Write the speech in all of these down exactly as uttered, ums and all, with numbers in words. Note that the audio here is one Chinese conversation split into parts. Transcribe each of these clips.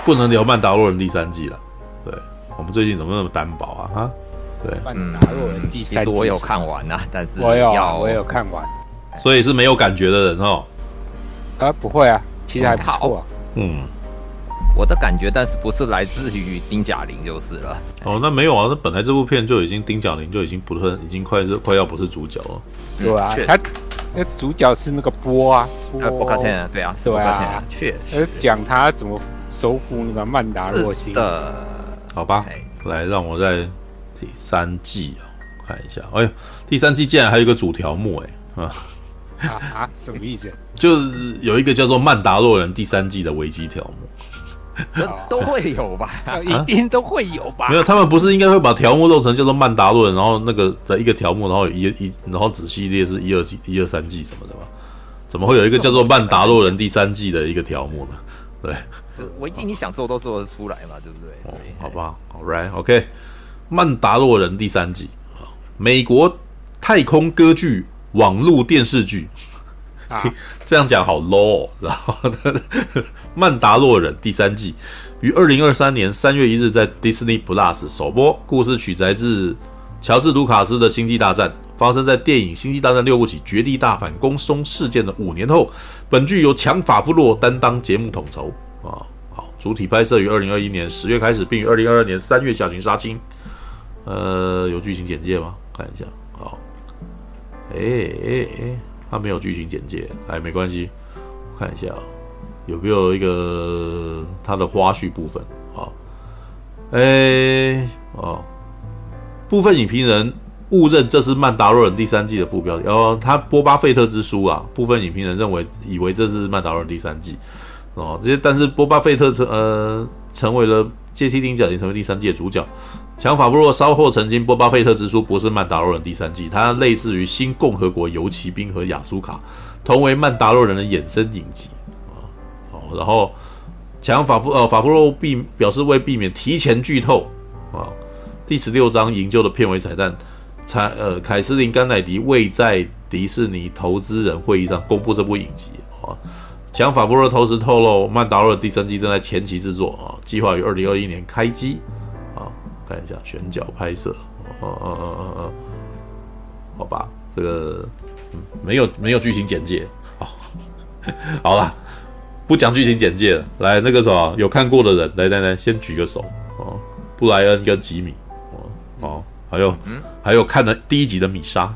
不能聊《曼达洛人》第三季了。对，我们最近怎么那么单薄啊？哈，对， 《曼达洛人》第三季， 其实我有看完啊，但是我有要我有看完， 所以是没有感觉的人哦。 啊，不会啊，其实还不错啊。 嗯， 我的感觉，但是不是来自于丁甲玲就是了。 哦，那没有啊，那本来这部片就已经丁甲玲就已经不是，已经快是快要不是主角了。 对啊，他那主角是那个波啊， 波波卡天啊，对啊，是波卡天啊，确实讲他怎么收复那个曼达洛星的。 好吧，来让我在第三季啊看一下。哎呦，第三季竟然还有一个主条目哎啊！ 啊啊，什么意思？ 就是有一个叫做《曼达洛人》第三季的危机条目， 都会有吧？ 一定都会有吧？ 没有，他们不是应该会把条目弄成叫做曼达洛人，然后那个的一个条目，然后一一，然后子系列是一二季、一二三季什么的吗？怎么会有一个叫做《曼达洛人》第三季的一个条目呢？对， 危机你想做都做得出来嘛，对不对？ 哦，好吧 ，All right，OK，《曼达洛人》第三季，美国太空歌剧。网络电视剧，啊、这样讲好 low， 然后《曼达洛人》第三季于二零二三年三月一日在 Disney Plus 首播，故事取材自乔治·卢卡斯的《星际大战》，发生在电影《星际大战六部曲：绝地大反攻》松事件的五年后。本剧由强·法夫洛担当节目统筹啊，好，主体拍摄于二零二一年十月开始，并于二零二二年三月下旬杀青。呃，有剧情简介吗？看一下，好。哎哎哎，他没有剧情简介，哎，没关系，我看一下、哦、有没有一个他的花絮部分啊？哎哦，部分影评人误认这是《曼达洛人》第三季的副标题，哦，他波巴费特之书啊，部分影评人认为以为这是《曼达洛人》第三季哦，这些但是波巴费特成呃成为了接替丁甲玲成为第三季的主角。强法布洛稍后澄清，《波巴费特之书》不是《曼达洛人》第三季，它类似于《新共和国游骑兵》和《亚苏卡》，同为《曼达洛人》的衍生影集啊。哦，然后强法布呃法布洛避表示为避免提前剧透啊，第十六章营救的片尾彩蛋，才呃凯瑟琳甘乃迪未在迪士尼投资人会议上公布这部影集啊。强法布洛同时透露，《曼达洛人》第三季正在前期制作啊，计划于二零二一年开机。看一下选角拍摄，哦哦哦哦哦，好吧，这个、嗯、没有没有剧情简介，好，好啦，不讲剧情简介了，来那个什么有看过的人，来来来，先举个手哦，布莱恩跟吉米，哦哦，还有、嗯、还有看了第一集的米莎，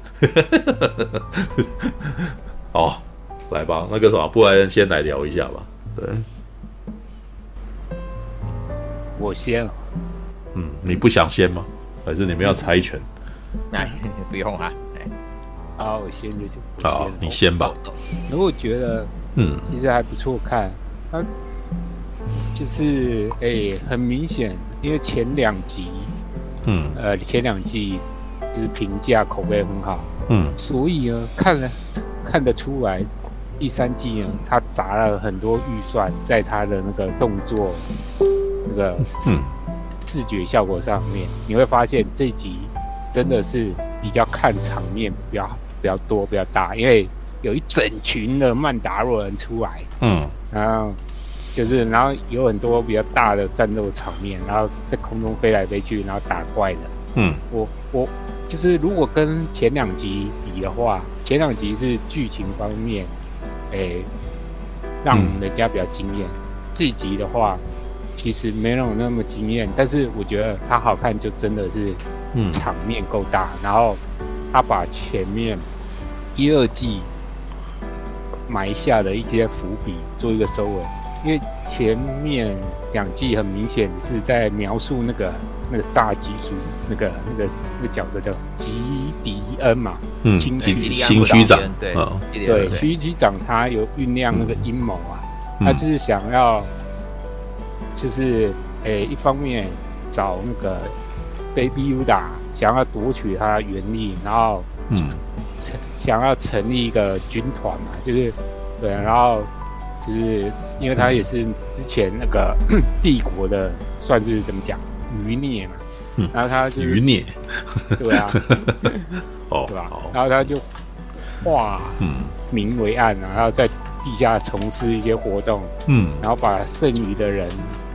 哦，来吧，那个什么布莱恩先来聊一下吧，对， 我先啊。 嗯，你不想先吗？还是你们要猜拳？ 哎，不用啊。 好，我先就行。 好，你先吧。 如果觉得，嗯，其实还不错看，它就是哎、欸，很明显，因为前两集，嗯，呃，前两季就是评价口碑很好，嗯，所以呢，看了看得出来，第三季呢，它砸了很多预算在它的那个动作，那个，嗯。视觉效果上面，你会发现这集真的是比较看场面比较比较多比较大，因为有一整群的曼达洛人出来，嗯，然后就是然后有很多比较大的战斗场面，然后在空中飞来飞去，然后打怪的，嗯，我我就是如果跟前两集比的话，前两集是剧情方面，诶，让人家比较惊艳，这一集的话。其实没有那么惊艳，但是我觉得它好看就真的是场面够大，嗯、然后他把前面一二季埋下的一些伏笔做一个收尾，因为前面两季很明显是在描述那个那个炸鸡猪那个那个那个角色叫吉迪恩嘛， 嗯， 新区新区长， 对、 哦、 对，区区长他有酝酿那个阴谋啊，嗯、他就是想要。就是诶，一方面找那个 Baby Yoda 想要夺取他的原力，然后嗯，想要成立一个军团嘛，就是对，然后就是因为他也是之前那个帝国的算是怎么讲余孽嘛，嗯，然后他就余孽， 对啊， 哦， 对吧？然后他就化名为暗啊，然后在地下从事一些活动，嗯，然后把剩余的人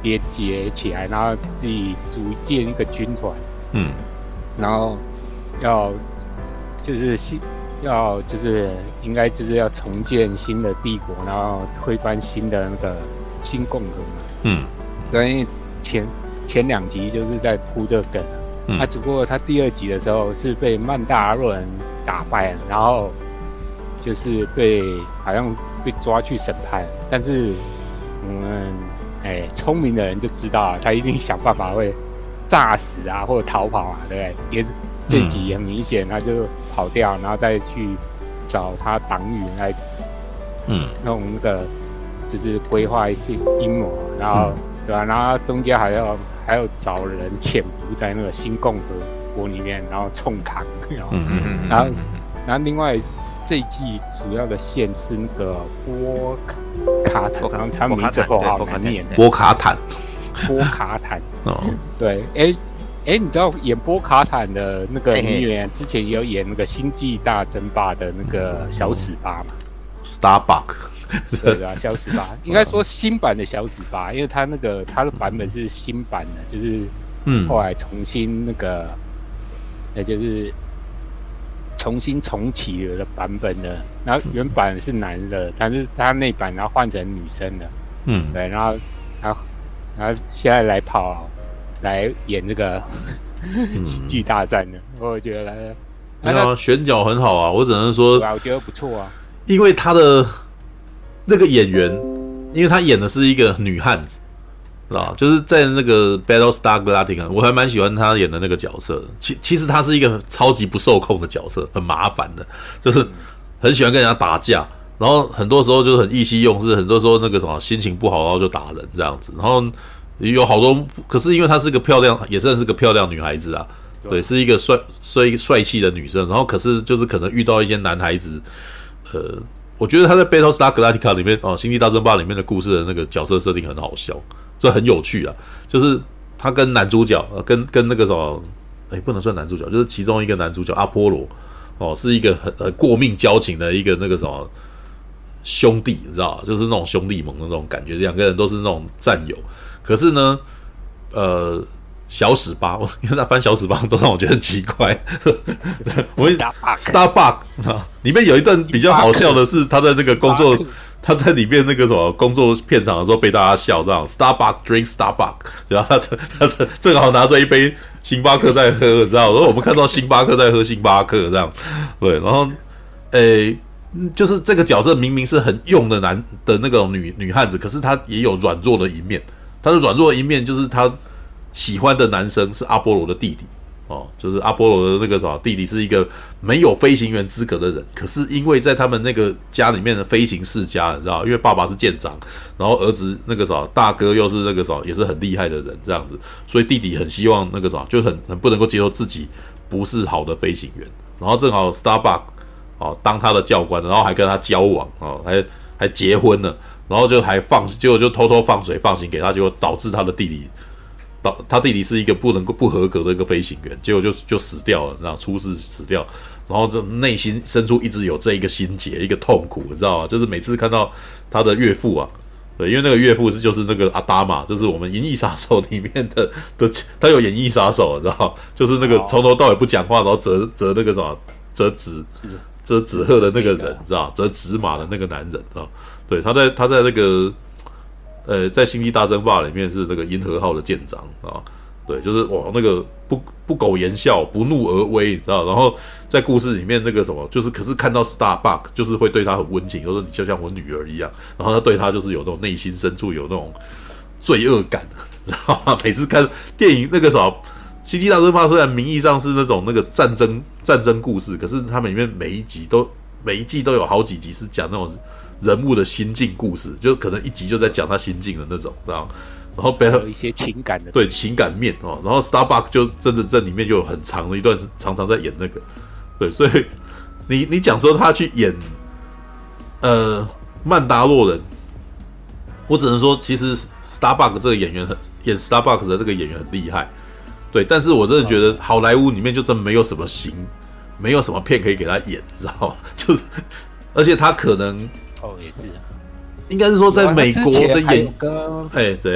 连接起来，然后自己组建一个军团， 嗯， 然后要就是新要就是应该就是要重建新的帝国，然后推翻新的那个新共和嘛， 嗯， 因为前前两集就是在铺这个梗，嗯，啊，只不过他第二集的时候是被曼达洛人打败了，然后就是被好像被抓去审判，但是我们哎聪明的人就知道，他一定想办法会炸死啊，或者逃跑啊，对不对？也这一集很明显，他就跑掉，然后再去找他党羽来， 嗯，弄那个就是规划一些阴谋，然后、嗯、对吧、啊？然后中间还要还要找人潜伏在那个新共和国里面，然后冲扛，然后、嗯嗯、然后然后另外。这一季主要的线是那个波卡坦，然后他名字不好难念。 波卡坦， 波卡坦。哦，对，哎哎，你知道演波卡坦的那个女演员，之前也有演那个《星际大争霸》的那个小史巴嘛 ？Starbuck。 对啊，小史巴，应该说新版的小史巴，因为他那个他的版本是新版的，就是后来重新那个，那、嗯、就是。重新重启了的版本的，然后原版是男的，但是他那版然后换成女生的， 嗯， 对，然后，然后，然后现在来跑来演这个喜剧大战的，我觉得， 没有、啊、选角很好啊，我只能说， 我觉得不错啊， 因为他的那个演员，因为他演的是一个女汉子。啊，就是在那个 Battlestar Galactica， 我还蛮喜欢他演的那个角色的。其其实他是一个超级不受控的角色，很麻烦的，就是很喜欢跟人家打架，然后很多时候就是很意气用事，很多时候那个什么心情不好，然后就打人这样子。然后有好多，可是因为她是个漂亮，也算是个漂亮女孩子啊，对，是一个帅帅帅气的女生。然后可是就是可能遇到一些男孩子，呃，我觉得他在 Battlestar Galactica 里面哦，《星际大争霸》里面的故事的那个角色设定很好笑。这很有趣啊，就是他跟男主角，呃、跟跟那个什么，哎，不能算男主角，就是其中一个男主角阿波罗，哦，是一个很很过命交情的一个那个什么兄弟，你知道，就是那种兄弟盟的那种感觉，两个人都是那种战友。可是呢，呃，小史巴，因为他翻小史巴都让我觉得很奇怪。我 Starbuck 里面有一段比较好笑的是，他在那个工作。他在里面那个什么工作片场的时候被大家笑这样 ，Starbuck drink Starbuck， 然后他他正好拿着一杯星巴克在喝，你知道？然后我们看到星巴克在喝星巴克这样，对，然后诶，就是这个角色明明是很用的男的那种女女汉子，可是她也有软弱的一面。她的软弱的一面就是她喜欢的男生是阿波罗的弟弟。哦，就是阿波罗的那个什么弟弟是一个没有飞行员资格的人，可是因为在他们那个家里面的飞行世家，你知道，因为爸爸是舰长，然后儿子那个什么大哥又是那个什么也是很厉害的人，这样子，所以弟弟很希望那个什么就很很不能够接受自己不是好的飞行员，然后正好 Starbuck 哦当他的教官，然后还跟他交往哦，还还结婚了，然后就还放，结果就偷偷放水放行给他，结果导致他的弟弟。他弟弟是一个不能够不合格的一个飞行员，结果就就死掉了，然后出事死掉，然后就内心深处一直有这一个心结，一个痛苦，你知道吗？就是每次看到他的岳父啊，对，因为那个岳父是就是那个阿达玛，就是我们《银翼杀手》里面的的，他有演《银翼杀手》，你知道吗？就是那个从头到尾不讲话，然后折折那个什么折纸折纸鹤的那个人，知道折纸马的那个男人啊，对，他在他在那个。呃，在《星际大争霸》里面是那个银河号的舰长啊，对，就是哇，那个不不苟言笑，不怒而威，你知道？然后在故事里面那个什么，就是可是看到 Starbuck， 就是会对他很温情，就说你就像我女儿一样，然后他对他就是有那种内心深处有那种罪恶感，知道吗？每次看电影那个什么《星际大争霸》，虽然名义上是那种那个战争战争故事，可是他们里面每一集都每一季都有好几集是讲那种。人物的心境故事，就可能一集就在讲他心境的那种，然后，然后背后有一些情感的， 对情感面哦，然后 Starbuck 就真的在里面就有很长的一段，常常在演那个，对，所以你你讲说他去演呃曼达洛人，我只能说其实 Starbuck 这个演员很演 Starbuck 的这个演员很厉害，对，但是我真的觉得好莱坞里面就真没有什么型，没有什么片可以给他演，知道吗？就是而且他可能。 哦，也是， 应该是说在美国的演，哎、欸，怎样？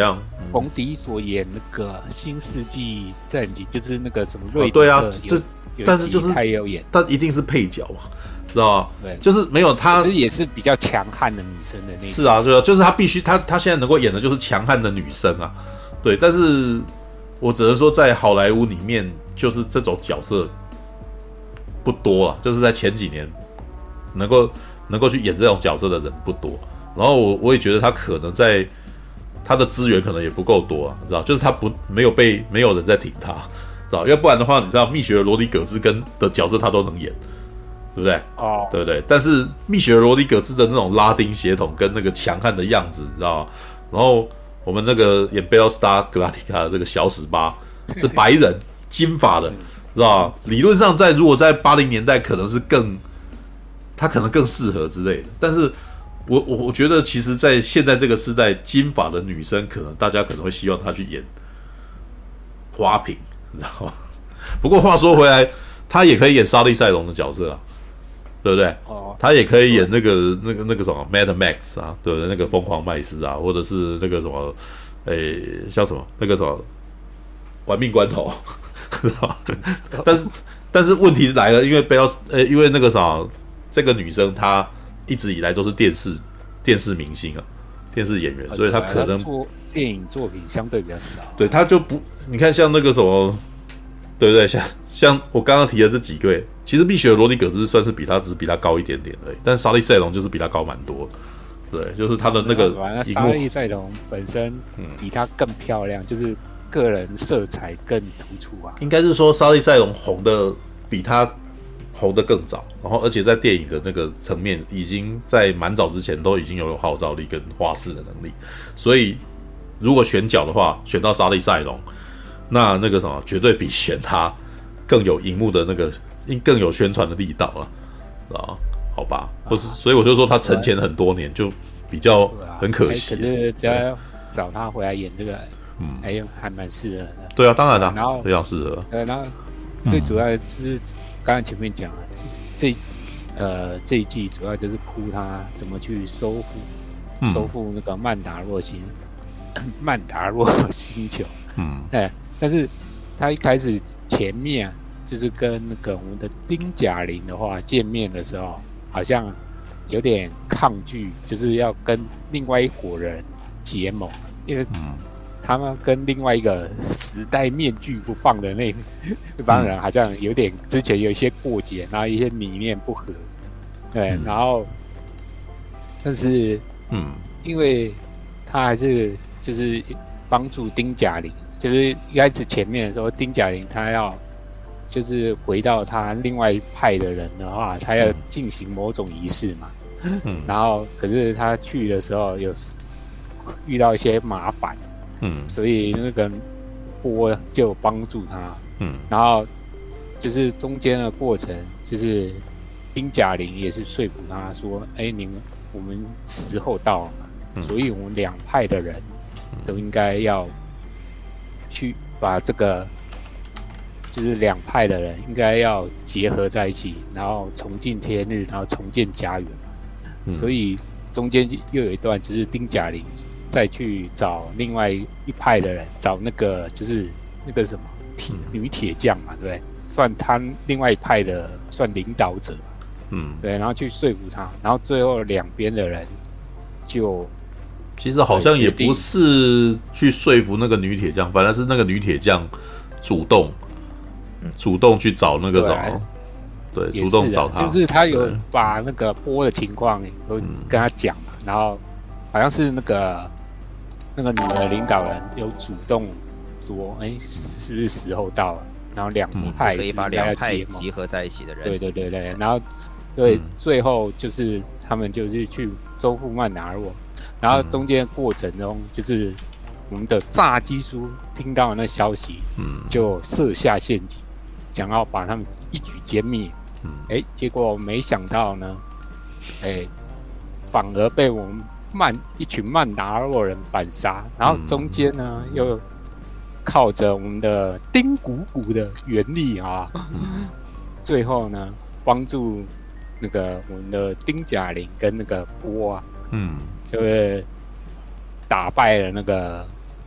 冯迪所演那个《新世纪战警》，就是那个什么瑞、哦、 对啊，这但是就是他也有演， 但一定是配角嘛，知道吗？ 对， 就是没有他， 其实也是比较强悍的女生的那种。 是啊，对啊，就是他必须他他现在能够演的就是强悍的女生啊，对，但是我只能说在好莱坞里面，就是这种角色不多了，就是在前几年能够能够去演这种角色的人不多，然后我我也觉得他可能在他的资源可能也不够多啊，知道？就是他不没有被没有人在挺他，知道？要不然的话，你知道蜜雪儿罗迪葛兹跟的角色他都能演，对不对？ 哦， 对不对？但是蜜雪儿罗迪葛兹的那种拉丁血统跟那个强悍的样子，你知道吗？然后我们那个演贝洛斯达格拉蒂卡的这个小史巴是白人金发的，知道吗？理论上在如果在八零年代可能是更他可能更适合之类的，但是我我我觉得其实在现在这个时代，金发的女生可能大家可能会希望她去演花瓶，你知道吗？不过话说回来，她也可以演莎莉赛隆的角色啊，对不对？哦，她也可以演那个那个那个什么 Mad Max 啊，对不对？那个疯狂麦斯啊，或者是那个什么，诶，像什么那个什么玩命关头，但是但是问题来了，因为贝奥呃，因为那个啥，这个女生她一直以来都是电视电视明星啊，电视演员，所以她可能做电影作品相对比较少。 对，她就不，你看像那个什么，对不对？像像我刚刚提的这几位，其实蜜雪儿罗迪葛兹算是比她只比她高一点点而已，但是莎莉赛隆就是比她高蛮多的。对，就是她的那个莎莉赛隆本身比她更漂亮，就是个人色彩更突出啊。 应该是说莎莉赛隆红的比她红的更早，然后而且在电影的那个层面，已经在蛮早之前都已经有号召力跟画室的能力，所以如果选角的话，选到莎莉赛隆，那那个什么绝对比选她更有荧幕的那个更有宣传的力道了，啊，好吧，或是所以我就说她沉潜很多年，就比较很可惜。 可是只要找她回来演这个，嗯，哎，还蛮适合的。 对啊，当然啦， 然后非常适合。 对，然后最主要的就是刚才前面讲了，这呃这一季主要就是铺他怎么去收复、嗯、收复那个曼达洛星曼达洛星球。嗯，哎，但是他一开始前面、啊、就是跟那个我们的丁甲玲的话见面的时候，好像有点抗拒，就是要跟另外一伙人结盟，因为他们跟另外一个时代面具不放的那那帮人好像有点之前有一些过节，然后一些理念不合，对，嗯、然后但是嗯，因为他还是就是帮助丁甲玲，就是一开始前面的时候，丁甲玲他要就是回到他另外一派的人的话，他要进行某种仪式嘛，嗯，然后可是他去的时候有遇到一些麻烦。嗯，所以那个波就帮助他，嗯，然后就是中间的过程，就是丁甲玲也是说服他说，哎，你们我们时候到了嘛，嗯、所以我们两派的人都应该要去把这个，就是两派的人应该要结合在一起，然后重见天日，然后重建家园嘛，嗯、所以中间又有一段就是丁甲玲。再去找另外一派的人，找那个就是那个什么铁女铁匠嘛，对不对？算他另外一派的算领导者嘛，嗯，对，然后去说服他，然后最后两边的人就其实好像也不是去说服那个女铁匠，反正是那个女铁匠主动、嗯、主动去找那个什么，对，对主动找他， 就是他有把那个波的情况都跟他讲嘛，然后好像是那个。那个女的领导人有主动说：“哎，是不是时候到了？”然后两派可以把两派集合在一起的人， 对对对对。然后对，嗯、最后就是他们就是去收复曼达洛，然后中间过程中就是我们的炸鸡叔听到那消息，嗯，就设下陷阱，想要把他们一举歼灭。嗯，哎，结果没想到呢，哎，反而被我们。曼一群曼达洛人反杀，然后中间呢、嗯、又靠着我们的丁鼓鼓的原力啊，嗯、最后呢帮助那个我们的丁甲玲跟那个波啊，嗯，就是打败了那个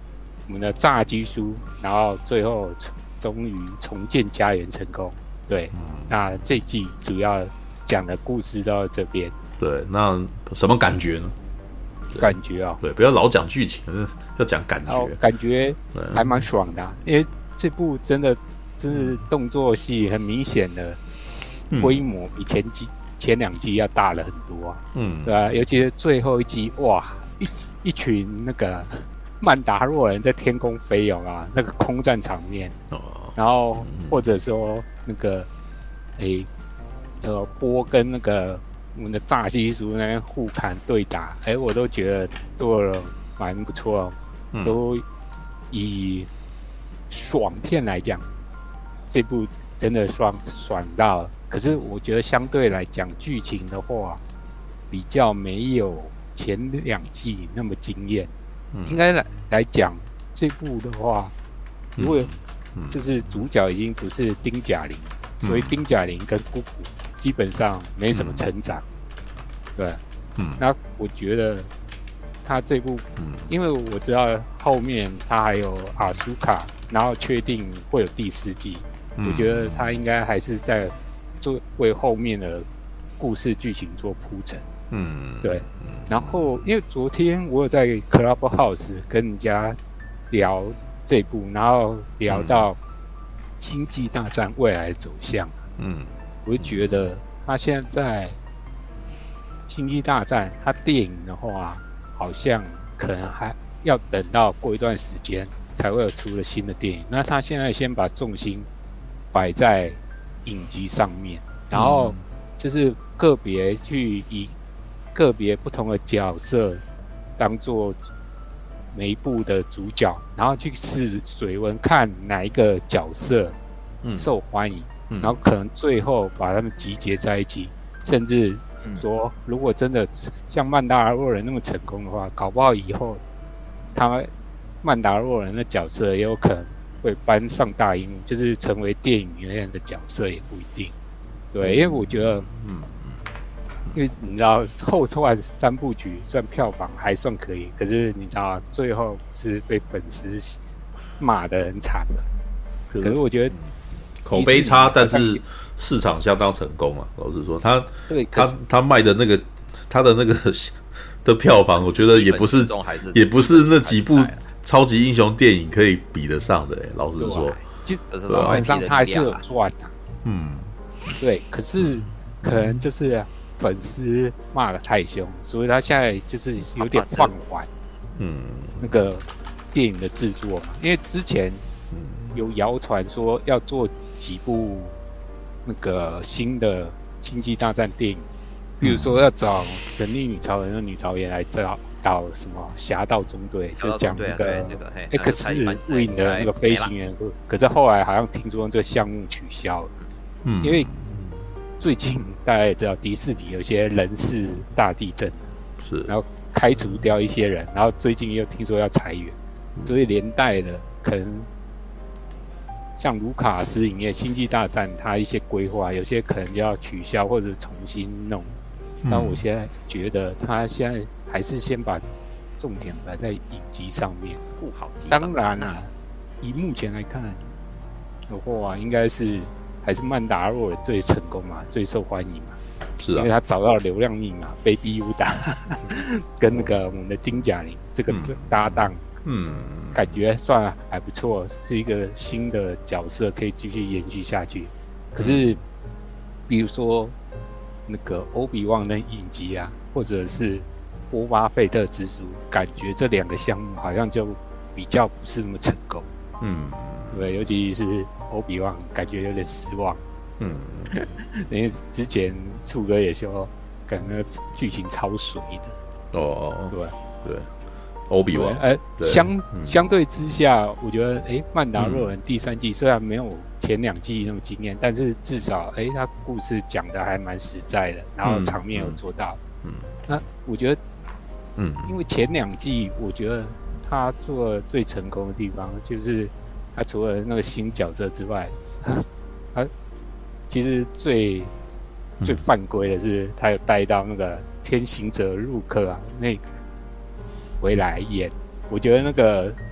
我们的炸鸡叔，然后最后终于重建家园成功。对，嗯、那这季主要讲的故事到这边。 对，那什么感觉呢？ 感觉啊， 对，不要老讲剧情，要讲感觉。 感觉还蛮爽的、啊，因为这部真的真是动作戏很明显的规模比前几、嗯、前两季要大了很多啊。嗯，对吧、啊？尤其是最后一集，哇，一一群那个曼达洛人在天空飞有啊，那个空战场面。哦。然后或者说那个，诶，呃，波跟那个。我们的炸鸡叔那边互砍对打，哎，我都觉得做了蛮不错哦。嗯、都以爽片来讲，这部真的爽爽到了。可是我觉得相对来讲，剧情的话，比较没有前两季那么惊艳。嗯、应该来来讲，这部的话，如果就是主角已经不是丁甲玲，嗯、所以丁甲玲跟姑姑。基本上没什么成长，嗯、对，嗯，那我觉得他这部，嗯，因为我知道后面他还有阿苏卡，然后确定会有第四季，嗯、我觉得他应该还是在做为后面的故事剧情做铺陈，嗯，对，然后因为昨天我有在 Clubhouse 跟人家聊这部，然后聊到星际大战未来的走向，嗯。我就觉得他现在在《星际大战》，他电影的话，好像可能还要等到过一段时间才会有出了新的电影。那他现在先把重心摆在影集上面，然后就是个别去以个别不同的角色当做每一部的主角，然后去试水温，看哪一个角色受欢迎。然后可能最后把他们集结在一起，甚至说，如果真的像曼达洛人那么成功的话，搞不好以后他曼达洛人的角色也有可能会搬上大荧幕，就是成为电影里面的角色也不一定。对，因为我觉得，嗯，因为你知道后传三部曲算票房还算可以，可是你知道最后是被粉丝骂得很惨的。可是我觉得。 口碑差，但是市场相当成功啊！老实说，他他他卖的那个他的那个的票房，我觉得也不是也不是那几部超级英雄电影可以比得上的、欸。老实说， 基本上他还是有赚的。嗯，对。可是可能就是粉丝骂得太凶，所以他现在就是有点放缓。嗯，那个电影的制作嘛，因为之前有谣传说要做。几部那个新的星际大战电影，比如说要找神力女超人的女导演来找导什么侠盗中队，就讲那个 X Wing 的那个飞行员，可是后来好像听说这个项目取消了，嗯，因为最近大家也知道第四集有些人事大地震， 是， 然后开除掉一些人，然后最近又听说要裁员，所以连带的可能。像卢卡斯影业《星际大战》，它一些规划有些可能就要取消或者重新弄。那、嗯、我现在觉得他现在还是先把重点摆在影集上面， 顾好基。 当然啦、啊，以目前来看的话，应该是还是曼达洛人最成功嘛，最受欢迎嘛。 是啊， 因为他找到了流量密码 ，Baby Yoda 跟那个我们的丁甲玲这个搭档。嗯，感觉算还不错，是一个新的角色可以继续延续下去。可是，比如说那个欧比旺的影集啊，或者是波巴费特之书，感觉这两个项目好像就比较不是那么成功。嗯，对，尤其是欧比旺，感觉有点失望。嗯，因为之前楚哥也说，感觉剧情超水的。 哦， 对对。欧比旺， 呃，相、嗯、相对之下，我觉得，哎，曼达洛人第三季虽然没有前两季那么惊艳，但是至少，哎，他故事讲的还蛮实在的，然后场面有做到。嗯，嗯那我觉得，嗯，因为前两季，我觉得他做最成功的地方，就是他除了那个新角色之外，他其实最最犯规的是，他有带到那个天行者入客啊，那个。回来演，我觉得那个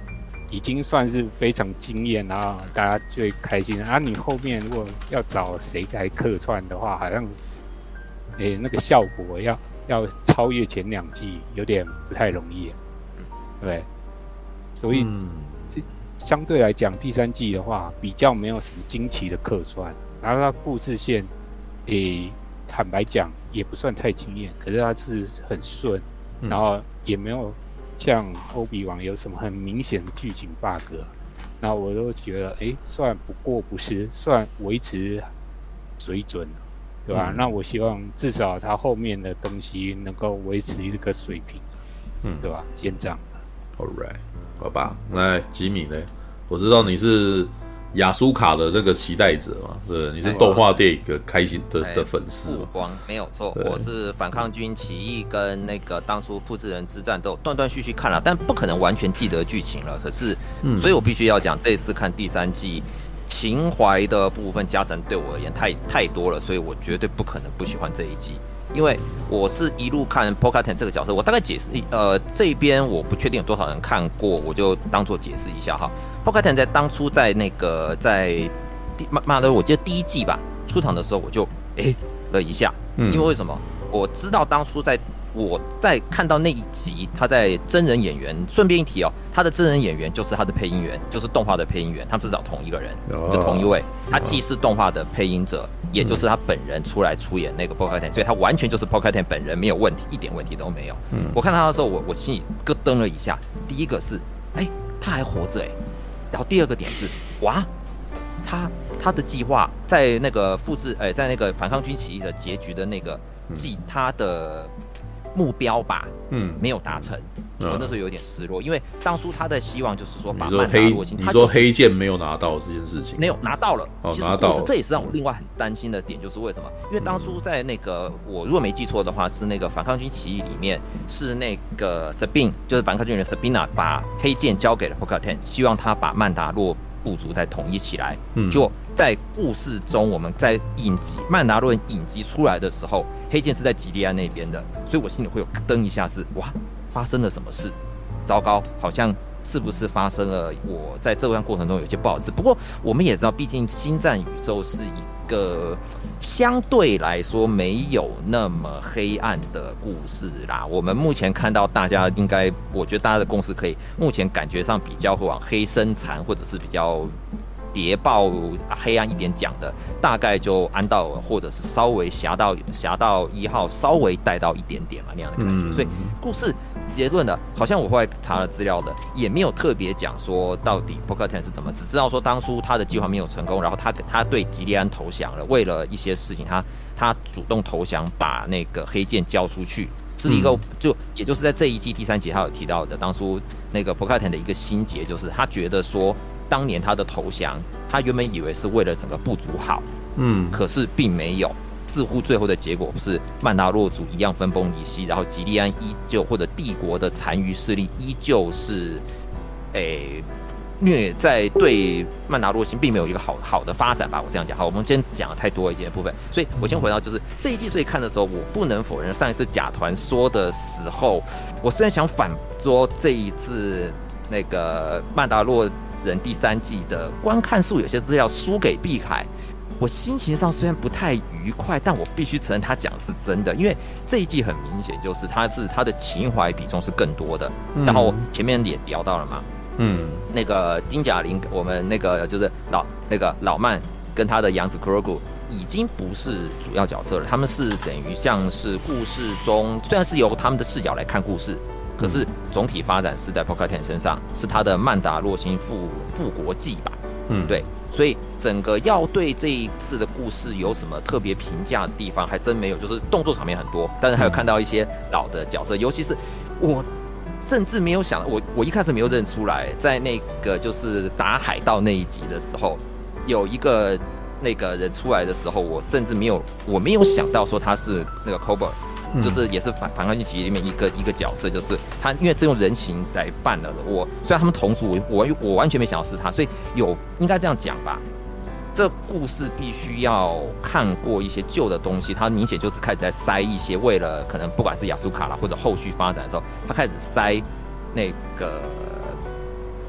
已经算是非常惊艳，然后大家最开心啊。你后面如果要找谁来客串的话，好像诶、欸、那个效果要要超越前两季，有点不太容易，对不对？所以、嗯、相对来讲，第三季的话比较没有什么惊奇的客串，然后它故事线诶、欸、坦白讲也不算太惊艳，可是它是很顺，然后也没有像欧比王有什么很明显的剧情 bug， 那我都觉得哎、欸，算不过不失，算维持水准，对吧？嗯、那我希望至少它后面的东西能够维持一个水平，嗯，对吧？先这样。 All right， 好吧，那吉米呢？我知道你是亚苏卡的那个期待者嘛，对，你是动画电影的开心的、哎、的粉丝。 曝光没有错，我是反抗军起义跟那个当初复制人之战都断断续续看了，但不可能完全记得剧情了。可是，嗯、所以我必须要讲，这次看第三季，情怀的部分加成对我而言太太多了，所以我绝对不可能不喜欢这一季。因为我是一路看 Bo-Katan 这个角色，我大概解释，呃，这边我不确定有多少人看过，我就当做解释一下哈。Bo-Katan 在当初在那个在妈妈的，我记得第一季吧出场的时候，我就哎了一下，因为为什么？我知道当初在我在看到那一集，他在真人演员，顺便一提哦，他的真人演员就是他的配音员，就是动画的配音员，他们是找同一个人，就同一位，他既是动画的配音者，也就是他本人出来出演那个 Bo-Katan， 所以他完全就是 Bo-Katan 本人，没有问题，一点问题都没有。嗯、我看他的时候，我我心里咯噔了一下，第一个是，哎，他还活着哎，然后第二个点是，哇，他他的计划在那个复制，哎，在那个反抗军起义的结局的那个计，他的目标吧，嗯，没有达成，嗯、我那时候有点失落，因为当初他的希望就是说把曼达洛星， 你说黑剑没有拿到这件事情， 没有拿到了， 哦， 其实拿到了， 这也是让我另外很担心的点，就是为什么？因为当初在那个我如果没记错的话，是那个反抗军起义里面，是那个 Sabine， 就是反抗军人 Sabina 把黑剑交给了 Bo-Katan， 希望他把曼达洛部族再统一起来，嗯，就在故事中，我们在影集曼达洛人影集出来的时候，黑剑是在吉利安那边的，所以我心里会有噔一下是哇，发生了什么事？糟糕，好像是不是发生了我在这段过程中有些不好的事？不过我们也知道，毕竟星战宇宙是一个相对来说没有那么黑暗的故事啦。我们目前看到大家应该，我觉得大家的共识可以，目前感觉上比较会往黑深残或者是比较谍报黑暗一点讲的，大概就安道尔或者是稍微侠盗侠盗一号稍微带到一点点嘛那样的感觉，嗯、所以故事结论的，好像我后来查了资料的，也没有特别讲说到底 Bo-Katan 是怎么，只知道说当初他的计划没有成功，然后他他对吉利安投降了，为了一些事情他他主动投降，把那个黑剑交出去，是一个、嗯、就也就是在这一季第三集他有提到的，当初那个 Bo-Katan 的一个心结，就是他觉得说。当年他的投降，他原本以为是为了整个部族好，嗯，可是并没有，似乎最后的结果是曼达洛族一样分崩离析，然后吉利安依旧或者帝国的残余势力依旧是，诶、欸，虐在对曼达洛星并没有一个好好的发展吧，我这样讲。好，我们今天讲了太多一些部分，所以我先回到就是这一季，所以看的时候，我不能否认上一次甲团说的时候，我虽然想反说这一次那个曼达洛人第三季的观看数有些资料输给碧海，我心情上虽然不太愉快，但我必须承认他讲的是真的，因为这一季很明显就是他是他的情怀比重是更多的，嗯、然后前面也聊到了嘛，嗯，那个丁甲林，我们那个就是老那个老曼跟他的养子 Grogu 已经不是主要角色了，他们是等于像是故事中虽然是由他们的视角来看故事。可是总体发展是在 Bo-Katan 身上，是他的曼达洛星复复国记吧？嗯，对，所以整个要对这一次的故事有什么特别评价的地方，还真没有。就是动作场面很多，但是还有看到一些老的角色，尤其是我甚至没有想，我我一开始没有认出来，在那个就是打海盗那一集的时候，有一个那个人出来的时候，我甚至没有我没有想到说他是那个 Cobra。就是也是反反抗军起义里面一个一个角色，就是他，因为这用人情来办了。我虽然他们同族，我我完全没想到是他，所以有应该这样讲吧。这故事必须要看过一些旧的东西，他明显就是开始在塞一些，为了可能不管是亚苏卡啦或者后续发展的时候，他开始塞那个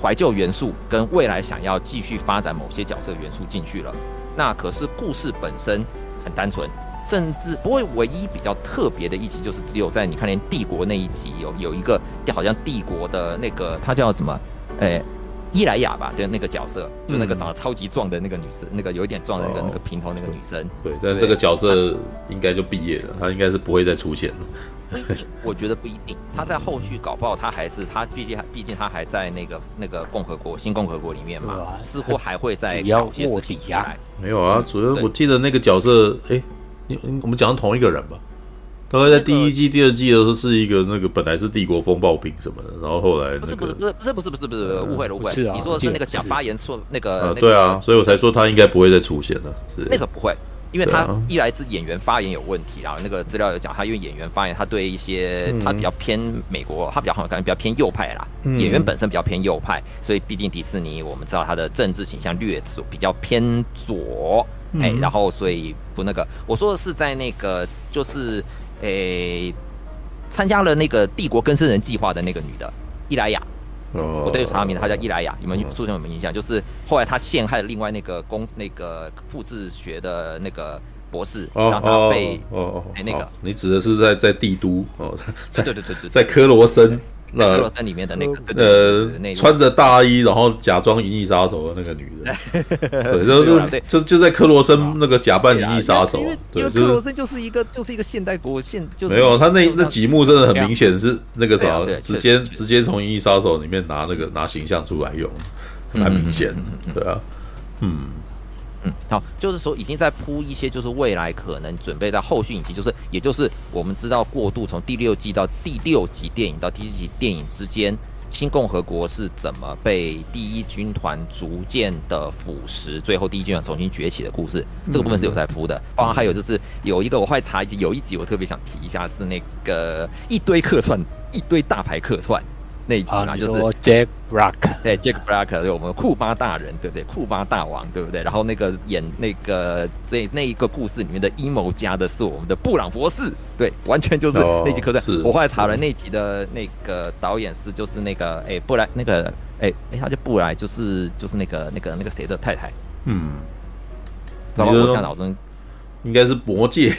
怀旧元素跟未来想要继续发展某些角色元素进去了。那可是故事本身很单纯，甚至不会唯一比较特别的一集，就是只有在你看连帝国那一集有有一个好像帝国的那个他叫什么，诶、欸。伊莱雅吧，对那个角色，就那个长得超级壮的那个女生，嗯、那个有一点壮的那个、哦、那个平头那个女生。 对，但这个角色应该就毕业了，她应该是不会再出现了。 不一定，我觉得不一定。他在后续搞不好，他还是他毕竟毕竟他还在那个那个共和国新共和国里面嘛，啊、似乎还会再搞些事情出来。 没有啊，主要我记得那个角色，哎、欸，你我们讲的同一个人吧？大概在第一季、第二季的时候是一个那个本来是帝国风暴兵什么的，然后后来那个不是不是不是不是不是误会了误会了，你说的是那个讲发言说那个、 啊、对啊，所以我才说他应该不会再出现了。是那个不会，因为他一来是演员发言有问题，然后那个资料有讲他因为演员发言，他对一些他比较偏美国，他比较好感觉比较偏右派啦，嗯、演员本身比较偏右派，所以毕竟迪士尼我们知道他的政治倾向略左比较偏左，哎、嗯欸，然后所以不那个，我说的是在那个就是。诶，参加了那个帝国更生人计划的那个女的伊莱雅，哦、我对查名字，她叫伊莱雅，你们苏兄有没有印象？就是后来她陷害了另外那个公那个复制学的那个博士， 哦、 让他被哦哦哎、欸、那个， 你指的是在在帝都哦，在对对对对， 在科罗森。 那科罗森里面的那个呃，穿着大衣然后假装银翼杀手的那个女人，对，就就就在科罗森那个假扮银翼杀手， 对，科罗森就是一个就是一个现代国现，就是没有他那那几幕真的很明显是那个啥，直接直接从银翼杀手里面拿那个拿形象出来用，蛮明显，对啊，嗯。 嗯，好，就是说已经在铺一些，就是未来可能准备在后续影集，就是也就是我们知道过渡从第六季到第六集电影到第七集电影之间，新共和国是怎么被第一军团逐渐的腐蚀，最后第一军团重新崛起的故事，这个部分是有在铺的。包括还有就是有一个我后来查一集，有一集我特别想提一下，是那个一堆客串，一堆大牌客串。那一集嘛， 啊、 就是 Jack Black， 对 Jack Black， 对我们库巴大人，对不对？库巴大王，对不对？然后那个演那个这那一个故事里面的阴谋家的是我们的布朗博士，对，完全就是那集客串。哦、我后来查了那集的那个导演是就是那个哎布莱那个哎哎他叫布莱，就是就是那个那个那个谁的太太， 嗯， 糟糕，我现在脑中应该是魔戒。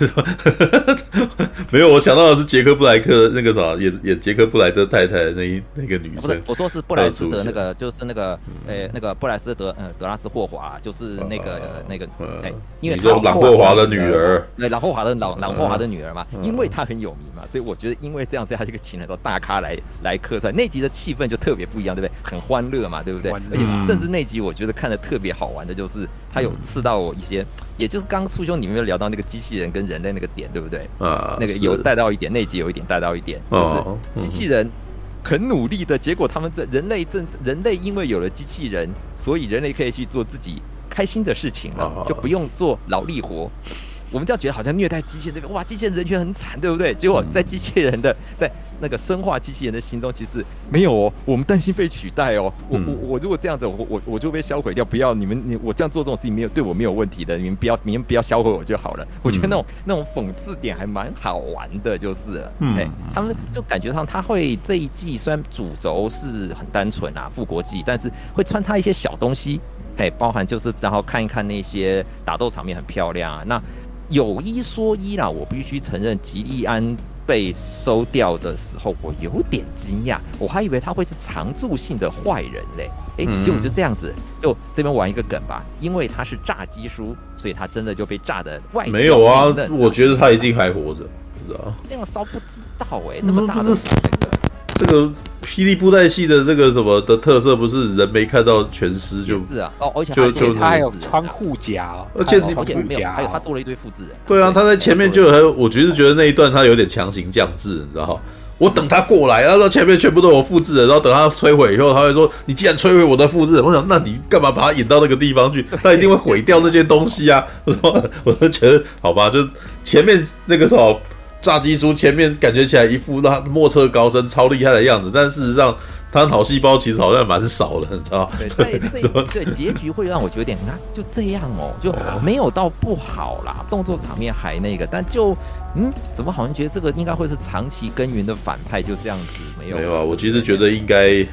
没有，我想到的是杰克布莱克那个啥，演演杰克布莱德太太的那一那个女生。 不是，我说是布莱斯德那个，就是那个，诶、欸，那个布莱斯德，呃，德拉斯霍华，就是那个、呃、那个，哎、欸，因为他朗霍华的女儿， 对，朗霍华的朗朗霍华的女儿嘛，嗯、因为她很有名嘛，所以我觉得因为这样，所以他就请很多大咖来来客串。那集的气氛就特别不一样，对不对？很欢乐嘛，对不对？而且甚至那集我觉得看的特别好玩的就是，他有刺到我一些，也就是刚刚初兄你们有聊到那个机器人跟人类那个点，对不对？啊，那个有带到一点，那集有一点带到一点，就是机器人很努力的，结果他们这人类正人类因为有了机器人，所以人类可以去做自己开心的事情了，就不用做劳力活。我们这样觉得好像虐待机器人，对吧？哇，机器人人权很惨，对不对？结果在机器人的在那个生化机器人的心中，其实没有哦，我们担心被取代哦。我我我如果这样子，我我我就被销毁掉。不要你们，你我这样做这种事情没有对我没有问题的，你们不要你们不要销毁我就好了。我觉得那种、嗯、那种讽刺点还蛮好玩的，就是了。嗯，他们就感觉上他会这一季虽然主轴是很单纯啊，复国季，但是会穿插一些小东西，嘿，包含就是然后看一看那些打斗场面很漂亮啊，那。有一说一啦，我必须承认，吉利安被收掉的时候，我有点惊讶，我还以为他会是常驻性的坏人嘞，哎、欸，结果就这样子，就这边玩一个梗吧，因为他是炸鸡叔，所以他真的就被炸的外焦里嫩。 没有啊，我觉得他一定还活着，不知道。 那个烧不知道哎、欸，那么大的那个。 这个霹雳布袋戏的这个什么的特色，不是人没看到全尸就， 是啊，哦，而且就就他还有穿护甲、哦， 而且你而且没有，还有他做了一堆复制人。 对啊，他在前面就有，我觉得觉得那一段他有点强行降智，你知道吗？我等他过来，然后前面全部都有复制人，然后等他摧毁以后，他会说：“你既然摧毁我的复制人，我想，那你干嘛把他引到那个地方去？他一定会毁掉那件东西啊！”我说，我就觉得好吧，就前面那个什么。炸鸡叔前面感觉起来一副他莫测高深、超厉害的样子，但事实上他脑细胞其实好像蛮少的，你知道吗？ 对，这对结局会让我觉得有点啊，就这样哦，就没有到不好啦，动作场面还那个，但就嗯，怎么好像觉得这个应该会是长期耕耘的反派，就这样子没有？ 没有啊，我其实觉得应该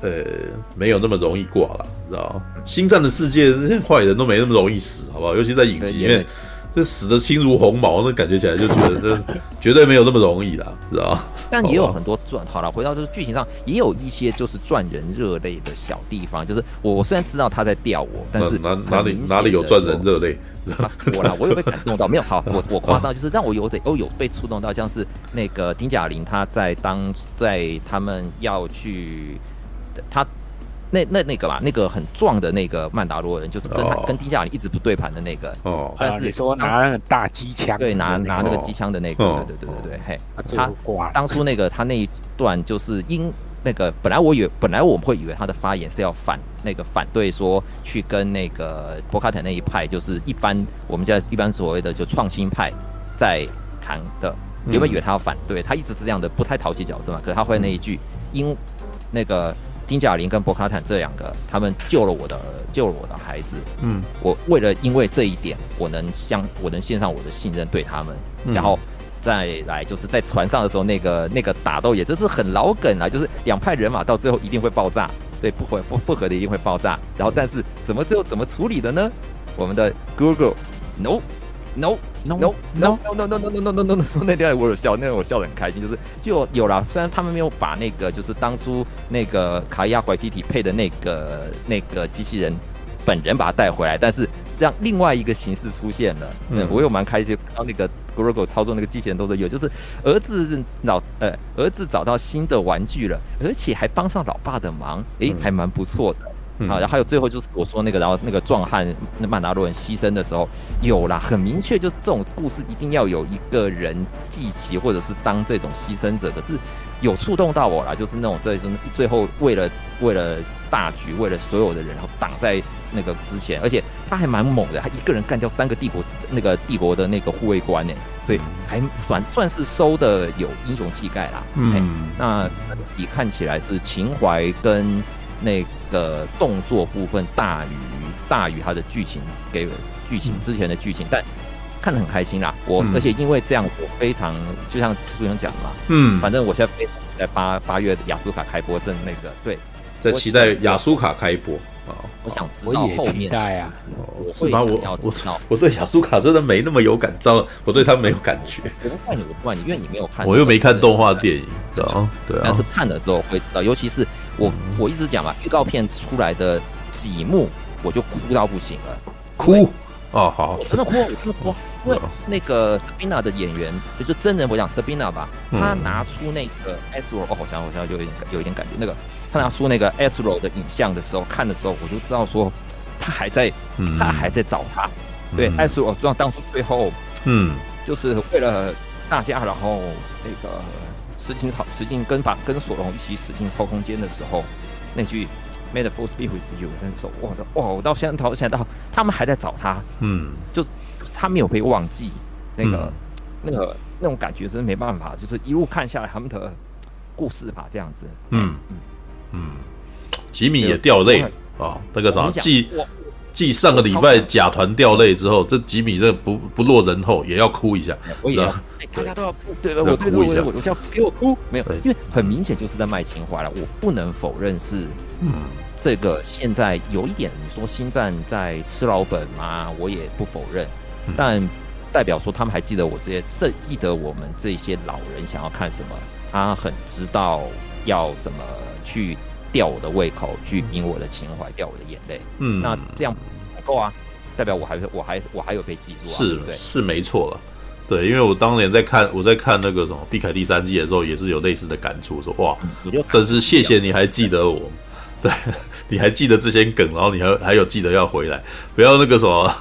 呃没有那么容易挂了，知道吗？星战的世界那些坏人都没那么容易死，好不好？尤其在影集里面，这死的轻如鸿毛，那感觉起来就觉得这绝对没有那么容易啦，知道吗？ 但也有很多赚好了，回到这个剧情上，也有一些就是赚人热泪的小地方。就是我我虽然知道他在吊我，但是哪哪里哪里有赚人热泪？ 啊、我啦，我有被感动到，没有好，我我夸张，就是让我有得哦有被触动到，像是那个丁甲苓他在当在他们要去他那那那个吧，那个很壮的那个曼达洛人，就是跟他、哦、跟丁甲苓一直不对盘的那个哦， 但是你说拿那个大机枪， 对，拿拿那个机枪的那个，哦、对对对对对，嘿，他当初那个他那一段就是因。那个本来我以为，本来我们会以为他的发言是要反那个反对说去跟那个博卡坦那一派，就是一般我们现在一般所谓的就创新派在谈的，原本以为他要反对，他一直是这样的不太讨喜角色嘛，可是他会那一句，因那个丁甲苓跟博卡坦这两个，他们救了我的救了我的孩子，嗯，我为了因为这一点，我能相我能献上我的信任对他们，嗯、然后。再来就是在船上的时候，那个那个打斗也真是很老梗啊，就是两派人马到最后一定会爆炸，对，不合不不合的一定会爆炸。然后但是怎么最后怎么处理的呢？我们的 Google no no no no no no no no no no no no 那天我有笑，那天我笑得很开心，就是就有啦。虽然他们没有把那个就是当初那个卡亚怀蒂体配的那个那个机器人本人把他带回来，但是让另外一个形式出现了。嗯，我有蛮开心看到那个。Grogu 操作那个机器人都是有，就是儿子找呃儿子找到新的玩具了，而且还帮上老爸的忙，诶，还蛮不错的。嗯、啊，然后还有最后就是我说那个，然后那个壮汉那曼达洛人牺牲的时候，有啦，很明确就是这种故事一定要有一个人记起或者是当这种牺牲者，可是有触动到我啦，就是那种这种最后为了为了大局，为了所有的人，然后挡在那个之前，而且他还蛮猛的，他一个人干掉三个帝国那个帝国的那个护卫官呢，所以还算算是收的有英雄气概啦。嗯，那你看起来是情怀跟那个动作部分大于大于他的剧情给剧情之前的剧情，但看得很开心啦。我、嗯、而且因为这样，我非常就像苏勇讲嘛，嗯，反正我现在非常在八八月亚苏卡开播正那个对， 在期待亚苏卡开播。 哦，我想知道后面啊， 我是吗？我我我对亚苏卡真的没那么有感召，我对他没有感觉。 我不怪你，我不怪你，因为你没有看， 我又没看动画电影，对啊，对啊。 但是看了之后会知道，尤其是我、嗯、我一直讲嘛，预告片出来的几幕，我就哭到不行了， 哭哦，好， 我真的哭，我真的哭，因为那个 Sabina 的演员，就就真人我讲 Sabina 吧，他拿出那个 Ezra， 哦，好像好像就有点有一点感觉，那个。他拿出那个 Ezra 的影像的时候，看的时候我就知道说，他还在，嗯、他还在找他。嗯、对 ，Ezra 我知道当初最后，嗯，就是为了大家，然后那个使劲操使劲跟把跟索隆一起使劲操空间的时候，那句 May the Force be with you， 那时候哇哇，我到现在到现在到他们还在找他，嗯，就他没有被忘记，那个、嗯、那个那种感觉真是没办法，就是一路看下来他们的故事吧，这样子，嗯嗯。 嗯，吉米也掉泪啊、哦！那个啥，继继上个礼拜甲团掉泪之后，这吉米这不不落人后也要哭一下， 我也要，大家都要哭，对吧？我哭一下，我就要给我哭，没有，因为很明显就是在卖情怀了。我不能否认是，嗯，这个现在有一点，你说星战在吃老本嘛，我也不否认，但代表说他们还记得我这些，这记得我们这些老人想要看什么，他很知道要怎么。去吊我的胃口，去引我的情怀，吊我的眼泪。嗯，那这样不够啊，代表我还我还我还有被记住啊， 是对对是没错了。对，因为我当年在看我在看那个什么《碧凯》第三季的时候，也是有类似的感触，说哇，真是谢谢你还记得我，对，你还记得这些梗，然后你还还有记得要回来，不要那个什么，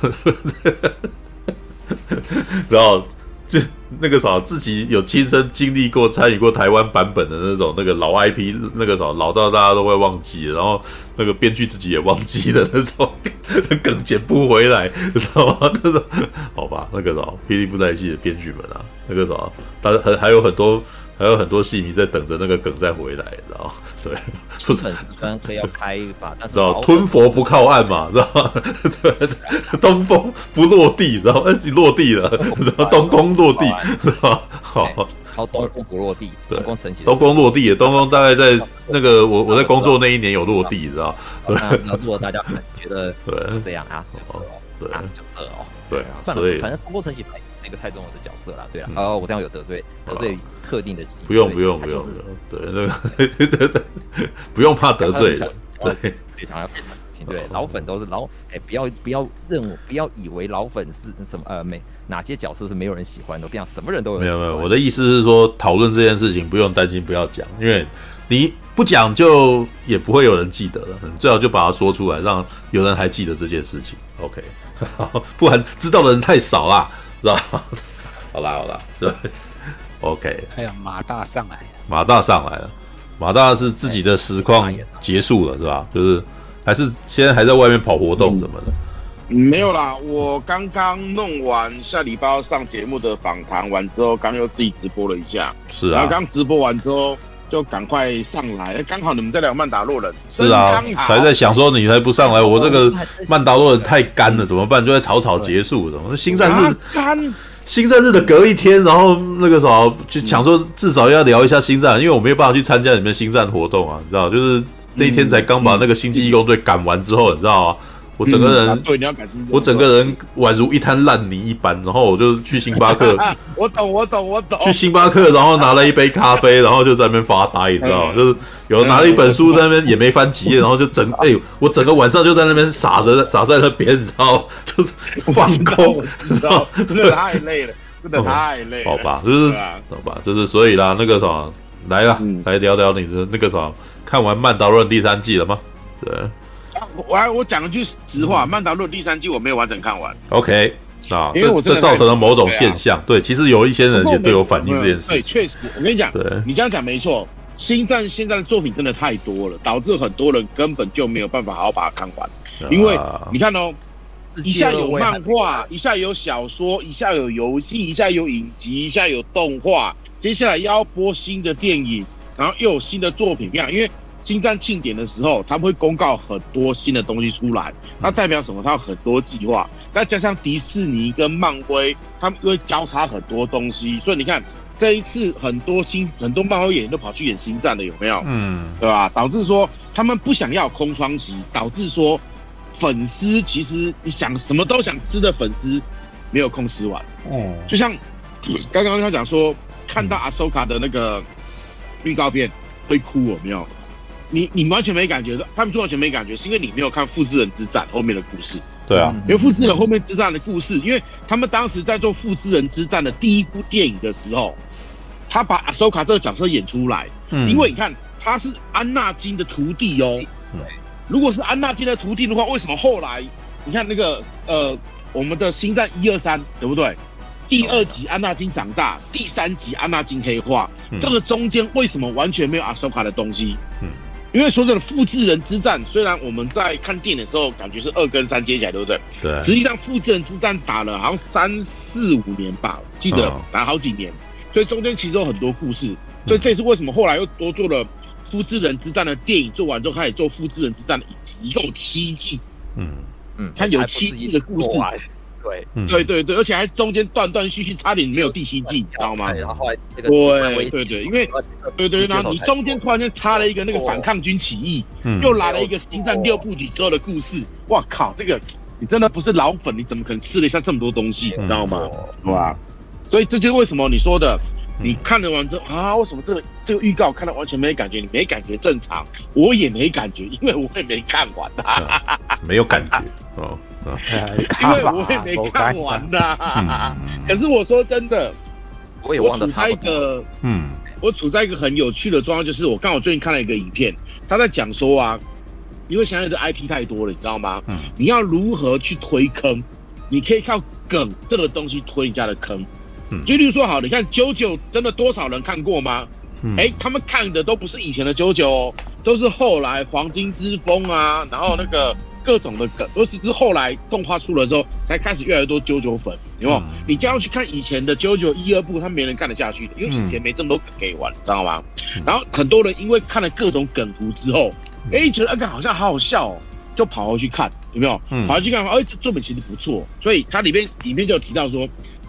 然后。就那个啥，自己有亲身经历过、参与过台湾版本的那种那个老 I P， 那个啥老到大家都会忘记，然后那个编剧自己也忘记的那种梗捡不回来，知道吗？那种好吧，那个啥霹雳布袋戏的编剧们啊，那个啥，大家还还有很多。还有很多戏迷在等着那个梗再回来，知道吗？对， 不是虽然可以要开一把，但是知道吞佛不靠岸嘛，知道吗？对，东风不落地，然后哎，落地了，然后东宫落地，知道吗？好， 然后东宫不落地，东宫承袭， 东宫落地了，东宫大概在那个我我在工作那一年有落地，知道？对， 那如果大家可能觉得就这样啊， 对， 就这哦， 对， 算了，反正东宫承袭是一个太重要的角色啦，对啊，哦，我这样有得罪得罪特定的， 不用不用不用，对那个不用怕得罪人，对， 非常要非常。对，老粉都是老，哎、欸，不要不要认为，不要以为老粉是什么呃，没哪些角色是没有人喜欢的，不像什么人都有人喜欢。 没有没有，我的意思是说，讨论这件事情不用担心，不要讲，因为你不讲就也不会有人记得了，最好就把它说出来，让有人还记得这件事情。OK， 不然知道的人太少啦，知道？好啦好啦，对 ，OK。 哎呀，马大上来了， 马大上来了，马大是自己的实况结束了是吧？就是。还是现在还在外面跑活动怎么的？ 嗯、没有啦，我刚刚弄完下礼拜要上节目的访谈完之后，刚又自己直播了一下。 是啊， 然后刚直播完之后就赶快上来，刚好你们在聊曼达洛人。 是啊，才在想说你还不上来，我这个曼达洛人太干了，怎么办？就在草草结束，怎么？星战日干。 星战日的隔一天，然后那个啥，就想说至少要聊一下星战，因为我没有办法去参加你们星战活动啊，你知道，就是。那一天才刚把那个星际义工队赶完之后，你知道吗？我整个人， 嗯、对，你要赶星际， 我整个人宛如一滩烂泥一般。然后我就去星巴克， 我懂，我懂，我懂。 去星巴克，然后拿了一杯咖啡，然后就在那边发呆，你知道吗？就是有拿了一本书在那边，也没翻几页，然后就整，哎、欸，我整个晚上就在那边傻着，傻在那边，你知道，就是放空， 你知道，真的太累了，真的太累了。 好吧，就是，好吧，就是所以啦，那个什么。来啦、嗯，来聊聊你的那个什么，看完《曼达洛人》第三季了吗？对， 啊、我来我讲一句实话，《曼达洛人》第三季我没有完整看完。 OK， 啊，因为我这造成了某种现象。对,、啊、对，其实有一些人也对我反映这件事。 对，确实，我跟你讲，你这样讲没错。星战现在的作品真的太多了，导致很多人根本就没有办法好好把它看完。啊、因为你看哦，一下有漫画，一下有小说，一下有游戏，一下有影集，一下有动画。接下来要播新的电影，然后又有新的作品，因为星战庆典的时候，他们会公告很多新的东西出来，那代表什么？它有很多计划。再加上迪士尼跟漫威，他们会交叉很多东西，所以你看这一次很多新很多漫威演员都跑去演星战了，有没有？嗯，对吧？导致说他们不想要空窗期，导致说粉丝其实你想什么都想吃的粉丝没有空吃完。哦，就像刚刚他讲说。看到阿索卡的那个预告片会哭有没有？你你完全没感觉，他们说完全没感觉，是因为你没有看《复制人之战》后面的故事。 对啊， 因为《复制人》后面之战的故事，因为他们当时在做《复制人之战》的第一部电影的时候，他把阿索卡这个角色演出来。嗯，因为你看他是安纳金的徒弟哦。对，如果是安纳金的徒弟的话，为什么后来你看那个呃我们的星战一二三对不对？第二集安纳金长大，第三集安纳金黑化，嗯、这个中间为什么完全没有阿索卡的东西？嗯，因为说真的，复制人之战虽然我们在看电影的时候感觉是二跟三接起来，对不对？对。实际上，复制人之战打了好像三四五年吧，记得、哦、打了好几年，所以中间其实有很多故事。所以这也是为什么后来又多做了复制人之战的电影，做完之后开始做复制人之战的影集，一共有七季。嗯嗯，它有七季的故事。 对， 嗯、对对对，而且还中间断断续续，差点没有第七季，你知道吗？ 然后后来这个对对对，因为对对，然后你中间突然间插了一个那个反抗军起义，嗯、又来了一个星战六部曲之后的故事，哇靠，这个你真的不是老粉，你怎么可能吃得下这么多东西，你知道吗？对吧？所以这就是为什么你说的，你看了完之后啊，为什么这个这个预告看到完全没感觉？你没感觉正常，我也没感觉，因为我也没看完啊， 没有感觉哦。 因为我也没看完呐、啊，嗯、可是我说真的， 我也忘得差不多。我处在一个，嗯，我处在一个很有趣的状况，就是我刚好最近看了一个影片，他在讲说啊，因为现在的 I P 太多了，你知道吗？嗯，你要如何去推坑？你可以靠梗这个东西推人家的坑。嗯，就例如说，好，你看九九真的多少人看过吗？嗯，哎、欸，他们看的都不是以前的九九哦，都是后来黄金之风啊，然后那个。各种的梗都是是后来动画出了之后，才开始越来越多啾啾粉，有没有？嗯、你这样去看以前的啾啾一二部，他没人看得下去的，因为以前没这么多梗可以玩，嗯、知道吗？嗯、然后很多人因为看了各种梗图之后，哎、欸，觉得啊，好像好好笑哦，就跑回去看，有没有？嗯、跑回去看，哎、欸，这作品其实不错，所以它里面里面就有提到说，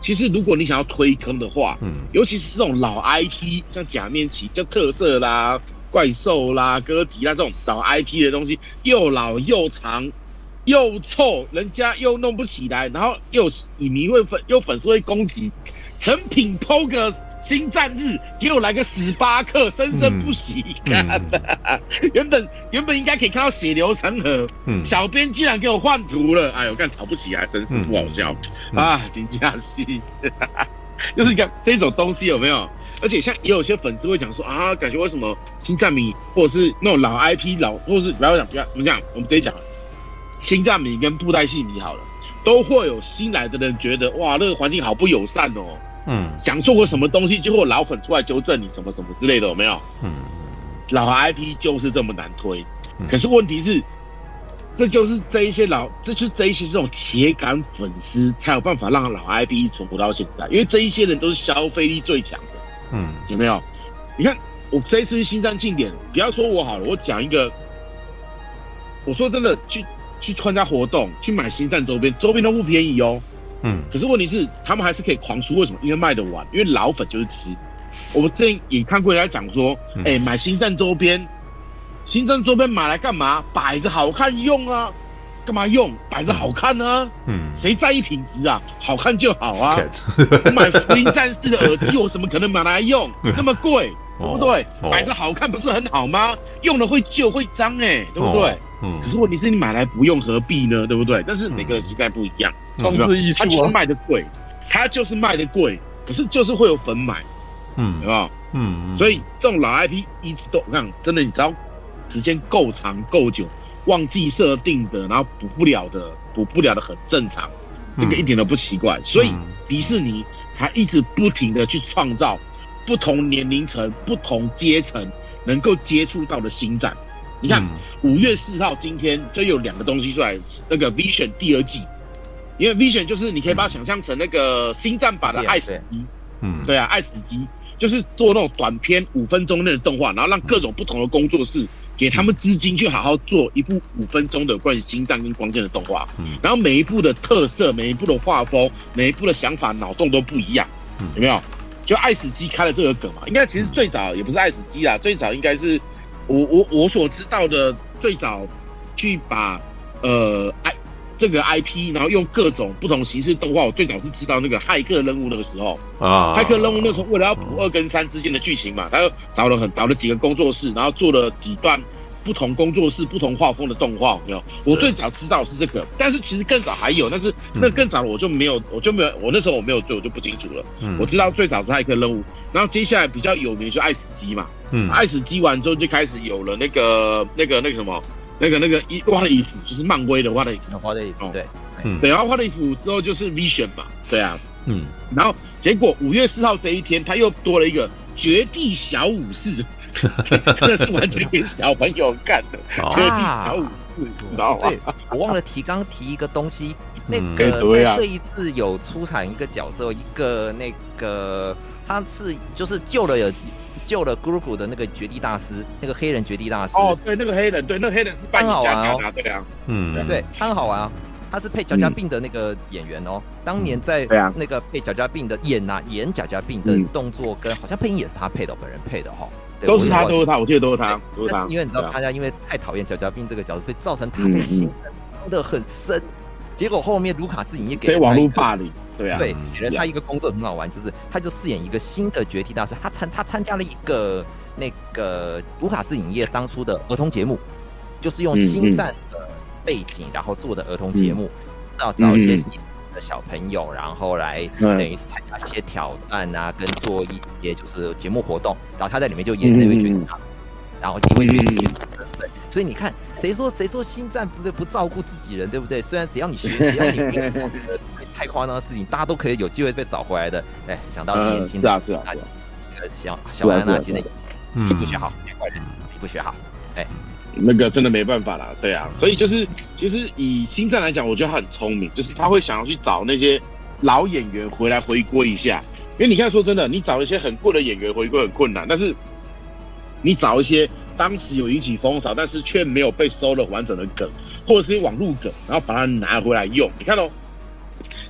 其实如果你想要推坑的话，嗯，尤其是这种老 I P， 像假面骑、叫特色啦、怪兽啦、哥吉拉这种老 I P 的东西，又老又长又臭，人家又弄不起来，然后又影迷会粉，又粉丝会攻击，成品 P O 个星战日，给我来个十八克，生生不息！看、嗯，原本原本应该可以看到血流成河，嗯，小编居然给我换图了，哎呦，干吵不起来，真是不好笑、嗯、啊！金架戏，就是你看这种东西有没有？而且像也有些粉丝会讲说啊，感觉为什么星战迷或者是那种老 I P 老，或者是不要讲不要，我们讲我们直接讲，星战迷跟布袋戏迷好了，都会有新来的人觉得哇，那个环境好不友善哦。嗯，想做过什么东西，就会有老粉出来纠正你什么什么之类的，有没有？嗯，老 I P 就是这么难推，嗯、可是问题是，这就是这一些老，这就是这一些这种铁杆粉丝才有办法让老 I P 存活到现在，因为这一些人都是消费力最强的。嗯，有没有？你看我这一次去星战庆典，不要说我好了，我讲一个，我说真的，去去参加活动，去买星战周边，周边都不便宜哦。嗯，可是问题是，他们还是可以狂出，为什么？因为卖得完，因为老粉就是吃。我们之前也看过人家讲说，哎、欸，买星战周边，星战周边买来干嘛？摆着好看用啊，干嘛用？摆着好看啊。嗯，谁在意品质啊？好看就好啊。我买福音战士的耳机，我怎么可能买来用？那么贵，对不对？摆着好看不是很好吗？用了会旧会脏哎、欸，对不对？嗯。可是问题是你买来不用何必呢？对不对？但是每个人习惯不一样。 装置艺术啊， 它就是卖的贵，它就是卖的贵，可是就是会有粉买，嗯，有没有？嗯，所以这种老 I P 一直都，我看真的，你只要时间够长够久，忘记设定的，然后补不了的，补不了的很正常，这个一点都不奇怪。所以迪士尼才一直不停的去创造不同年龄层、不同阶层能够接触到的星战。你看五月四号今天就有两个东西出来，那个 Vision 第二季。因为 Vision 就是你可以把它想象成那个星战版的爱死机，嗯，对啊，爱死机就是做那种短片五分钟内的动画，然后让各种不同的工作室给他们资金去好好做一部五分钟的关于星战跟光剑的动画，嗯，然后每一部的特色、每一部的画风、每一部的想法、脑洞都不一样，有没有？就爱死机开了这个梗嘛？应该其实最早也不是爱死机啦，最早应该是我我我所知道的最早去把呃爱。这个 I P， 然后用各种不同形式动画，我最早是知道那个骇客任务那个时候啊，骇客任务那时候为了要补二跟三之间的剧情嘛，他又找了很找了几个工作室，然后做了几段不同工作室、不同画风的动画，有没有？我最早知道是这个，但是其实更早还有，但是那更早我就没有，我就没有，我那时候我没有做，我就不清楚了。嗯、我知道最早是骇客任务，然后接下来比较有名就爱死机嘛，嗯，爱死机完之后就开始有了那个那个那个什么。那个那个一画的衣服就是漫威的画的衣服， 画的衣服，对， 嗯，对，然后画的衣服之后就是 Vision 嘛，对啊，嗯，然后结果五月四号这一天，他又多了一个绝地小武士，真的是完全给小朋友看的，绝地小武士，知道吗？ 对，我忘了提刚提一个东西，那个在这一次有出场一个角色，一个那个他是就是救了有。救了 Grogu 的那个绝地大师，那个黑人绝地大师。 哦，对，那个黑人，对，那个黑人是扮演加加对啊， 嗯，对，他很好玩啊，他是配贾贾病的那个演员哦，当年在那个配贾贾病的演啊演贾贾病的动作跟好像配音也是他配的，本人配的哈， 都是他，都是他，我记得都是他，都是他。 因为你知道大家因为太讨厌贾贾病这个角色，所以造成他的心伤得很深。结果后面卢卡斯影业给网络霸凌。对啊， 对，觉得他一个工作很好玩，就是他就饰演一个新的绝地大师，他参他参加了一个那个卢卡斯影业当初的儿童节目，就是用星战的背景然后做的儿童节目，要找一些的小朋友，然后来等于是参加一些挑战啊，跟做一些就是节目活动，然后他在里面就演那位绝地大师，然后因为对，所以你看，谁说谁说星战不不照顾自己人，对不对？虽然只要你学，只要你别太夸张的事情，大家都可以有机会被找回来的。哎，想到年轻的、 呃、是啊是啊， 小小安娜今天自己不学好，别怪人，自己不学好，哎， 那个真的没办法啦，对啊，所以就是其实以星战来讲，我觉得他很聪明，就是他会想要去找那些老演员回来回归一下，因为你看说真的，你找一些很贵的演员回归很困难，但是你找一些当时有引起风潮，但是却没有被收了完整的梗，或者是网路梗，然后把它拿回来用，你看哦。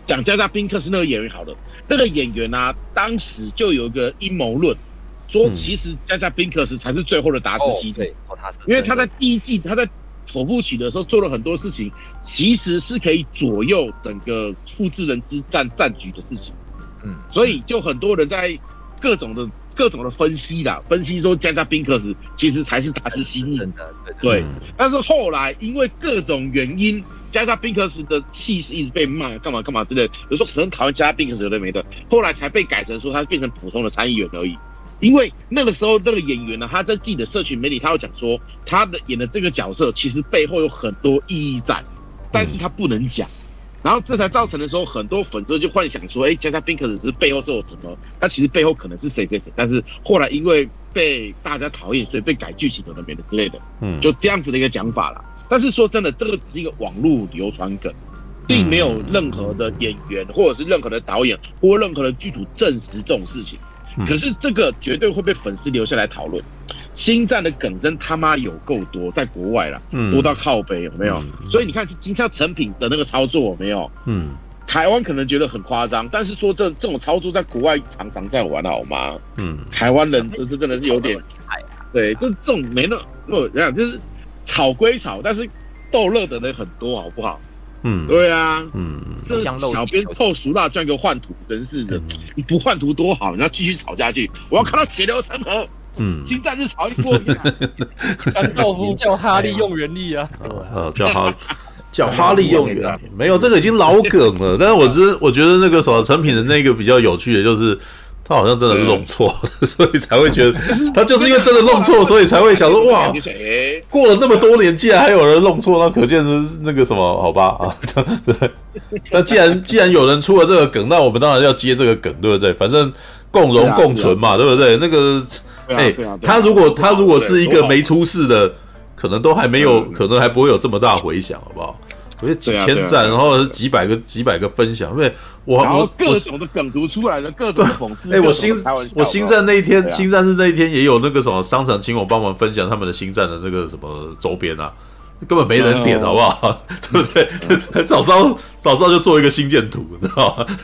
讲加加宾克斯那个演员好了，那个演员啊，当时就有一个阴谋论，说其实加加宾克斯才是最后的达斯西特， 哦，他是因为他在第一季他在首部曲的时候做了很多事情，其实是可以左右整个复制人之战战局的事情。嗯，所以就很多人在各种的各种的分析啦，分析说加加宾克斯其实才是达斯西特的，对。对，但是后来因为各种原因，加加宾克斯的气势一直被骂，干嘛干嘛之类的，有时候很讨厌加加宾克斯有的没的，后来才被改成说他变成普通的参议员而已。因为那个时候那个演员呢，他在自己的社群媒体，他有讲说他的演的这个角色其实背后有很多意义在，但是他不能讲。然后这才造成的时候，很多粉丝就幻想说，哎，加加宾克斯背后是有什么？他其实背后可能是谁谁谁，但是后来因为被大家讨厌，所以被改剧情有的没的之类的，嗯，就这样子的一个讲法啦。但是说真的，这个只是一个网络流传梗，并没有任何的演员或者是任何的导演或任何的剧组证实这种事情。可是这个绝对会被粉丝留下来讨论。星战的梗真他妈有够多，在国外啦，多到靠北有没有？嗯、所以你看，今像成品的那个操作有没有？嗯，台湾可能觉得很夸张，但是说这这种操作在国外常常在玩好吗？嗯，台湾人这是真的是有点，对，就这种没那么人讲就是吵归吵，但是逗乐的人很多，好不好？嗯，对啊，嗯，这小编凑熟辣赚个换图，真是的，你不换图多好，你要继续吵下去，我要看到血流成河。嗯，星战日吵一波， 甘道夫叫哈利用原力啊， 呃，叫哈叫哈利用原力，没有这个已经老梗了。但是我真我觉得那个什么成品的那个比较有趣的就是。他好像真的是弄错了，所以才会觉得他就是因为真的弄错，所以才会想说哇，过了那么多年，既然还有人弄错，那可见是那个什么，好吧啊，对。那既然既然有人出了这个梗，那我们当然要接这个梗，对不对？反正共荣共存嘛，对不对？那个，哎，他如果他如果是一个没出事的，可能都还没有，可能还不会有这么大回响，好不好？我觉得几千赞，然后几百个几百个分享，因为我然后各种的梗图出来的，各种的讽刺。 哎，我星我星战那一天，星战日那一天也有那个什么商城请我帮忙分享他们的星战的那个什么周边啊，根本没人点，好不好？对不对？早知道早知道就做一个星舰图，你知道吗？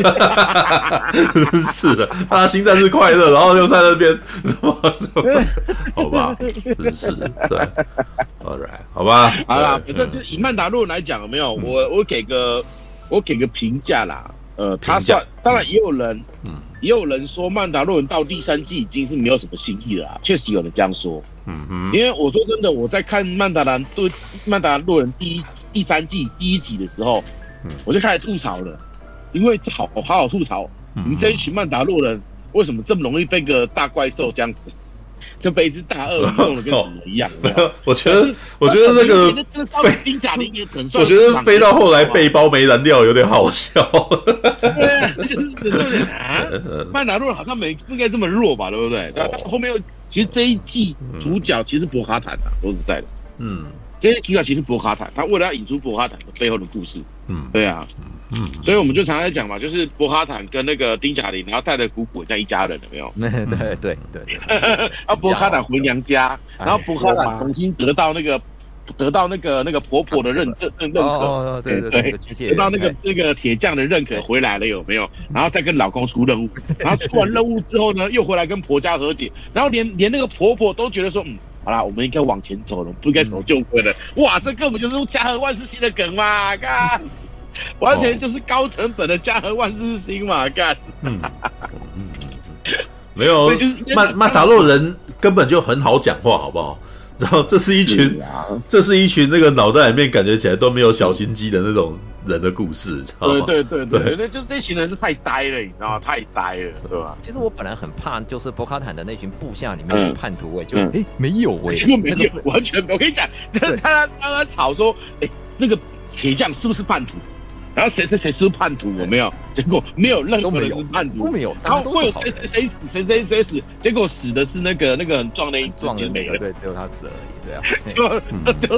是的，啊，星战日快乐，然后又在那边，什么什么，好吧，真是对。All right， 好吧， 好啦，反正就以曼达洛人来讲，有没有？我我给个我给个评价啦。呃，他算，当然也有人，嗯，也有人说曼达洛人到第三季已经是没有什么新意了啦，确实有人这样说。嗯嗯，因为我说真的，我在看曼达兰对曼达洛人第一第三季第一集的时候，嗯，我就开始吐槽了，因为好好好吐槽，你们这一群曼达洛人为什么这么容易被个大怪兽这样子？就被一只大鳄弄得跟什么一样？ 我觉得，我觉得那个飞丁甲林也很帅。 我觉得飞到后来背包没燃掉，有点好笑。 对，就是有点啊。曼达洛人好像没不应该这么弱吧？对不对？然后后面又，其实这一季主角其实博哈坦啊，说实在的，嗯，这些主角其实博哈坦，他为了要引出博哈坦的背后的故事，嗯，对啊。嗯，所以我们就常常在讲嘛，就是博哈坦跟那个丁甲林，然后带着古古像一家人，有没有？ 对对对对。 然后博哈坦回娘家，然后博哈坦重新得到那个得到那个那个婆婆的认证认可， 哦对对对， 得到那个那个铁匠的认可回来了，有没有？然后再跟老公出任务，然后出完任务之后呢，又回来跟婆家和解，然后连连那个婆婆都觉得说，嗯，好啦，我们应该往前走了，不应该走旧规了。哇，这根本就是家和万事兴的梗嘛，看。完全就是高成本的家和万事兴嘛，干、嗯嗯，没有，曼曼达洛人根本就很好讲话，好不好？然后这是一群，啊、这是一群那个脑袋里面感觉起来都没有小心机的那种人的故事，知道吗？ 对对对对，那就这群人是太呆了，你知道吗？太呆了，对吧？ 其实我本来很怕，就是博卡坦的那群部下里面有叛徒，哎、嗯，就哎、欸、没有哎、欸， 结果没有，那个、完全没有。我跟你讲，他他他吵说，哎、欸，那个铁匠是不是叛徒？然后谁谁谁是叛徒，我没有，结果没有任何人是叛徒， 都没有。 然后会有谁谁谁死，谁谁谁死，结果死的是那个那个很壮的一只壮的没了， 对，只有他死而已，对啊。 就就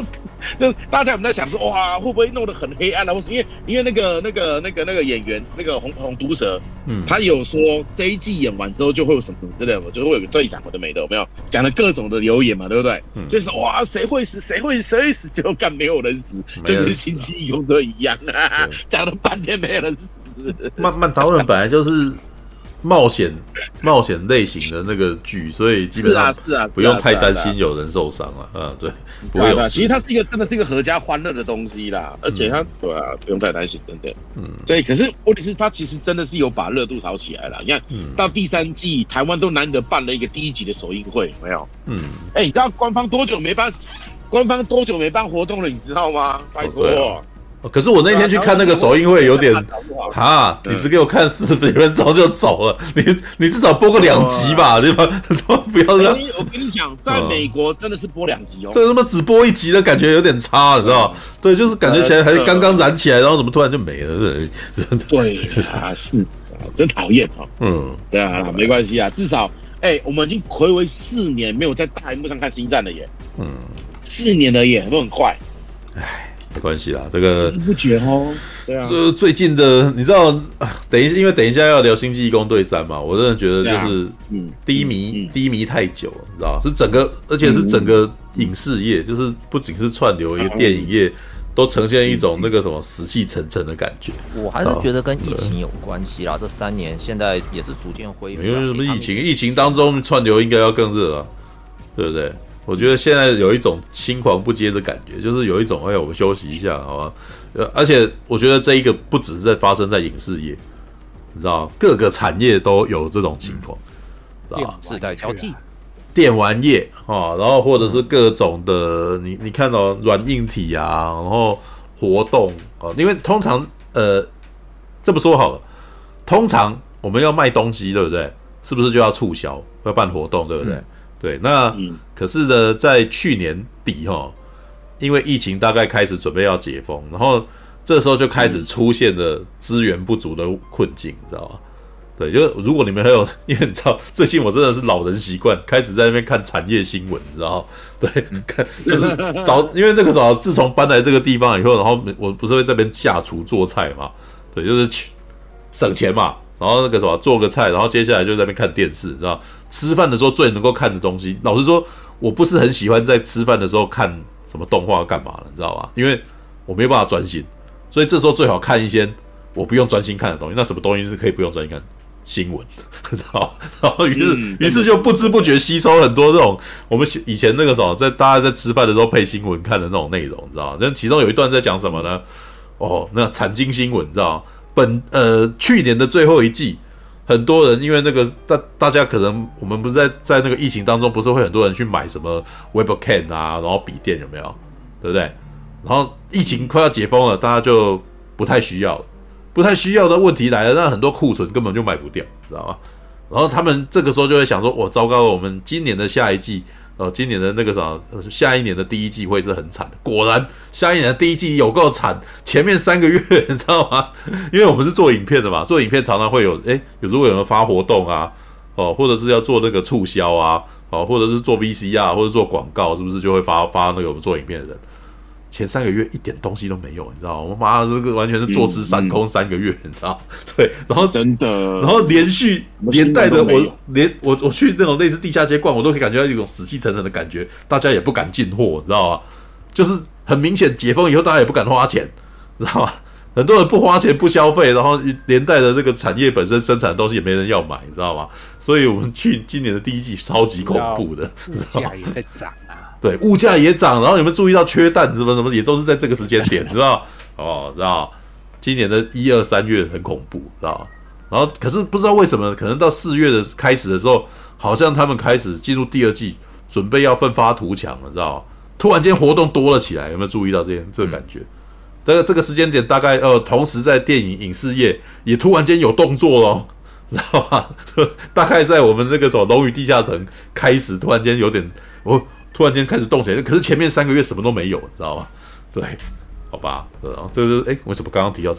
就大家有没有在想说，哇，会不会弄得很黑暗啊？或是因为因为那个那个那个那个演员那个红红毒蛇，嗯，他有说这一季演完之后就会有什么之类的，就会有个队长，我都没的，有没有讲了各种的留言嘛，对不对？嗯、就是哇，谁会死，谁会谁会死，结果干没有人死，就跟星际义工队一样啊，讲了半天没人死。 曼曼达洛人本来就是冒险冒险类型的那个剧，所以基本上不用太担心有人受伤了。嗯，对，不会有事。 其实它是一个真的是一个合家欢乐的东西啦，而且它、嗯、对啊，不用太担心，真的。嗯，所以可是问题是，它其实真的是有把热度炒起来了。你看、嗯、到第三季，台湾都难得办了一个第一集的首映会，有没有？嗯，哎、欸，你知道官方多久没办？官方多久没办活动了？你知道吗？拜托。哦可是我那天去看那个首映会有点哈，你只给我看四十分钟就走了，你你至少播个两集吧，对吧？不要让。 我跟你讲，在美国真的是播两集哦。 对，他妈只播一集的感觉有点差，你知道？对，就是感觉起来还刚刚燃起来，然后怎么突然就没了？ 对，对啊，是啊，真讨厌哦。嗯，对啊，没关系啊，至少哎、欸，我们已经睽违四年没有在大荧幕上看星战了耶。嗯，四年了耶，都很快。 唉。没关系啦，这个不觉哦，对啊。 这最近的，你知道，等一，因为等一下要聊《星际义工队三》嘛，我真的觉得就是，嗯，低迷、嗯、低迷太久了，你知道，是整个，而且是整个影视业，嗯、就是不仅是串流业、电影业，都呈现一种那个什么死气沉沉的感觉。 我还是觉得跟疫情有关系啦，这三年现在也是逐渐恢复。 因为什么疫情？疫情当中串流应该要更热啊，对不对？我觉得现在有一种青黄不接的感觉，就是有一种哎，我们休息一下，好吧？呃，而且我觉得这一个不只是在发生在影视业，你知道，各个产业都有这种情况，知道吧？ 世代交替， 电玩业啊，然后或者是各种的，你你看到软硬体啊，然后活动啊，因为通常呃，这么说好了，通常我们要卖东西，对不对？是不是就要促销，要办活动，对不对？嗯对，那、嗯、可是呢，在去年底哈，因为疫情大概开始准备要解封，然后这时候就开始出现了资源不足的困境，你知道吗？对，就如果你们还有，因为你知道，最近我真的是老人习惯，开始在那边看产业新闻，你知道吗？对，看就是早，因为那个时候自从搬来这个地方以后，然后我不是会这边下厨做菜嘛，对，就是省钱嘛。然后那个什么做个菜，然后接下来就在那边看电视，你知道？吃饭的时候最能够看的东西，老实说，我不是很喜欢在吃饭的时候看什么动画干嘛的，你知道吧？因为我没有办法专心，所以这时候最好看一些我不用专心看的东西。那什么东西是可以不用专心看？新闻，知道？然后于是于、嗯、是就不知不觉吸收很多这种我们以前那个什么，在大家在吃饭的时候配新闻看的那种内容，你知道吗？那其中有一段在讲什么呢？哦，那产经新闻，你知道吗？本呃去年的最后一季，很多人因为那个大大家可能我们不是在在那个疫情当中，不是会很多人去买什么 Webcam 啊，然后笔电有没有？对不对？然后疫情快要解封了，大家就不太需要了，不太需要的问题来了，那很多库存根本就卖不掉，知道吗？然后他们这个时候就会想说，我、哦、糟糕了，我们今年的下一季。呃，今年的那个啥，下一年的第一季会是很惨的。果然，下一年的第一季有够惨，前面三个月你知道吗？因为我们是做影片的嘛，做影片常常会有，哎，有如果有人发活动啊，哦，或者是要做那个促销啊，哦，或者是做 V C R 或者做广告，是不是就会发发那个我们做影片的人？前三个月一点东西都没有，你知道吗？我妈这个完全是坐吃山空三个月，嗯嗯、你知道？对，然后真的， 然后连续连带的我连我我去那种类似地下街逛，我都可以感觉到一种死气沉沉的感觉，大家也不敢进货，你知道吗？就是很明显解封以后，大家也不敢花钱，知道吗？很多人不花钱不消费，然后连带的这个产业本身生产的东西也没人要买，你知道吗？所以我们去今年的第一季超级恐怖的， 物价也在涨啊。 对，物价也涨，然后有没有注意到缺蛋什么什么，也都是在这个时间点，知道？哦，知道？今年的一二三月很恐怖，知道？然后可是不知道为什么，可能到四月的开始的时候，好像他们开始进入第二季，准备要奋发图强了，知道？突然间活动多了起来，有没有注意到这些这个感觉？这个这个时间点大概呃，同时在电影影视业也突然间有动作咯，知道吧？大概在我们那个什么《龙与地下城》开始，突然间有点我。突然间开始动起来，可是前面三个月什么都没有，你知道吗？对，好吧，然后这个哎，为什么刚刚提到这个？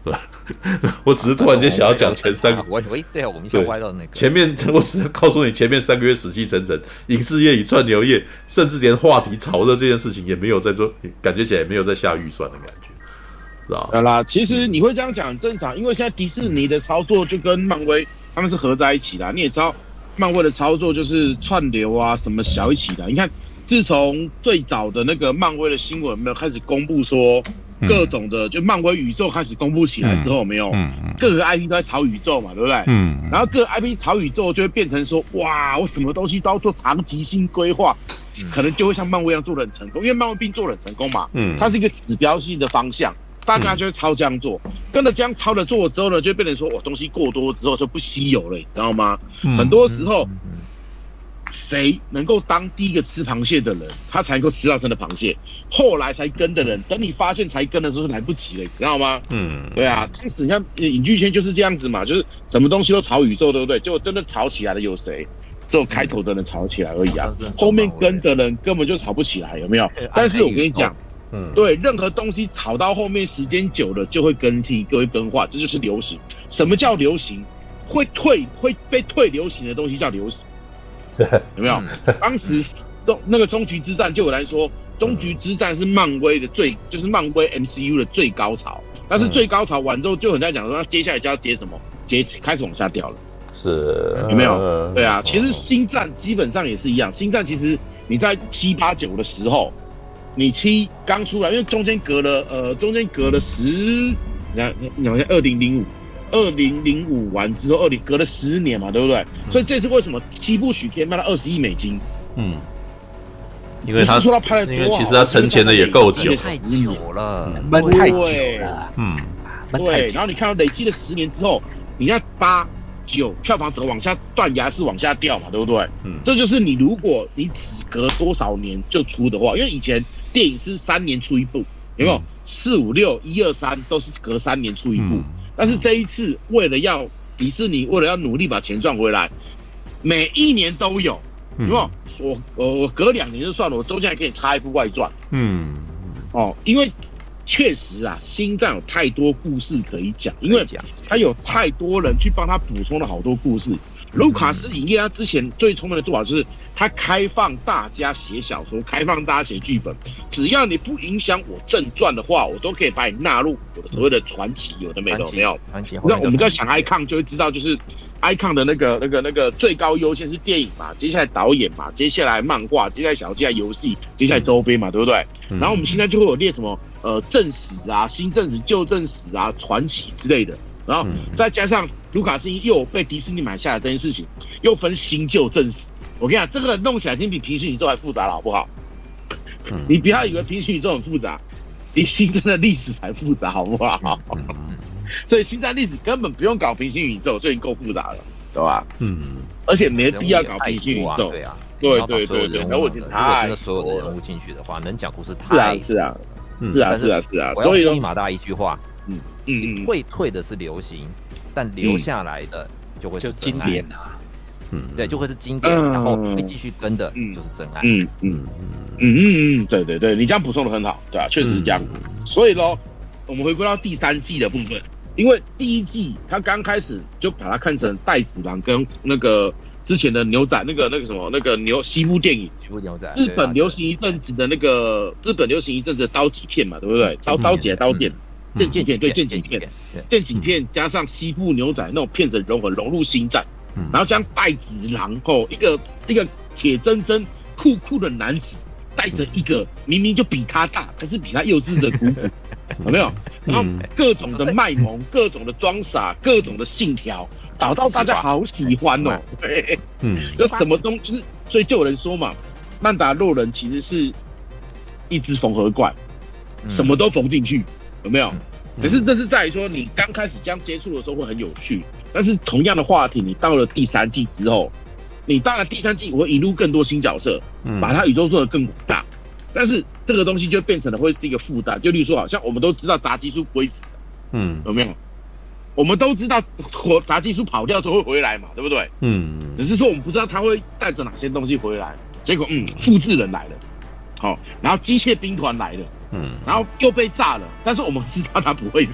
我只是突然间想要讲前三个， 我我对啊，我们想歪到那个前面，我只是告诉你前面三个月死气沉沉，影视业与串流业，甚至连话题炒热这件事情也没有在做，感觉起来也没有在下预算的感觉，是吧？ 好啦，其实你会这样讲很正常，因为现在迪士尼的操作就跟漫威他们是合在一起的，你也知道漫威的操作就是串流啊什么小一起的，你看。自从最早的那个漫威的新闻没有开始公布说各种的，就漫威宇宙开始公布起来之后，没有，各个 I P 都在炒宇宙嘛，对不对？嗯，然后各个 I P 炒宇宙就会变成说，哇，我什么东西都要做长期性规划，可能就会像漫威一样做得很成功，因为漫威并做得很成功嘛，嗯，它是一个指标性的方向，大家就会抄这样做，跟着这样抄着做之后呢，就会变成说，我东西过多之后就不稀有了，你知道吗？很多时候。谁能够当第一个吃螃蟹的人，他才能够吃到真的螃蟹。后来才跟的人，等你发现才跟的时候来不及了，你知道吗？嗯，对啊，当时你看影剧圈就是这样子嘛，就是什么东西都炒宇宙，对不对？结果真的炒起来的有谁？只有开头的人炒起来而已啊，后面跟的人根本就炒不起来，有没有？但是我跟你讲，嗯，对，任何东西炒到后面时间久了就会更替，就会更化，这就是流行。什么叫流行？会退会被退流行的东西叫流行。有没有？当时那个终局之战，就有人说，终局之战是漫威的最，就是漫威 M C U 的最高潮。但是最高潮完之后，就很在讲说，那接下来就要接什么？接开始往下掉了。 是， 有没有？对啊，其实星战基本上也是一样。星战其实你在七八九的时候，你七刚出来，因为中间隔了呃，中间隔了十，你看，你好像二零零五。二零零五完之后，二零隔了十年嘛，对不对？嗯、所以这次为什么七部曲可以卖到二十亿美金？嗯， 因为他说他拍了多， 因为其实他沉潜的也够久， 太久了， 闷太久了。 嗯，对。然后你看到累积了十年之后，你看八九票房整个往下断崖式往下掉嘛，对不对？嗯，这就是你如果你只隔多少年就出的话，因为以前电影是三年出一部，有没有？四五六一二三都是隔三年出一部。嗯，但是这一次，为了要迪士尼，为了要努力把钱赚回来，每一年都有，有没有？我我我隔两年就算了，我中间还可以插一部外传。嗯，哦，因为确实啊，星战有太多故事可以讲，因为他有太多人去帮他补充了好多故事。卢卡斯影业他之前最聪明的做法就是他开放大家写小说，开放大家写剧本，只要你不影响我正传的话，我都可以把你纳入我的所谓的传奇，有的没的，有没有？那我们在想 icon 就会知道，就是 icon 的那个那个那个最高优先是电影嘛，接下来导演嘛，接下来漫画，接下来小接下来游戏，接下来周边嘛，对不对？然后我们现在就会有列什么呃正史啊、新正史、旧正史啊、传奇之类的。然后再加上卢卡斯又被迪士尼买下来这件事情，又分新旧正史。我跟你讲，这个弄起来已经比平行宇宙还复杂了，好不好？嗯、你不要以为平行宇宙很复杂，比星战的历史还复杂，好不好？嗯、所以星战历史根本不用搞平行宇宙，就已经够复杂了，对吧？嗯，而且没必要搞平行宇宙。 对啊， 对对对对，没问题。太真的所有的人物进去的话，能讲故事太是啊是啊是啊是啊，所以呢，马大一句话。嗯嗯嗯，会退的是流行，但留下来的就会是经典啊。 嗯，对，就会是经典，然后会继续跟的就是真爱。 嗯嗯嗯嗯嗯，对对对，你这样补充的很好，对啊，确实是这样。所以咯，我们回归到第三季的部分，因为第一季他刚开始就把它看成带子郎跟那个之前的牛仔那个那个什么那个牛西部电影， 西部牛仔， 日本流行一阵子的那个日本流行一阵子的刀戟片嘛，对不对？刀刀戟刀剑。剑戟片对剑戟片，剑戟片加上西部牛仔那种片子融合融入星战，然后将带子郎后一个一个铁铮铮酷酷的男子，带着一个明明就比他大，可是比他幼稚的姑姑，有没有？然后各种的卖萌，各种的装傻，各种的信条，导到大家好喜欢哦。对，嗯，就什么东就是，所以就有人说嘛，曼达洛人其实是一只缝合怪，什么都缝进去。有没有？可是这是在于说，你刚开始这样接触的时候会很有趣，但是同样的话题，你到了第三季之后，你当然第三季我会引入更多新角色，把它宇宙做得更广大，但是这个东西就变成了会是一个负担。就例如说，好像我们都知道炸鸡叔不会死的，嗯，有没有？我们都知道炸鸡叔跑掉之后会回来嘛，对不对？嗯，只是说我们不知道他会带着哪些东西回来。结果，嗯，复制人来了，好，然后机械兵团来了。嗯，然后又被炸了，但是我们知道他不会死，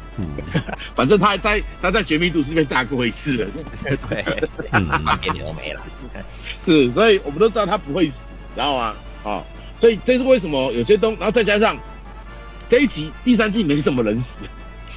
嗯，反正他在他在绝命毒师被炸过一次了， 对，半边脸都没了。 是，所以我们都知道他不会死，知道吗？哦，所以这是为什么有些东，然后再加上这一集第三季没什么人死，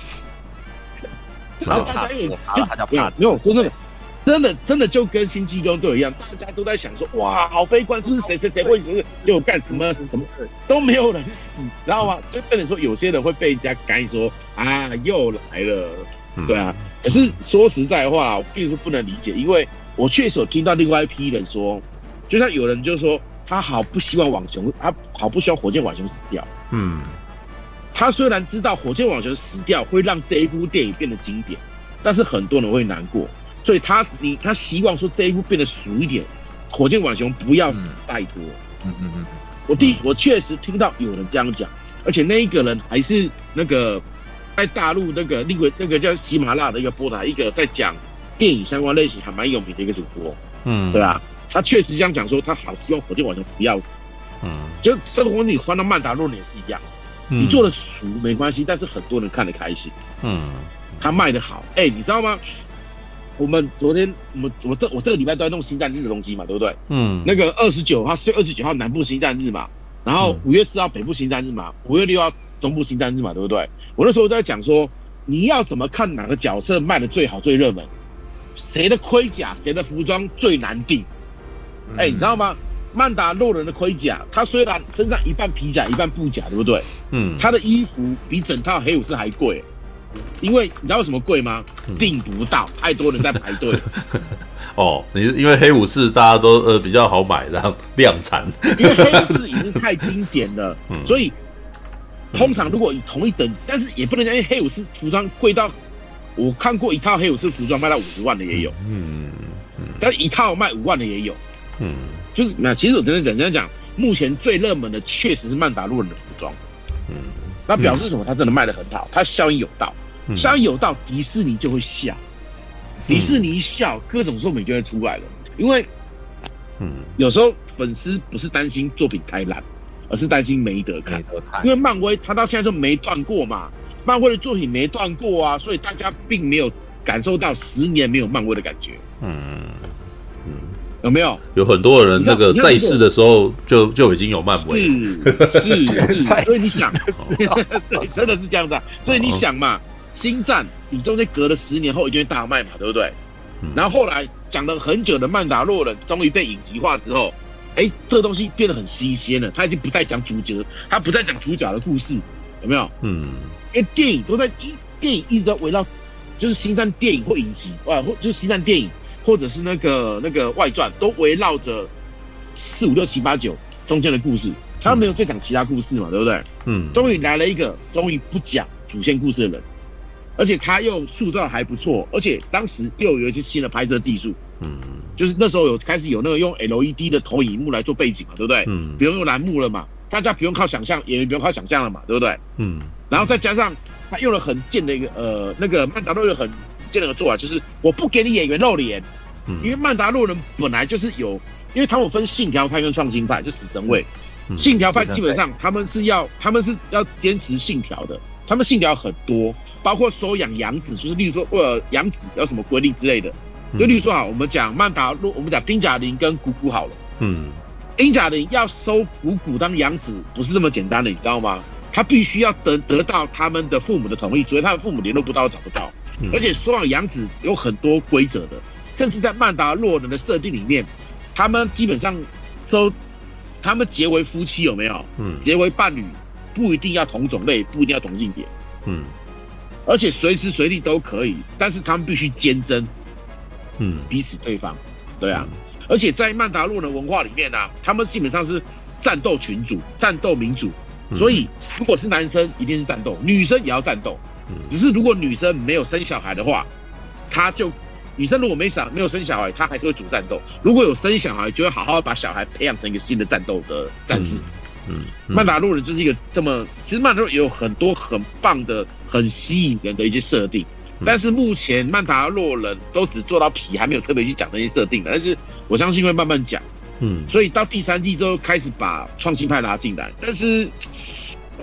然后大家也就没有没有说真的。真的，真的就跟星际攻队一样，大家都在想说，哇，好悲观，是不是谁谁谁会死？结果干什么什么都没有人死，知道吗？就跟你说，有些人会被人家干说啊，又来了，对啊。可是说实在话，我并是不能理解，因为我确实有听到另外一批人说，就像有人就说，他好不希望网熊，他好不希望火箭网熊死掉。嗯，他虽然知道火箭网熊死掉会让这一部电影变得经典，但是很多人会难过。所以他你他希望说这一部变得俗一点，火箭浣熊不要死，拜托。嗯嗯嗯，我第我确实听到有人这样讲，而且那一个人还是那个在大陆那个另外那个叫喜马拉雅的一个播台，一个在讲电影相关类型还蛮有名的一个主播。嗯，对吧？他确实这样讲说，他好希望火箭浣熊不要死。嗯，就生活你换到曼达洛人也是一样，你做的俗没关系，但是很多人看得开心。嗯，他卖得好，哎、欸，你知道吗？我们昨天，我们我这我这个礼拜都在弄星战日的东西嘛，对不对？嗯。那个二十九号，四月二十九号南部星战日嘛，然后五月四号北部星战日嘛，五月六号中部星战日嘛，对不对？我那时候在讲说，你要怎么看哪个角色卖的最好、最热门，谁的盔甲、谁的服装最难定？哎、嗯欸，你知道吗？曼达洛人的盔甲，他虽然身上一半皮甲、一半布甲，对不对？嗯。他的衣服比整套黑武士还贵。因为你知道为什么贵吗？订不到，太多人在排队。 哦，你因为黑武士大家都呃比较好买，然后量产。 因为黑武士已经太经典了，嗯、所以通常如果以同一等，但是也不能讲，因为黑武士服装贵到，我看过一套黑武士服装卖到五十万的也有，嗯嗯，但一套卖五万的也有，嗯，就是那其实我真的讲这样讲，目前最热门的确实是曼达洛人的服装，嗯，那表示什么？他真的卖得很好，他效应有道。效应有到，迪士尼就会笑，迪士尼一笑，各种作品就会出来了。因为，嗯，有时候粉丝不是担心作品太烂，而是担心没得看。没得看，因为漫威他到现在就没断过嘛，漫威的作品没断过啊，所以大家并没有感受到十年没有漫威的感觉。嗯嗯，有没有？ 有很多人那个在世的时候就就已经有漫威， 是是是，所以你想，对，真的是这样子啊。所以你想嘛。星战，你中间隔了十年后一定会大卖嘛，对不对？嗯、然后后来讲了很久的曼达洛人终于被影集化之后，哎，这个东西变得很新鲜了。他已经不再讲主角，他不再讲主角的故事，有没有？嗯，因为电影都在一电影一直在围绕，就是星战电影或影集，啊，或就是星战电影或者是那个那个外传，都围绕着四五六七八九中间的故事，他没有再讲其他故事嘛，对不对？嗯，终于来了一个终于不讲主线故事的人。而且他又塑造的还不错，而且当时又有一些新的拍摄技术，嗯，就是那时候有开始有那个用 L E D 的投影幕来做背景嘛，对不对？嗯，不用用栏幕了嘛，大家不用靠想象，演员不用靠想象了嘛，对不对？嗯，然后再加上他用了很贱的一个呃那个曼达洛人很贱的一个做法，就是我不给你演员露脸，嗯，因为曼达洛人本来就是有，因为他们分信条派跟创新派，就死神卫，嗯、信条派基本上他们是要他们是要坚持信条的，他们信条很多。包括收养养子，就是例如说，呃，养子有什么规定之类的。就例如说，好，我们讲曼达洛，我们讲丁甲林跟古古好了。嗯，丁甲林要收古古当养子，不是这么简单的，你知道吗？他必须要得得到他们的父母的同意，所以他的父母联络不到，找不到。嗯、而且收养养子有很多规则的，甚至在曼达洛人的设定里面，他们基本上收，他们结为夫妻有没有？嗯，结为伴侣不一定要同种类，不一定要同性别。嗯。而且随时随地都可以，但是他们必须坚贞，嗯，彼此对方，对啊。嗯、而且在曼达洛人文化里面呢、啊，他们基本上是战斗群主、战斗民主，嗯、所以如果是男生一定是战斗，女生也要战斗。嗯、只是如果女生没有生小孩的话，她就女生如果没小没有生小孩，她还是会主战斗；如果有生小孩，就会好好把小孩培养成一个新的战斗的战士。嗯嗯，嗯曼达洛人就是一个这么，其实曼达洛人有很多很棒的、很吸引人的一些设定，嗯、但是目前曼达洛人都只做到皮，还没有特别去讲那些设定的。但是我相信会慢慢讲，嗯，所以到第三季之后开始把创新派拉进来，但是，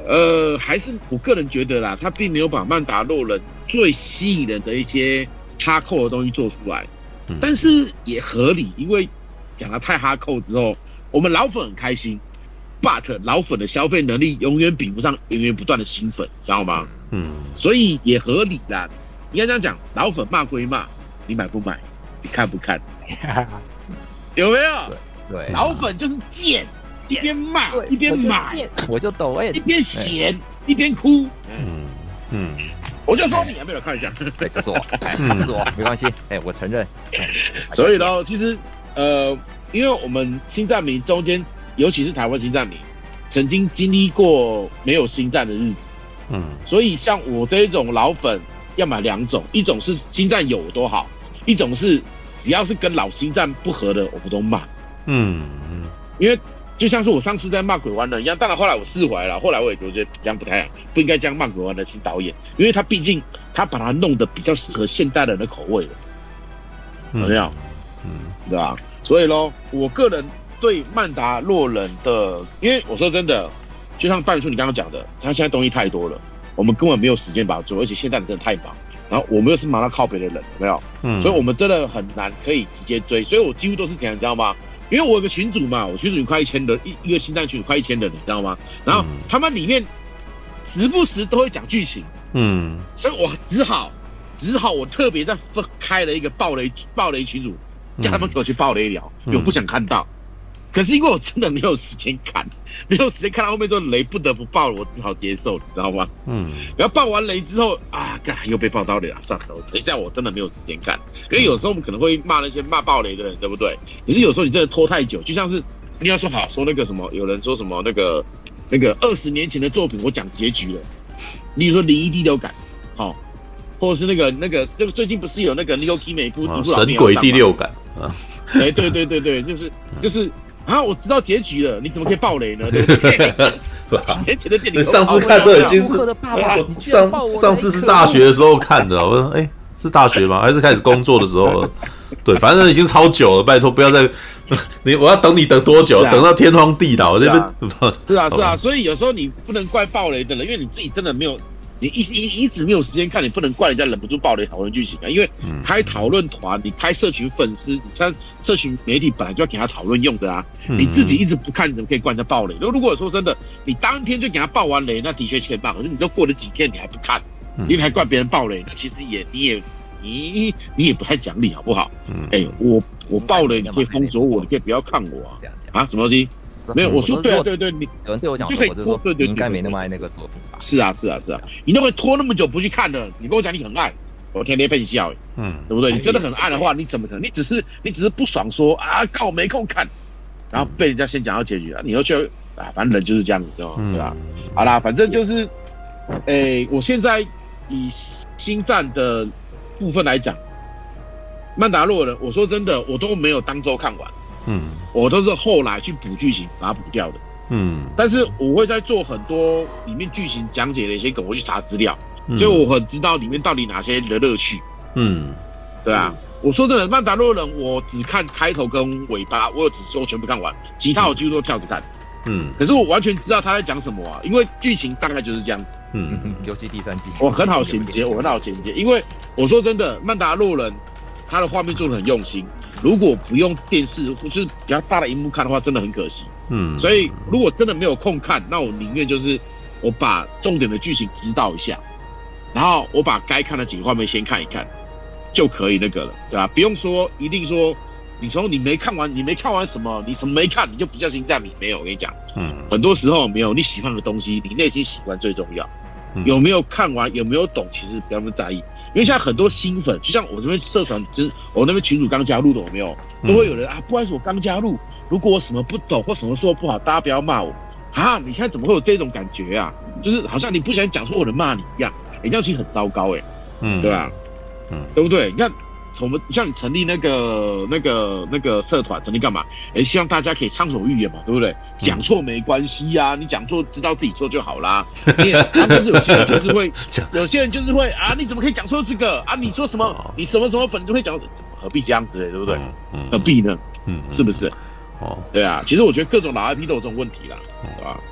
呃，还是我个人觉得啦，他并没有把曼达洛人最吸引人的一些哈扣的东西做出来，嗯、但是也合理，因为讲得太哈扣之后，我们老粉很开心 ，but 老粉的消费能力永远比不上源源不断的新粉，知道吗？嗯，所以也合理啦。应该这样讲，老粉骂归骂，你买不买？你看不看？有没有？ 对，对老粉就是贱。一边骂一边买， 我就抖， 一边嫌一边哭。嗯嗯，我就说你还没有看一下， 对，这是我，这是我，没关系，哎，我承认。 所以呢，其实呃，因为我们星战迷中间，尤其是台湾星战迷，曾经经历过没有星战的日子。嗯，所以像我这一种老粉，要买两种，一种是星战有多好，一种是只要是跟老星战不合的，我们都骂。嗯嗯，因为。就像是我上次在骂鬼玩人一样，当然后来我释怀了，后来我也觉得这样不太好，不应该这样骂鬼玩人新导演，因为他毕竟他把它弄得比较适合现代人的口味了，有没有？嗯，对吧？所以咯，我个人对曼达洛人的，因为我说真的，就像半叔你刚刚讲的，他现在东西太多了，我们根本没有时间把它做，而且现在人真的太忙，然后我们又是忙到靠北的人，有没有？嗯，所以我们真的很难可以直接追，所以我几乎都是这样，你知道吗？因为我有个群组嘛，我群组快一千人，一一个星战群组快一千人，你知道吗？然后他们里面时不时都会讲剧情，嗯，所以我只好只好我特别在开了一个爆雷爆雷群组，叫他们给我去爆雷聊，因为我不想看到。可是因为我真的没有时间看，没有时间看到后面之后雷不得不爆了，我只好接受，你知道吗？嗯。然后爆完雷之后啊，干又被爆到雷了，算了，谁叫我真的没有时间看？因为有时候我们可能会骂那些骂爆雷的人，对不对？可是有时候你真的拖太久，就像是你要说好说那个什么，有人说什么那个那个二十年前的作品，我讲结局了，例如说零一第六感，好、哦，或者是那个那个那个最近不是有那个 Nicole Kidman 一部一部神鬼第六感啊？ 哎，对对对对，就是就是。啊！我知道结局了，你怎么可以爆雷呢？对不对？几年前的电影， 上次看都已经是上上次是大学的时候看的。我说，哎、欸，是大学吗？还是开始工作的时候了？对，反正已经超久了。拜托，不要再你，我要等你等多久？啊、等到天荒地老这边。 是啊，是啊，所以有时候你不能怪爆雷的人，因为你自己真的没有。你一一一直没有时间看，你不能怪人家忍不住爆雷讨论剧情啊！因为开讨论团，你开社群粉丝，你看社群媒体本来就要给他讨论用的啊！你自己一直不看，你怎么可以怪人家爆雷？如果说真的，你当天就给他爆完雷，那的确欠骂。可是你都过了几天，你还不看，你还怪别人爆雷，那其实也你也你你也不太讲理，好不好？哎、欸，我我爆雷，你可以封锁我，你可以不要看我啊！啊，什么东西？没有，我说对啊，对对，你有人对我讲， 就可以拖，对对， 你应该没那么爱那个作品吧？ 是啊，是啊，是啊，你都会拖那么久不去看的，你跟我讲你很爱，我天天被笑，嗯，对不对？你真的很爱的话，你怎么可能？你只是你只是不爽说啊，靠，我没空看，然后被人家先讲到结局了，你又去啊，反正人就是这样子，对吧？对吧？好啦，反正就是，诶，我现在以星战的部分来讲，曼达洛人，我说真的，我都没有当周看完。嗯，我都是后来去补剧情把它补掉的。嗯，但是我会在做很多里面剧情讲解的一些梗，我去查资料，嗯、所以我很知道里面到底哪些的乐趣。嗯，对啊，我说真的，曼达洛人我只看开头跟尾巴，我有只说全部看完，其他我几乎都跳着看。嗯，可是我完全知道他在讲什么啊，因为剧情大概就是这样子。 嗯，尤其第三季， 我很好衔接，我很好衔接，因为我说真的，曼达洛人他的画面做得很用心。如果不用电视或是比较大的荧幕看的话，真的很可惜。嗯，所以如果真的没有空看，那我宁愿就是我把重点的剧情知道一下，然后我把该看的几个画面先看一看，就可以那个了，对吧？不用说一定说你说你没看完，你没看完什么，你什么没看，你就不叫星战迷。没有，我跟你讲，嗯，很多时候没有你喜欢的东西，你内心喜欢最重要。有没有看完，有没有懂，其实不要那么在意。因为现在很多新粉，就像我这边社团，就是我那边群主刚加入的，有没有都会有人啊，不好意思，我刚加入，如果我什么不懂或什么说不好，大家不要骂我啊！你现在怎么会有这种感觉啊？就是好像你不想讲出我的骂你一样，你这样其实很糟糕哎、欸，嗯，对吧？嗯，对不对？你看。我们像你成立那个、那个、那个社团，成立干嘛？哎，希望大家可以畅所欲言嘛，对不对？讲错没关系呀、啊，你讲错知道自己错就好啦。你他们有些人就是会，有些人就是会啊，你怎么可以讲错这个啊？你说什么？你什么什么粉就会讲，何必这样子嘞？对不对？何必呢？嗯，是不是？哦，对啊，其实我觉得各种老 I P 都有这种问题啦，对吧？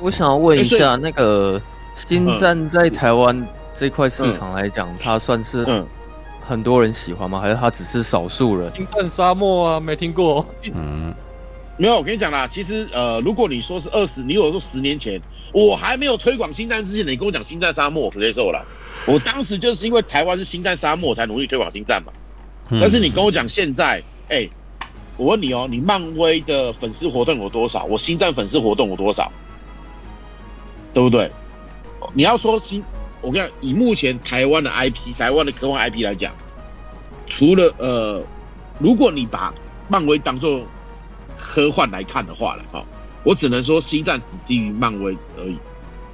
我想要问一下，那个星战在台湾这块市场来讲，它算是很多人喜欢吗？还是它只是少数人？星战沙漠啊，没听过。 嗯，没有，我跟你讲啦，其实呃，如果你说是二十，你如果说十年前，我还没有推广星战之前，你跟我讲星战沙漠，我不接受了。我当时就是因为台湾是星战沙漠，我才努力推广星战嘛。嗯、但是你跟我讲现在，哎、欸，我问你哦，你漫威的粉丝活动有多少？我星战粉丝活动有多少？对不对？你要说星，我跟你讲，以目前台湾的 I P、台湾的科幻 I P 来讲，除了呃，如果你把漫威当作科幻来看的话了，哈、哦，我只能说星战只低于漫威而已。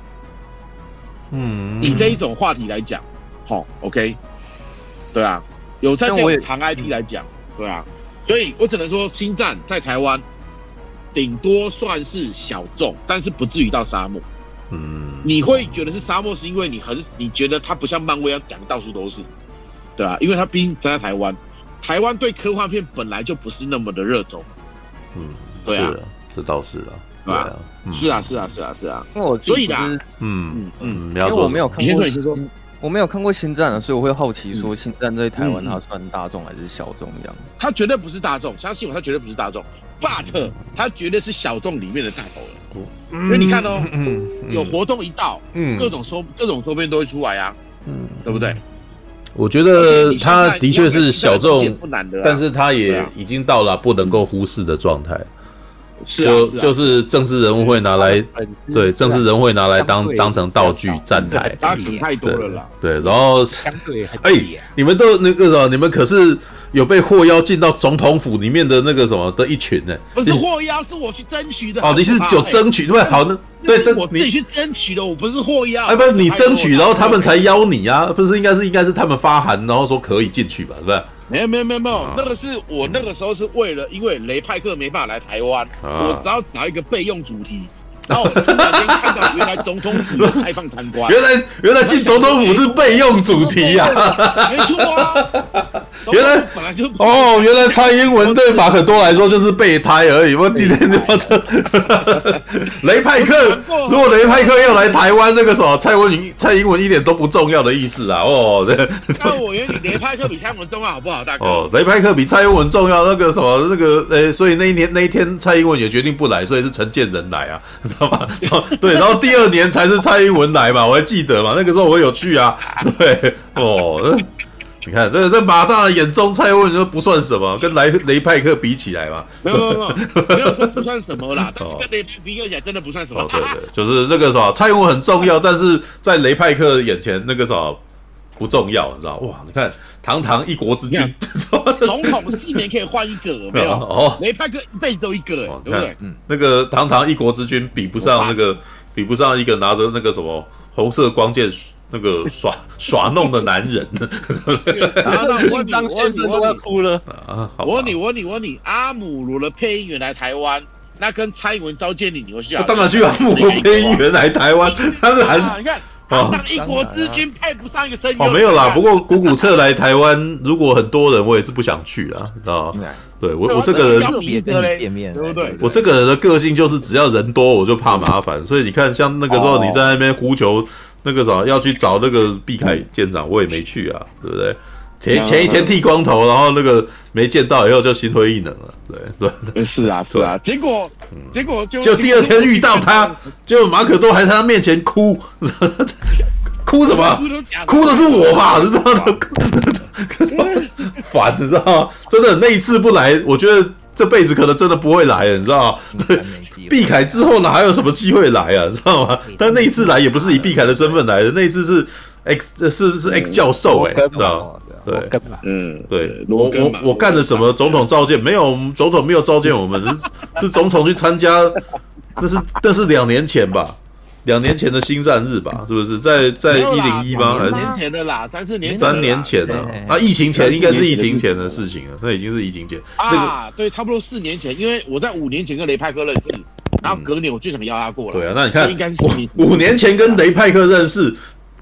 嗯，以这一种话题来讲，好、哦、，OK， 对啊，有在这种长 I P 来讲，对啊，所以我只能说星战在台湾顶多算是小众，但是不至于到沙漠。嗯，你会觉得是沙漠，是因为你很你觉得它不像漫威要讲到处都是，对啊，因为它毕竟在台湾，台湾对科幻片本来就不是那么的热衷。嗯，对啊， 这倒是啊， 对啊，嗯、是啊，是啊，是啊，是啊， 因为我所以啦， 嗯嗯嗯，因为我没有看过星，我没有看过星战啊，所以我会好奇说，星战在台湾它算大众还是小众这样？ 它绝对不是大众，相信我，它绝对不是大众 ，but 它绝对是小众里面的大头了。因为你看哦，嗯嗯、有活动一到，嗯、各种收各种周边都会出来啊，嗯，对不对？ 我觉得它的确是小众， 啊、 但是它也已经到了不能够忽视的状态。 是啊， 就就是政治人物会拿来，对，政治人物会拿来当当成道具站台， 他梗太多了啦。 对，然后相对还哎，你们都那个什么，你们可是有被获邀进到总统府里面的那个什么的一群呢？ 不是获邀，是我去争取的。 哦，你是有争取对？好，那对对， 我自己去争取的，我不是获邀。 哎，不是你争取，然后他们才邀你啊？不是应该是应该是他们发函，然后说可以进去吧？是不是？ 没有没有没有没有，那个是我那个时候是为了，因为雷派克没办法来台湾，啊、我只要找一个备用主题，然后我突然间看到原来总统府开放参观， 原来原来进总统府是备用主题呀、啊， 没错啊， 原来本来就哦，原来蔡英文对马可多来说就是备胎而已。我今天的雷派克，如果雷派克要来台湾，那个什么蔡文蔡英文一点都不重要的意思啊！哦， 那我以为你雷派克比蔡英文重要好不好，大哥？ 哦，雷派克比蔡英文重要，那个什么那个呃，所以那一年那一天蔡英文也决定不来，所以是陈建仁来啊。知道吗？对，然后第二年才是蔡英文来嘛，我还记得嘛，那个时候我有去啊。对，哦，你看，这这马大的眼中，蔡英文就不算什么，跟雷雷派克比起来嘛， 没有没有没有，没有说不算什么啦，但是跟雷派克比起来，真的不算什么。 哦，对对，就是那个啥，蔡英文很重要，但是在雷派克眼前，那个啥不重要，你知道？哇，你看，堂堂一国之君， 总统四年可以换一个，没有？哦，雷派克一辈子都一个，哦、对不对？ 嗯，那个堂堂一国之君比不上那个，比不上一个拿着那个什么红色光剑那个耍耍弄的男人。 张先生都要哭了啊！我问你，我问你，我问你，阿姆罗的配音员来台湾，那跟蔡英文召见你，你会去啊？ 当然去阿姆罗配音员来台湾，他是还是你看。当一国之君配不上一个声优。 哦，没有啦。不过古古彻来台湾，如果很多人，我也是不想去啊，知道吗？对我我这个人特别跟你见面， 对不对？ 我这个人的个性就是只要人多我就怕麻烦，所以你看，像那个时候你在那边呼求那个啥要去找那个毕凯舰长，我也没去啊，对不对？前前一天剃光头，然后那个没见到以后就心灰意冷了，对对，是啊是啊，结果结果就就第二天遇到他，就马可多还在他面前哭，哭什么？哭的是我吧，你知道吗？烦，你知道吗？真的那一次不来，我觉得这辈子可能真的不会来了，你知道吗？对，毕凯之后哪还有什么机会来啊？你知道吗？但那一次来也不是以毕凯的身份来的，那一次是 X 是是 X 教授哎、欸，知道吗？对，嗯，对，我我我干了什么？总统召见没有？总统没有召见我们，是是总统去参加，那是那是两年前吧，两年前的星战日吧，是不是？在在一零一吗？还是三年前的啦，三四年三年前了啊！疫情前应该是疫情前的事情了，那已经是疫情前啊，对，差不多四年前，因为我在五年前跟雷派克认识，然后隔年我就想邀他过来。 对啊，那你看， 应该是五五年前跟雷派克认识。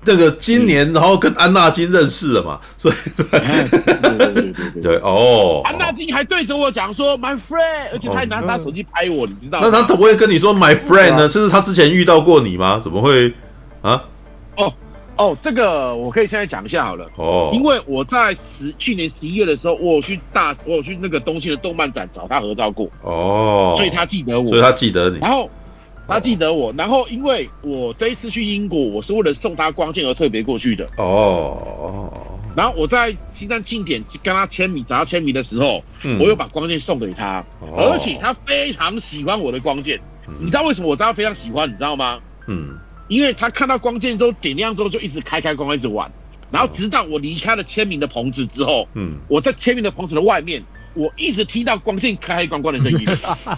那个今年，然后跟安纳金认识了嘛，所以对对对对对对哦， 安纳金还对着我讲说 my friend， 而且他还拿他手机拍我，你知道吗？ 那他怎么会跟你说 my friend 呢？是他之前遇到过你吗？怎么会啊？ 哦哦，这个我可以现在讲一下好了哦，因为我在十去年十一月的时候，我有去大我有去那个东京的动漫展找他合照过哦，所以他记得我， 所以他记得你， 然后。他记得我，然后因为我这一次去英国，我是为了送他光剑而特别过去的哦。然后我在西站庆典跟他签名，找他签名的时候，嗯、我又把光剑送给他，哦、而且他非常喜欢我的光剑。嗯、你知道为什么我知道他非常喜欢？你知道吗？嗯，因为他看到光剑之后点亮之后就一直开开关关一直玩，然后直到我离开了签名的棚子之后，嗯，我在签名的棚子的外面，我一直听到光剑开开关关的声音。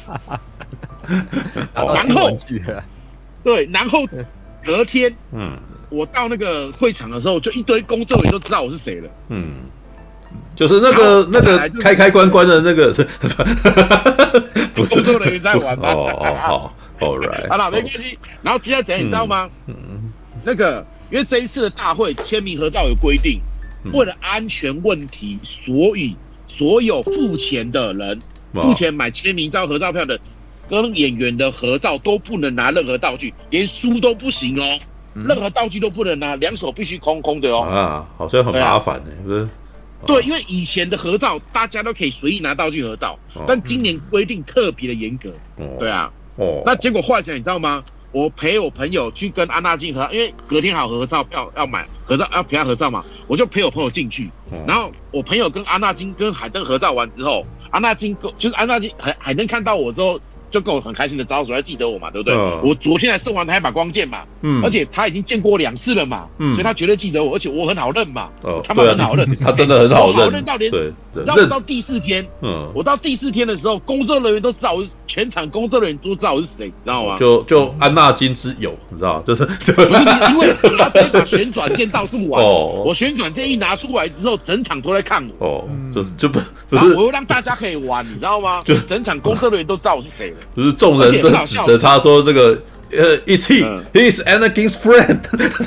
然后，对，然后隔天，嗯，我到那个会场的时候，就一堆工作人员都知道我是谁了，嗯， 就是那个那个开开关关的那个， 不是工作人员在玩吗？ 哦哦好 ，All right， 好了，没关系。然后接下来怎样，你知道吗？嗯，那个因为这一次的大会签名合照有规定，为了安全问题，所以所有付钱的人，付钱买签名照合照票的。跟演员的合照都不能拿任何道具，连书都不行哦，嗯、任何道具都不能拿，两手必须空空的哦。 啊，好像很麻烦呢，不是？ 对，因为以前的合照大家都可以随意拿道具合照，哦、但今年规定特别的严格。哦、对啊，哦，那结果后来讲，你知道吗？我陪我朋友去跟安纳金合，因为隔天还有合照票要买，合照要陪他合照嘛，我就陪我朋友进去，哦、然后我朋友跟安纳金跟海登合照完之后，安纳金就是安纳金海海登看到我之后。就跟我很开心的招手，他记得我嘛，对不对？嗯、我昨天才送完他一把光剑嘛，嗯，而且他已经见过两次了嘛，嗯，所以他绝对记得我，而且我很好认嘛，哦，他们很好认， 他真的很好认， 好认到连，对对，然后到第四天，嗯，我到第四天的时候，工作人员都知道我是全场工作人员都知道我是谁，你知道吗？ 就就安纳金之友，你知道，就是就不是因为他直接把旋转剑到处玩，哦，我旋转剑一拿出来之后，整场都在看我， 哦，就是就不不是， 我又让大家可以玩，你知道吗？就整场工作人员都知道我是谁了， 就是众人。都指着他说：“这个呃 ，is he? He is Anakin's friend,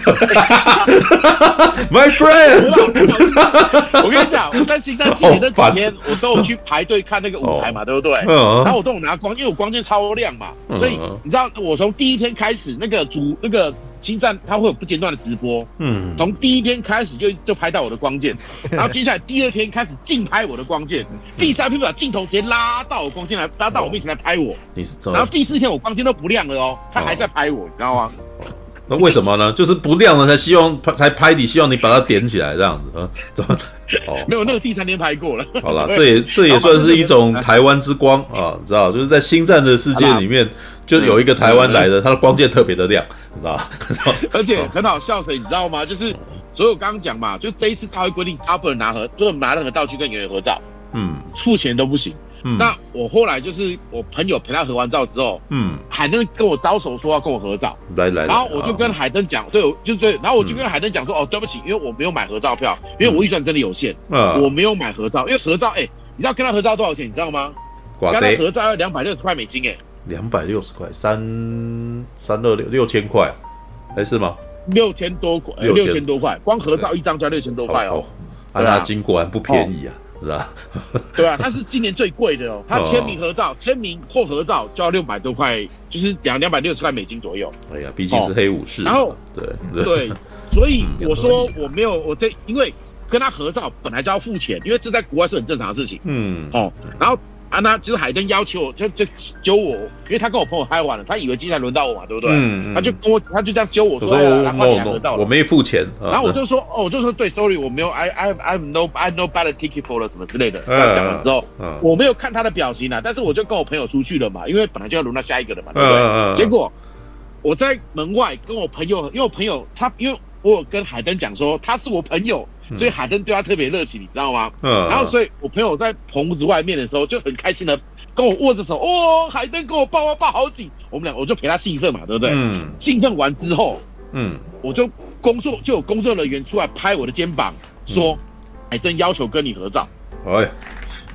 my friend。” 我跟你讲，我在新山纪念那几天，我都有去排队看那个舞台嘛，对不对？然后我都有拿光，因为我光剑超亮嘛，所以你知道，我从第一天开始，那个主那个。新站它会有不间断的直播，嗯，从第一天开始就就拍到我的光剑，然后接下来第二天开始竞拍我的光剑，第三天把镜头直接拉到我光剑来，拉到我面前来拍我，然后第四天我光剑都不亮了哦，他还在拍我，你知道吗？ 那为什么呢？就是不亮了才希望才拍你，希望你把它点起来这样子啊？怎么？ 哦，没有，那个第三天拍过了。 好了，这也这也算是一种台湾之光啊，你知道，就是在星战的世界里面。就有一个台湾来的，他的光剑特别的亮，你知道吗？ 而且很好笑的，你知道吗？就是所以我刚刚讲嘛，就这一次大会规定，他不能拿合，不能拿任何道具跟演员合照，嗯，付钱都不行。嗯，那我后来就是我朋友陪他合完照之后，嗯，海登跟我招手说要跟我合照， 来来， 然后我就跟海登讲，对，就对，然后我就跟海登讲说，哦，对不起，因为我没有买合照票，因为我预算真的有限，嗯，我没有买合照，因为合照，哎，你知道跟他合照多少钱？你知道吗？跟他合照要两百六十块美金，哎。 两百六十块，三三二六六千块，还是吗？ 六千多块，六千多块，光合照一张就要六千多块哦。 安纳金果然不便宜啊，是吧？ 对啊，他是今年最贵的哦。他签名合照，签名或合照就要六百多块，就是两两百六十块美金左右。 哎呀，毕竟是黑武士。 然后， 对对，所以我说我没有，我这因为跟他合照本来就要付钱，因为这在国外是很正常的事情。嗯，哦，然后。啊，那就是海登要求我，就就揪我，因为他跟我朋友嗨完了，他以为接下来轮到我嘛，对不对？嗯，他就跟我，他就这样揪我说，然后你还得到了， 我没付钱。 然后我就说，哦，我就说对 ，sorry， 我没有 ，I I I no I no buy the ticket for 了什么之类的。这样讲完之后，我没有看他的表情啊，但是我就跟我朋友出去了嘛，因为本来就要轮到下一个了嘛，对不对？结果我在门外跟我朋友，因为我朋友他，因为我有跟海登讲说他是我朋友。所以海登对他特别热情，你知道吗？嗯。然后，所以我朋友在棚子外面的时候就很开心的跟我握着手，哦，海登跟我抱抱抱好紧，我们俩我就陪他兴奋嘛，对不对？嗯。兴奋完之后，嗯，我就工作就有工作人员出来拍我的肩膀，说海登要求跟你合照。哎，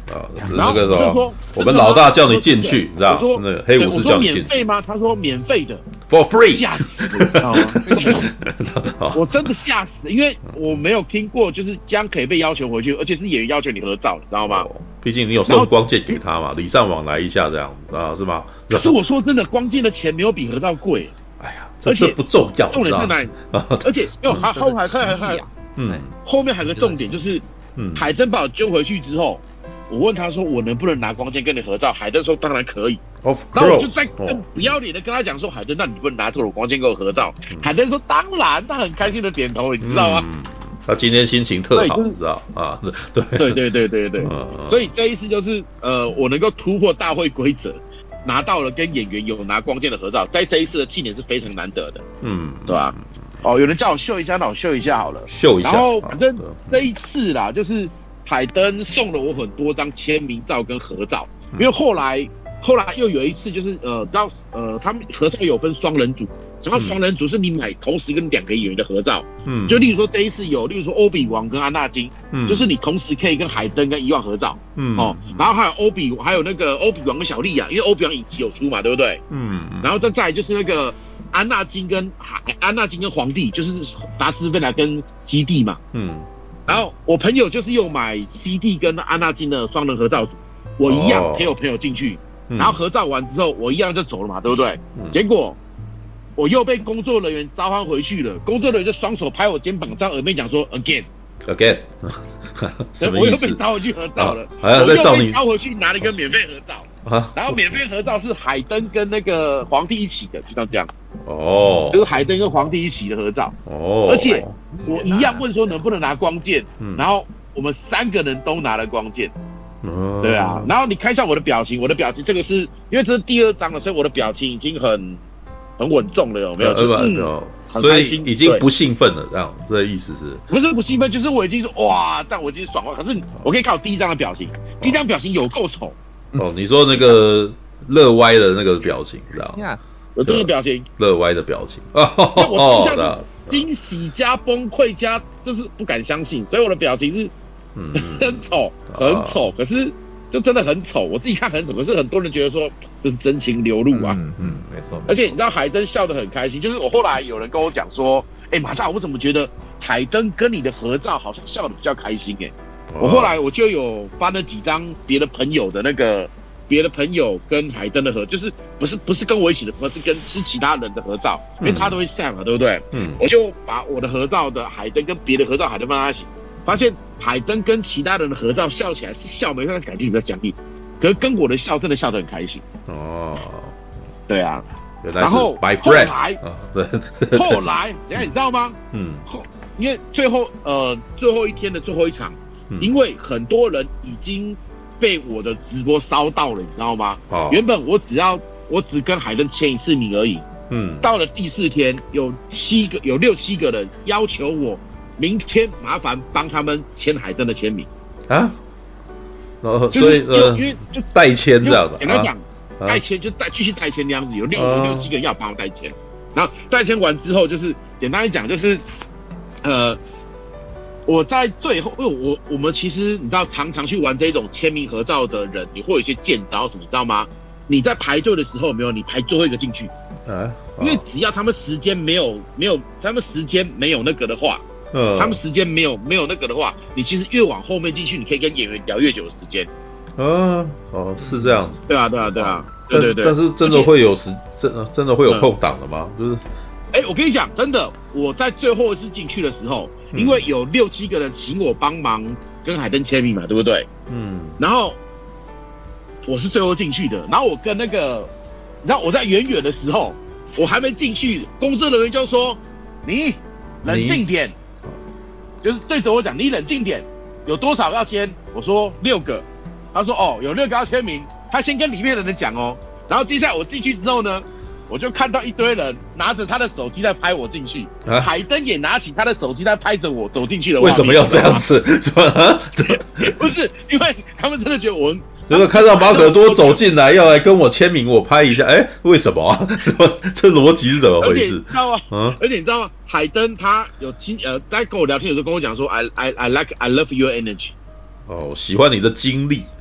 啊，那个什么，我们老大叫你进去，你知道？那个黑武士叫你进去。 免费吗？他说免费的 ，for free。 吓死我，知道吗？我真的吓死，因为我没有听过，就是这样可以被要求回去，而且是演员要求你合照，你知道吗？ 毕竟你有送光剑给他嘛，礼尚往来一下这样啊，是吗？ 可是我说真的，光剑的钱没有比合照贵。 哎呀，而且不重要， 重点在哪里？而且因为还后还还还嗯，后面还有个重点就是，嗯，海登把我揪回去之后。我问他说：“我能不能拿光剑跟你合照？”海登说：“当然可以。”然后我就在更不要脸的跟他讲说：“海登，那你不能拿这种光剑跟我合照？”海登说：“当然。”他很开心的点头，你知道吗？ 嗯、他今天心情特好，你知道啊？对对对对对对。所以这一次就是呃，我能够突破大会规则，拿到了跟演员有拿光剑的合照，在这一次的庆典是非常难得的。嗯，对吧？哦，有人叫我秀一下，那我秀一下好了。 秀一下。 然后反正这一次啦，就是。海登送了我很多张签名照跟合照，因为后来后来又有一次就是呃到呃他们合照有分双人组，然后双人组是你买同时跟两个演员的合照，嗯，就例如说这一次有，例如说欧比王跟安纳金，嗯，就是你同时可以跟海登跟伊万合照，嗯，哦，然后还有欧比还有那个欧比王跟小莉亚，因为欧比王影集有出嘛，对不对？嗯，然后再再来就是那个安纳金跟海安纳金跟皇帝，就是达斯菲拉跟西蒂嘛，嗯。然后我朋友就是又买 C D 跟安纳金的双人合照组，我一样陪我朋友进去，然后合照完之后我一样就走了嘛，对不对？结果我又被工作人员召唤回去了，工作人员就双手拍我肩膀，在耳边讲说 again again， 什么意思？ 我又被召回去合照了， 还要再召你召回去拿了一个免费合照。然后免费合照是海登跟那个皇帝一起的，就像这样。哦，就是海登跟皇帝一起的合照。哦，而且我一样问说能不能拿光剑，嗯、然后我们三个人都拿了光剑。哦，对啊。然后你看一下我的表情，我的表情这个是因为这是第二张了，所以我的表情已经很很稳重了，有没有？呃、嗯，很开心， 所以已经不兴奋了，这样这个意思是？ 不是不兴奋，就是我已经说哇，但我已经爽了。可是我可以看我第一张的表情，第一张表情有够丑。 哦，你说那个乐歪的那个表情，知道吗？ 有这个表情， 乐歪的表情啊！我当下惊喜加崩溃加，就是不敢相信，所以我的表情是很丑，很丑。可是就真的很丑，我自己看很丑，可是很多人觉得说这是真情流露啊。 嗯嗯，没错。 而且你知道海登笑得很开心，就是我后来有人跟我讲说，哎，马大，我怎么觉得海登跟你的合照好像笑得比较开心哎？我后来我就有翻了几张别的朋友的那个，别的朋友跟海登的合，就是不是不是跟我一起的，而是跟是其他人的合照，因为他都会上嘛，对不对？嗯，我就把我的合照的海登跟别的合照海登放在一起，发现海登跟其他人的合照笑起来是笑没，但感觉比较僵硬，可是跟我的笑真的笑得很开心。哦，对啊，然后后来，对，后来，等下你知道吗？嗯，后。因为最后呃最后一天的最后一场，嗯、因为很多人已经被我的直播烧到了，你知道吗？哦、原本我只要我只跟海登签一次名而已，嗯，到了第四天有七个有六七个人要求我明天麻烦帮他们签海登的签名啊， 哦，所以呃因为就代签这样的， 简单讲代签就代继续代签那样子，有六有六七个人要帮我代签，然后代签完之后就是简单一讲就是。呃，我在最后，因为我我们其实你知道，常常去玩这种签名合照的人，你会有一些剑招什么，你知道吗？你在排队的时候，没有你排最后一个进去，啊，因为只要他们时间没有没有，他们时间没有那个的话，嗯，他们时间没有没有那个的话，你其实越往后面进去，你可以跟演员聊越久的时间。 啊，哦，是这样子。 对啊，对啊，对啊，对对对。 但是真的会有时真真的会有空档的吗？就是。 哎、欸，我跟你讲，真的，我在最后一次进去的时候，嗯、因为有六七个人请我帮忙跟海登签名嘛，对不对？嗯。然后我是最后进去的，然后我跟那个，然后我在远远的时候，我还没进去，工作人员就说：“你冷静点。”就是对着我讲：“你冷静点，有多少要签？”我说：“六个。”他说：“哦，有六个要签名。”他先跟里面的人讲哦，然后接下来我进去之后呢？我就看到一堆人拿着他的手机在拍我进去，啊、海登也拿起他的手机在拍着我走进去的。 为什么要这样子？ 不是，因为他们真的觉得我们， 如果看到马可多走进来要来跟我签名，我拍一下，哎、欸，为什么啊？这逻辑是怎么回事？ 你知道吗？嗯，而且你知道吗？海登他有亲呃，在跟我聊天的时候跟我讲说 ，I I I like I love your energy。 哦，喜欢你的经历。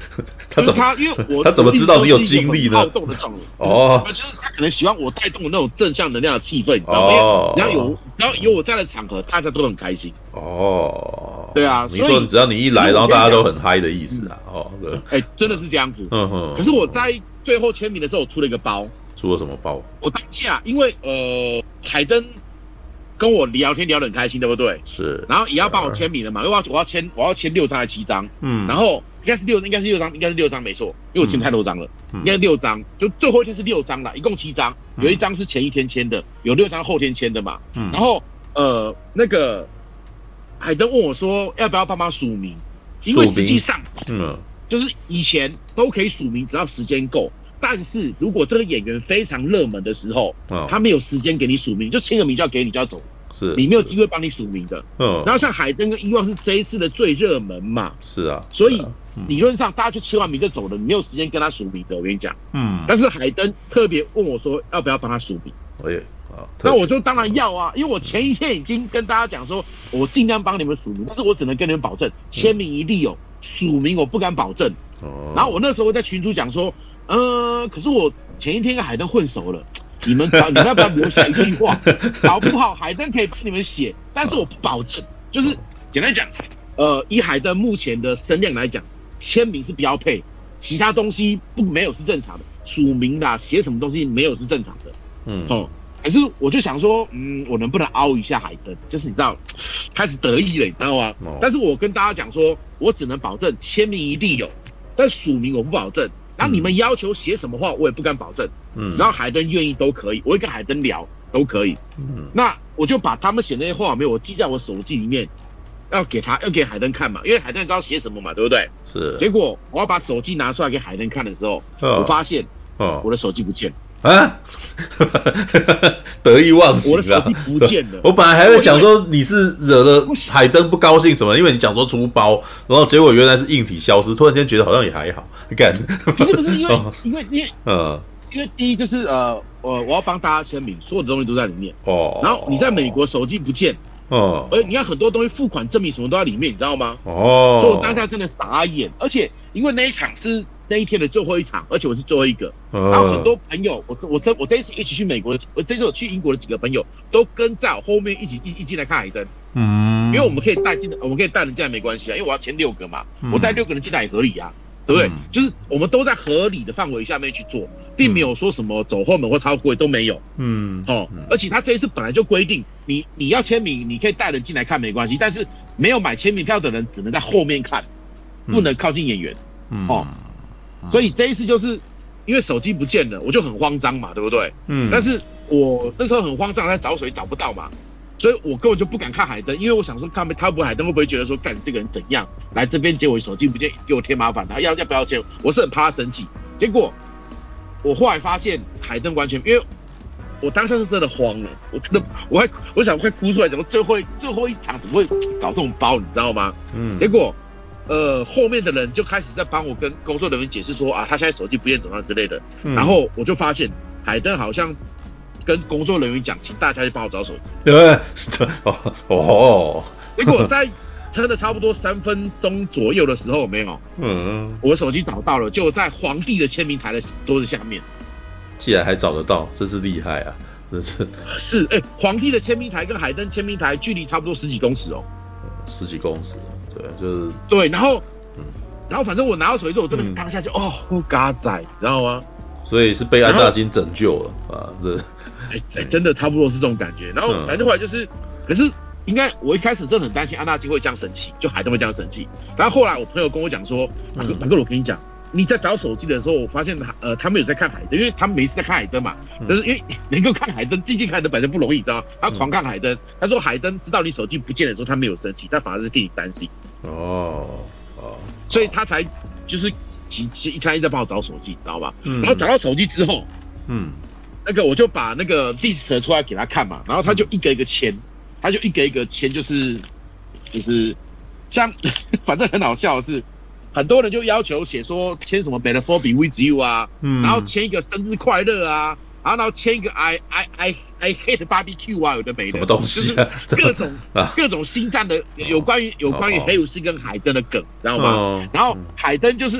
他怎么他因为我他怎么知道你有精力呢？ 好动的状人哦， 就是他可能喜欢我带动的那种正向能量的气氛，你知道吗？哦，只要有只要有我在的场合，大家都很开心。 哦， 对啊， 你说只要你一来，然后大家都很嗨的意思啊？哦，对， 哎，真的是这样子。嗯哼。可是我在最后签名的时候，我出了一个包。 出了什么包？ 我当下因为呃，海登跟我聊天聊得很开心，对不对？ 是。然后也要帮我签名了嘛，因为我要我要签我要签六张还是七张？嗯。然后应该是六，应该是六张，应该是六张没错，因为我签太多张了，嗯、应该是六张。就最后一天是六张啦，一共七张，有一张是前一天签的，有六张后天签的嘛。嗯。然后呃，那个海登问我说要不要帮忙署名，因为实际上，嗯，就是以前都可以署名，只要时间够。但是如果这个演员非常热门的时候，哦、他没有时间给你署名，就签个名就要给你就要走， 是你没有机会帮你署名的。嗯，然后像海登跟伊旺是这一次的最热门嘛， 是啊， 所以、嗯、理论上大家就签完名就走了，你没有时间跟他署名的。我跟你讲，嗯，但是海登特别问我说要不要帮他署名， 我也啊， 那我就当然要啊，因为我前一天已经跟大家讲说，我尽量帮你们署名，但是我只能跟你们保证签名一定有，署名我不敢保证。哦，然后我那时候在群组讲说。呃，可是我前一天跟海登混熟了，你们你们要不要留下一句话？搞不好海登可以帮你们写，但是我不保证。就是简单讲，呃，以海登目前的声量来讲，签名是标配，其他东西不没有是正常的，署名啦，写什么东西没有是正常的。嗯，哦，可是我就想说，嗯，我能不能凹一下海登？就是你知道，开始得意了，你知道吗？哦、但是我跟大家讲说，我只能保证签名一定有，但署名我不保证。然后你们要求写什么话，我也不敢保证。嗯，只要海登愿意都可以，我会跟海登聊都可以。嗯，那我就把他们写那些话没有，我记在我手机里面，要给他，要给海登看嘛，因为海登知道写什么嘛，对不对？ 是。 结果我要把手机拿出来给海登看的时候，哦、我发现，哦，我的手机不见了。 啊，得意忘形了， 我的手机不见了。 我本来还会想说你是惹了海登不高兴什么，因为你讲说出包，然后结果原来是硬体消失，突然间觉得好像也还好。你干？ 不是不是，因为、哦、因为因为呃，因为第一就是呃，我我要帮大家签名，所有的东西都在里面哦。然后你在美国手机不见哦，而你看很多东西付款证明什么都在里面，你知道吗？哦，所以我当下真的傻眼，而且因为那一场是。那一天的最后一场，而且我是最后一个，然后很多朋友，我我这我这一次一起去美国的，我这次我去英国的几个朋友都跟在我后面一起一一进来看海登，嗯，因为我们可以带进，我们可以带人进来没关系啊，因为我要签六个嘛，我带六个人进来也合理啊，对不对？嗯、就是我们都在合理的范围下面去做，并没有说什么走后门或超过都没有，嗯，哦，而且他这一次本来就规定，你你要签名，你可以带人进来看没关系，但是没有买签名票的人只能在后面看，不能靠近演员，嗯、哦。所以这一次就是因为手机不见了，我就很慌张嘛，对不对？嗯。但是我那时候很慌张，在找水找不到嘛，所以我根本就不敢看海登，因为我想说看他不海登会不会觉得说，干这个人怎样来这边接我手机不见，给我添麻烦，他要要不要接？我是很怕他生气。结果我后来发现海登完全，因为我当下是真的慌了，我真的我还我想快哭出来，怎么最后最后一场怎么会搞这种包，你知道吗？嗯。结果。呃，后面的人就开始在帮我跟工作人员解释说啊，他现在手机不见怎么样之类的。嗯、然后我就发现海登好像跟工作人员讲，请大家去帮我找手机。 对，哦哦。 结果在撑了差不多三分钟左右的时候，没有，嗯，我手机找到了，就在皇帝的签名台的桌子下面。 既然还找得到，真是厉害啊！真是。 是，哎、欸，皇帝的签名台跟海登签名台距离差不多十几公尺哦。 十几公尺。对，就是对，然后，嗯、然后反正我拿到手机之后，我真的是当下就、嗯、哦，嘎仔，你知道吗？ 所以是被安纳金拯救了啊！这， 哎哎，真的差不多是这种感觉。然后反正后来就是，可是应该我一开始真的很担心安纳金会这样生气，就海登会这样生气。然后后来我朋友跟我讲说，马哥，马哥，我跟你讲，你在找手机的时候，我发现他呃，他们有在看海登，因为他们没事在看海登嘛。可是因为能够看海登，进去看海登本身不容易，你知道吗？他狂看海登，他说海登知道你手机不见的时候，他没有生气，他反而是替你担心。哦哦，所以他才就是其其一开始在帮我找手机，你知道吧？嗯。然后找到手机之后，嗯，那个我就把那个 list 出来给他看嘛，然后他就一个一个签，他就一个一个签，就是就是像反正很好笑的是。很多人就要求写说签什么 Better be with you 啊，嗯、然后签一个生日快乐啊，然后签一个 I I I I hate barbecue 啊，有的没的， 什么东西、啊？ 就是各种、啊、各种星战的有关于有关于黑武士跟海登的梗，知道吗？哦、然后海登就是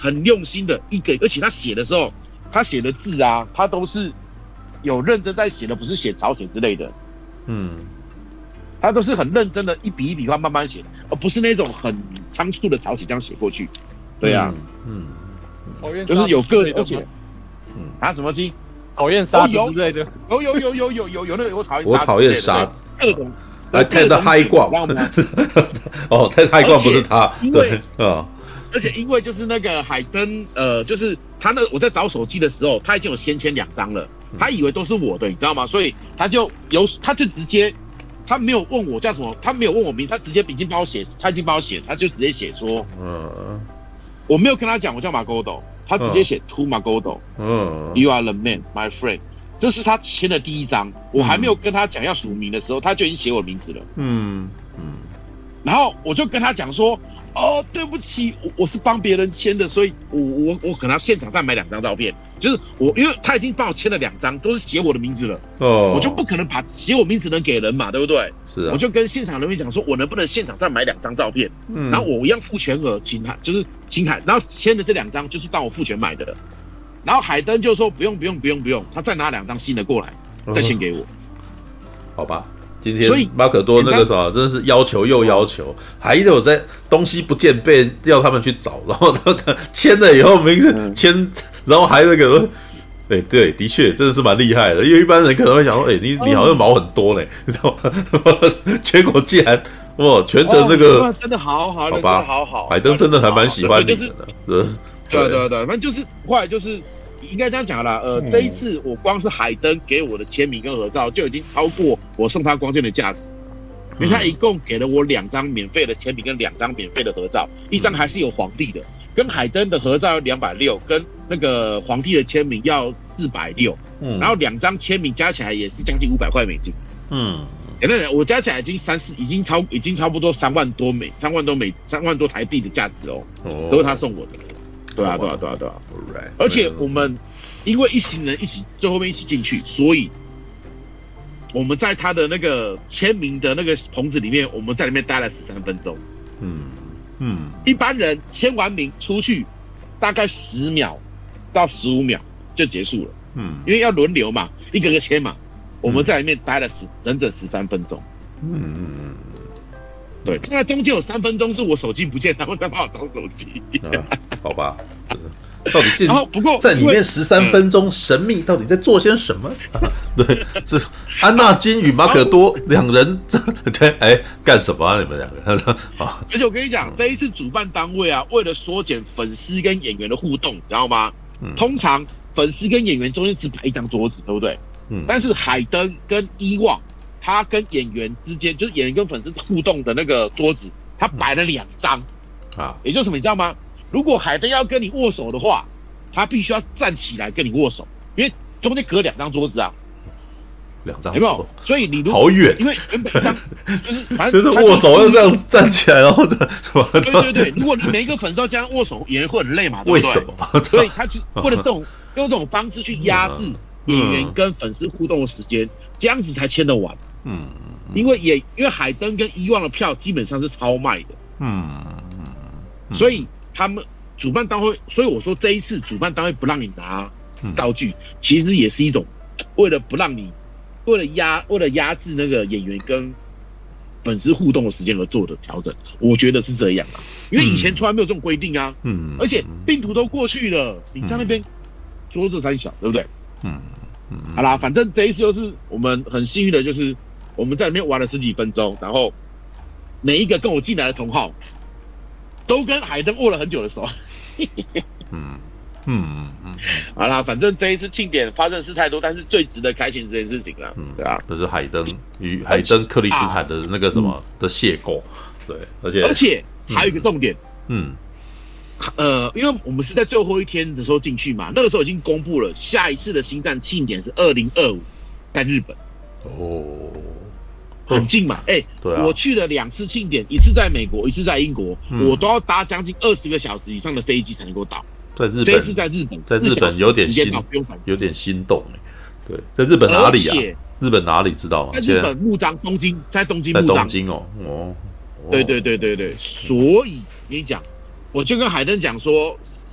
很用心的一个，而且他写的时候，他写的字啊，他都是有认真在写的，不是写草写之类的。嗯，他都是很认真的，一笔一笔画慢慢写，而不是那种很仓促的草写这样写过去。对啊，嗯，嗯就是有个而且，嗯，啊什么鸡？ 讨厌沙子之类的， 有有有有有有有那个我讨厌， 我讨厌沙子， 各种。 来泰的嗨挂，知道吗？哦，泰的嗨挂不是他，对啊。 而且因为就是那个海登，呃，就是他那我在找手机的时候，他已经有先签两张了，他以为都是我的，你知道吗？所以他就有，他就直接，他没有问我叫什么，他没有问我名，他直接已经帮我写，他已经帮我写，他就直接写说，嗯，我没有跟他讲我叫马沟斗，他直接写 To 马沟斗，嗯 ，You are the man, my friend。这是他签的第一张，我还没有跟他讲要署名的时候，他就已经写我的名字了。嗯嗯，然后我就跟他讲说，哦，对不起，我我是帮别人签的，所以我我我可能要现场再买两张照片，就是我因为他已经帮我签了两张，都是写我的名字了，哦，我就不可能把写我名字的给人嘛，对不对？ 是啊， 我就跟现场人员讲说，我能不能现场再买两张照片？嗯，然后我一样付全额，请他就是请海，然后签的这两张就是当我付钱买的。然后海登就说不用不用不用不用，他再拿两张新的过来，再签给我。哦、 好吧，今天马可多那个什么，真的是要求又要求，还有在东西不见被要他们去找，然后他签了以后名字签，然后还那个，哎、欸，对，的确真的是蛮厉害的，因为一般人可能会想说，哎、欸，你你好像毛很多嘞，你知道吗？结果竟然哇，全程那个、 哦、真的好好， 好吧， 真的好好， 海登真的还蛮喜欢你的， 对对对对，反正就是后来就是。应该这样讲啦，呃，嗯、这一次我光是海登给我的签名跟合照就已经超过我送他光剑的价值，因为他一共给了我两张免费的签名跟两张免费的合照，一张还是有皇帝的，跟海登的合照要两百六，跟那个皇帝的签名要四百六，嗯，然后两张签名加起来也是将近五百块美金，嗯，简单讲，我加起来已经三四，已经超，已经差不多三万多美，三万多美，三万多台币的价值哦，哦都是他送我的。对啊，对啊，对啊，对啊！而且我们因为一行人一起最后面一起进去，所以我们在他的那个签名的那个棚子里面，我们在里面待了十三分钟。嗯嗯，一般人签完名出去，大概十秒到十五秒就结束了。嗯，因为要轮流嘛，一个个签嘛。我们在里面待了十整整十三分钟。嗯嗯嗯。对，现在中间有三分钟是我手机不见，然后再帮我找手机。啊、 好吧，到底进然后不过在里面十三分钟，神秘到底在做些什么？啊、对，是安纳金与马可多两人对，哎，干什么啊？你们两个啊！而且我跟你讲，这一次主办单位啊，为了缩减粉丝跟演员的互动，你知道吗？嗯、通常粉丝跟演员中间只摆一张桌子，对不对？嗯。但是海登跟伊旺。他跟演员之间，就是演员跟粉丝互动的那个桌子，他摆了两张、嗯、啊，也就是什么，你知道吗？如果海登要跟你握手的话，他必须要站起来跟你握手，因为中间隔两张桌子啊， 两张有没有？所以你如好远， 因为原本一张就是反正就是握手要这样站起来，然后的什么？ 对对对，如果你每一个粉丝都这样握手，演员会很累嘛，对不对？ 为什么？ 所以他就为了这种用这种方式去压制演员跟粉丝互动的时间，这样子才签得完。嗯，因为也因为海登跟伊旺的票基本上是超卖的，嗯，嗯所以他们主办单位，所以我说这一次主办单位不让你拿道具，嗯、其实也是一种为了不让你，为了压为了压制那个演员跟粉丝互动的时间而做的调整，我觉得是这样啊，因为以前从来没有这种规定啊，嗯，而且病毒都过去了，你在那边桌子三小，对不对？嗯，嗯好啦，反正这一次就是我们很幸运的，就是。我们在里面玩了十几分钟，然后每一个跟我进来的同好都跟海登握了很久的手。嗯嗯嗯，好啦，反正这一次庆典发生的事太多，但是最值得开心这件事情啦。嗯，对啊， 这是海登与海登克里斯坦的那个什么、啊、的邂逅，对，而且而且还有一个重点，嗯，呃，因为我们是在最后一天的时候进去嘛，那个时候已经公布了下一次的星战庆典是二零二五，在日本。哦。很近嘛，哎、欸对啊， 我去了两次庆典，一次在美国，一次在英国，嗯、我都要搭将近二十个小时以上的飞机才能够到。 在日本， 这次在日本， 在日本有点心，有点心动哎。对，在日本哪里啊？日本哪里知道吗？ 在日本木章，东京，在东京木章。 在东京哦，哦， 对对对对对，所以跟你讲，我就跟海登讲说，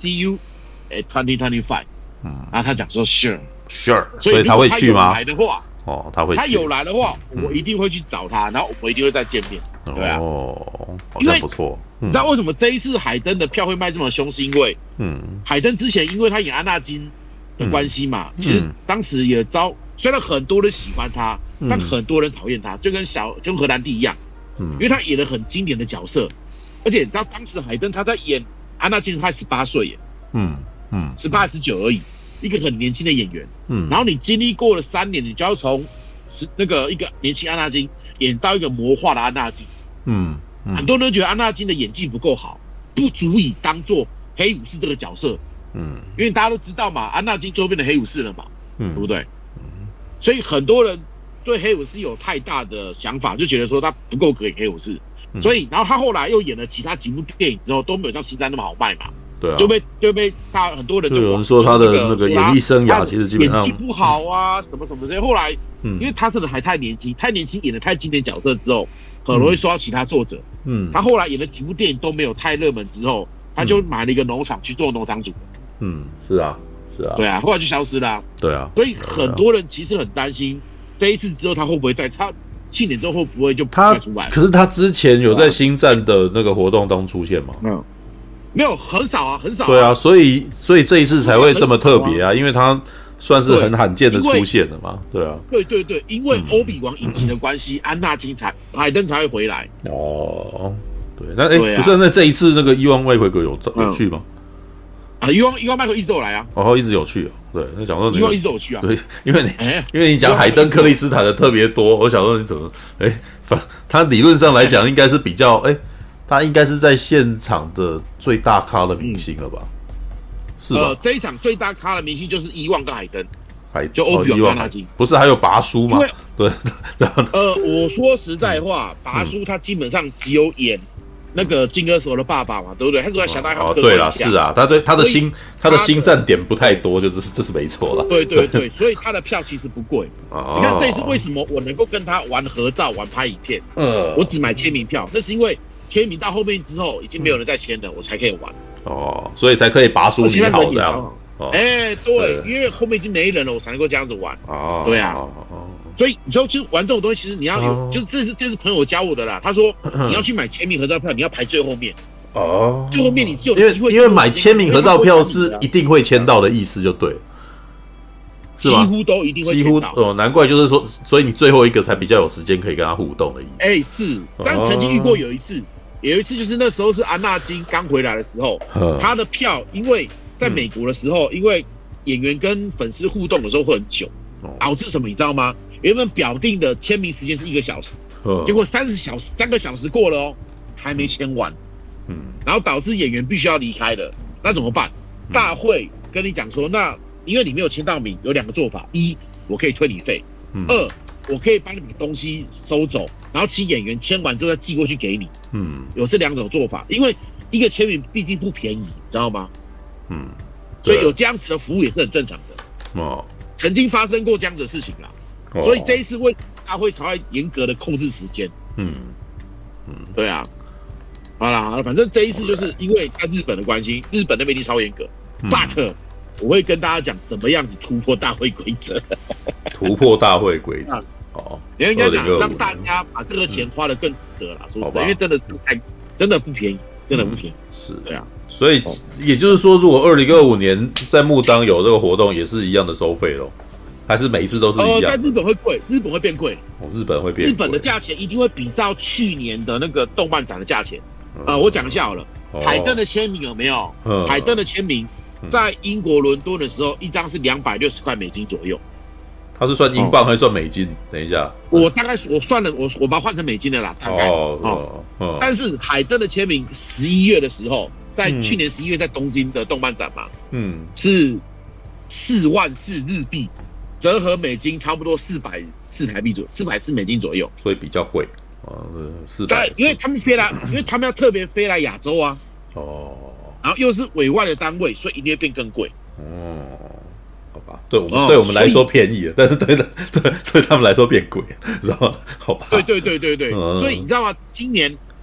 see you at twenty twenty-five。嗯，然后他讲说 sure sure， 所以他会去吗？ 来的话， 哦，他会去。 他有来的话，我一定会去找他，然后我一定会再见面。对啊， 哦，好像不错。 你知道为什么这一次海登的票会卖这么凶？是因为，嗯，海登之前因为他演安纳金的关系嘛，嗯、其实当时也遭，虽然很多人喜欢他，嗯、但很多人讨厌他，就跟小就跟荷兰弟一样，嗯，因为他演了很经典的角色，而且他当时海登他在演安纳金，他十八岁耶，嗯嗯，十八十九而已，一个很年轻的演员，嗯，然后你经历过了三年，你就要从那个一个年轻安纳金演到一个魔化的安纳金，嗯。嗯、很多人都觉得安纳金的演技不够好，不足以当做黑武士这个角色。嗯，因为大家都知道嘛，安纳金最后变成黑武士了嘛，嗯，对不对？嗯，所以很多人对黑武士有太大的想法，就觉得说他不够格演黑武士。嗯、所以，然后他后来又演了其他几部电影之后，都没有像星战那么好卖嘛。 对啊， 就被就被大很多人就有人说他的那个演艺生涯其实基本上演技不好啊，什么什么之类。后来，嗯，因为他真的还太年轻，太年轻演了太经典角色之后。很容易受到其他作者，嗯，他后来演了几部电影都没有太热门，之后他就买了一个农场去做农场主， 嗯，是啊，是啊， 对啊，后来就消失了、啊， 对啊， 所以很多人其实很担心这一次之后他会不会在他去年之后会不会就再出来？ 可是他之前有在星战的那个活动当中出现吗？ 没有，没有，很少啊，很少、啊。 对啊，所以所以这一次才会这么特别啊，因为他。算是很罕见的出现了嘛？对啊， 对对对，因为欧比王引擎的关系，嗯、安纳金才海登才会回来。 哦，对，那哎、欸啊，不是，那这一次那个伊万麦奎格有有去吗？ 啊，伊万伊万麦奎一直都有来啊。 哦，一直有去哦。对，那讲说伊万一直都有去啊。 对，因为你、欸、因为你讲海登克里斯坦的特别多，我想说你怎么哎、欸，反他理论上来讲应该是比较哎、欸，他应该是在现场的最大咖的明星了吧？嗯是呃，这一场最大咖的明星就是伊万跟海登，海就欧比王跟安纳金， 不是还有拔叔吗？对， 呃，我说实在话，拔叔他基本上只有演那个金歌手的爸爸嘛，对不对？他只在想到他哦，对了，是啊，他对他的星他的星战点不太多，就是这是没错了。 对对对，所以他的票其实不贵。哦、你看这一次为什么我能够跟他玩合照、玩拍影片？嗯，我只买签名票，那是因为签名到后面之后已经没有人再签了，我才可以玩。 哦，所以才可以拔叔你好这样。 哎、欸，对，因为后面已经没人了，我才能够这样子玩。哦，对啊，哦、所以你就就玩这种东西，其实你要有，哦、就是这是这是朋友教我的啦。他说、嗯、你要去买签名合照票，你要排最后面。哦，最后面你只有机会， 因为因为买签名合照票是一定会签到的意思，就对了。 是吗？几乎都一定会签到。 几乎哦，难怪就是说，所以你最后一个才比较有时间可以跟他互动的意思。 哎、欸，是，但曾经遇过有一次。哦有一次就是那时候是安纳金刚回来的时候，他的票因为在美国的时候，嗯、因为演员跟粉丝互动的时候会很久，导致什么你知道吗？原本表定的签名时间是一个小时，结果三十小时三个小时过了哦，还没签完，嗯，然后导致演员必须要离开了，那怎么办？大会跟你讲说，那因为你没有签到名，有两个做法：一，我可以退你费；嗯、二，我可以帮你把东西收走。然后请演员签完之后再寄过去给你，嗯，有这两种做法，因为一个签名毕竟不便宜，知道吗？嗯，所以有这样子的服务也是很正常的。哦，曾经发生过这样子的事情啦，哦、所以这一次为大会才会严格的控制时间。嗯嗯，对啊，好啦好了，反正这一次就是因为在日本的关系，日本那边一定超严格、嗯、，but 我会跟大家讲怎么样子突破大会规则， 突破大会规则。 哦，也应该讲让大家把这个钱花得更值得啦，说实在，因为真的太真的不便宜，真的不便宜， 嗯、是， 对啊， 所以也就是说，如果二零二五年在木章有这个活动，也是一样的收费咯，还是每一次都是一样的？ 呃，在日本会贵，日本会变贵， 哦，日本会变贵， 日本的价钱一定会比照去年的那个动漫展的价钱。呃，我讲一下好了，哦、海登的签名有没有？嗯、海登的签名在英国伦敦的时候，一张是两百六十块美金左右。 它是算英镑还是算美金？哦、等一下， 我大概我算了，我我把它换成美金了啦，大概哦哦哦。但是海登的签名十一月的时候，在去年十一月在东京的动漫展嘛，嗯，是四万四日币，折合美金差不多四百四台币左右，四百四美金左右， 所以比较贵啊，四百。 因为他们飞来，因为他们要特别飞来亚洲啊，哦，然后又是委外的单位，所以一定会变更贵，哦。 好吧，对我们、哦、对我们来说便宜了，但是对的对对他们来说变贵，知道吗？好吧。 对对对对对，嗯、所以你知道吗？今年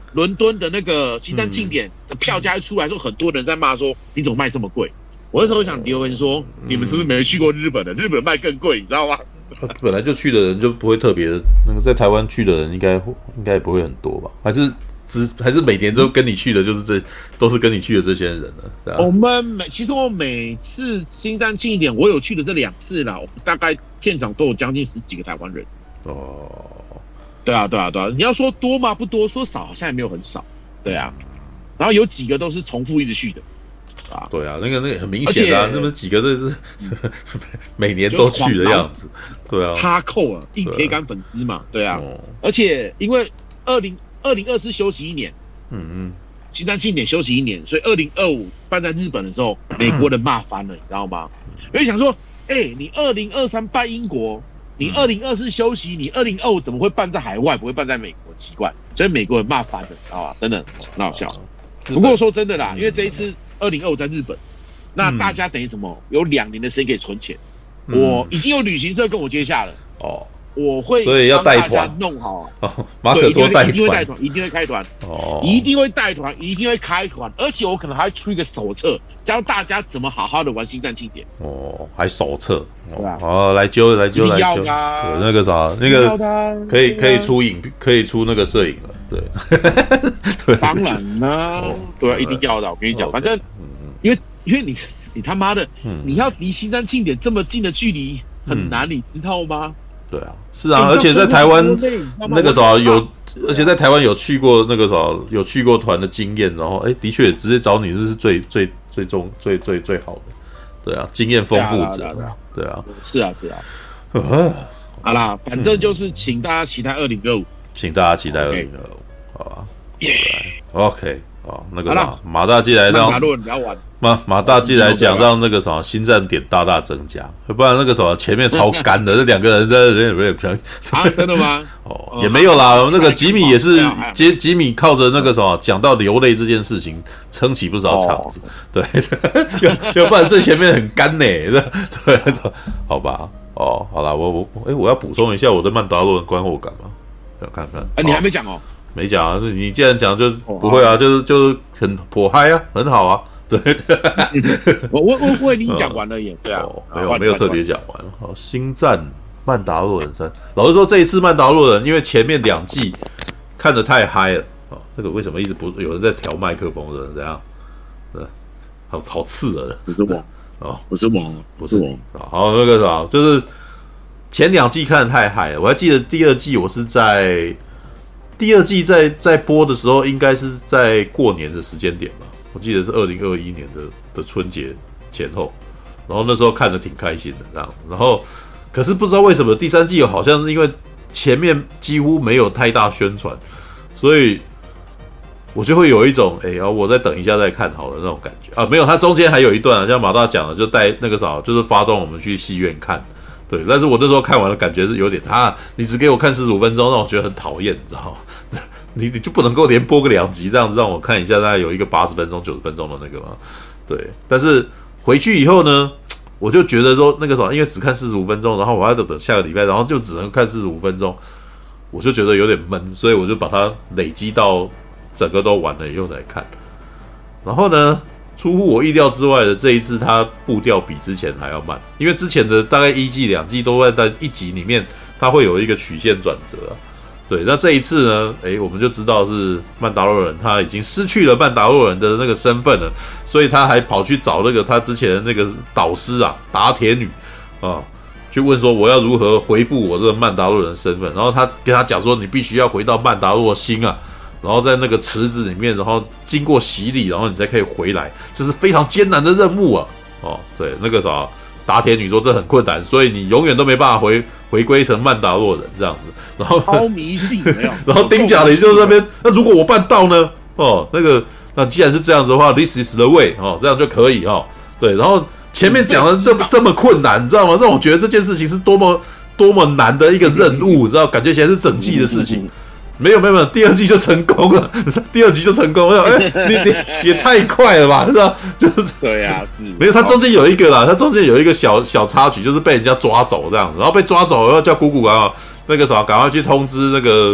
伦敦的那个星战庆典的票价一出来说，很多人在骂说你怎么卖这么贵？我那时候想留言说，你们是不是没去过日本的？日本卖更贵，你知道吗？ 本来就去的人就不会特别，那个在台湾去的人应该应该也不会很多吧？还是只还是每年都跟你去的，就是这都是跟你去的这些人呢？ 我们每其实我每次星战庆典，我有去的这两次啦，我大概现场都有将近十几个台湾人。哦，对啊，对啊，对啊！你要说多吗？不多；说少，好像也没有很少。对啊，然后有几个都是重复一直去的。啊， 对啊，那个那个很明显啊，那么几个都是每年都去的样子，对啊， 哈扣啊，硬铁杆粉丝嘛，对啊，哦、而且因为二零二零二四休息一年，嗯嗯，星战庆典休息一年，所以二零二五办在日本的时候，美国人骂翻了，你知道吗？因为想说，哎、欸，你二零二三办英国，你二零二四休息，你二零二五怎么会办在海外，不会办在美国？奇怪，所以美国人骂翻了，知道吧？真的很好笑。不过说真的啦，因为这一次。二零二五在日本，那大家等于什么？嗯、有两年的时间可以存钱。嗯、我已经有旅行社跟我接洽了。哦，我会所以要带团弄好。 哦，马可多带团， 一定会带团，一定会开团。哦，一定会带团，一定会开团，而且我可能还会出一个手册，教大家怎么好好的玩星战庆典。 哦，还手册。 对啊。 哦，来揪来揪来揪。 啊、 对，那个啥，那个可以可以出影，可以出那个摄影了。对， 对，当然啦，对啊，一定要的。我跟你讲，反正，因为因为你你他妈的，你要离星战庆典这么近的距离很难，你知道吗？ 对啊，是啊，而且在台湾那个时候有，而且在台湾有去过那个时候有去过团的经验，然后哎，的确直接找你这是最最最重最最最好的，对啊，经验丰富者，对啊， 是啊是啊，好啦，反正就是请大家期待二零二五。 请大家期待二零二五，好吧？耶 ，OK， 好，那个啥，马大继来让马马大继来讲，让那个什么星战点大大增加，不然那个什么前面超干的，这两个人在人有点啊，真的吗？ 哦，也没有啦，那个吉米也是吉吉米靠着那个什么讲到流泪这件事情撑起不少场子，对，要不然最前面很干呢，对，好吧？哦，好啦，我我哎，我要补充一下我对曼达洛人观后感嘛。看看， 哎、啊，你还没讲哦？ 没讲啊！你既然讲，就不会啊，哦、就是就是很颇嗨啊，很好啊，对。 我我我我已经讲完了耶，对啊， 哦、没有没有特别讲完。好，星战曼达洛人三，老实说，这一次曼达洛人，因为前面两季看得太嗨了啊、哦，这个为什么一直不有人在调麦克风的？怎样？呃，好好刺耳的， 不是我哦，不是我， 不是我。好，那个啥，就是。前两季看得太嗨了，我还记得第二季我是在第二季在在播的时候，应该是在过年的时间点吧，我记得是二零二一年的的春节前后，然后那时候看得挺开心的这样，然后可是不知道为什么第三季好像是因为前面几乎没有太大宣传，所以我就会有一种哎呀、欸，我再等一下再看好了那种感觉啊，没有，它中间还有一段啊，像马大讲的，就带那个啥，就是发动我们去戏院看。对，但是我那时候看完的感觉是有点啊，你只给我看四十五分钟，让我觉得很讨厌，你知道吗？你你就不能够连播个两集这样子让我看一下，大概有一个八十分钟、九十分钟的那个吗？对，但是回去以后呢，我就觉得说那个什么，因为只看四十五分钟，然后我还要等下个礼拜，然后就只能看四十五分钟，我就觉得有点闷，所以我就把它累积到整个都完了以后再看。然后呢？出乎我意料之外的，这一次它步调比之前还要慢，因为之前的大概一季、两季都会在一集里面，它会有一个曲线转折啊。对，那这一次呢，诶，我们就知道是曼达洛人他已经失去了曼达洛人的那个身份了，所以他还跑去找那个他之前的那个导师啊，打铁女啊，去问说我要如何恢复我这个曼达洛人身份，然后他跟他讲说，你必须要回到曼达洛星啊。然后在那个池子里面，然后经过洗礼，然后你才可以回来，这是非常艰难的任务啊！哦，对，那个啥，打铁女说这很困难，所以你永远都没办法回回归成曼达洛人这样子。然后超迷信，没有。 然后丁甲雷就在那边，那如果我办到呢？哦，那个，那既然是这样子的话 ，this is the way 哦，这样就可以哦。对，然后前面讲的这么这么困难，你知道吗？让我觉得这件事情是多么多么难的一个任务，你知道，感觉起来是整季的事情。没有没有没有，第二季就成功了，第二集就成功了。哎、欸，你你也太快了吧，是吧？就是对呀、啊，是没有，他中间有一个啦，他中间有一个小小插曲，就是被人家抓走这样子，然后被抓走，然后叫姑姑啊，那个啥，赶快去通知那个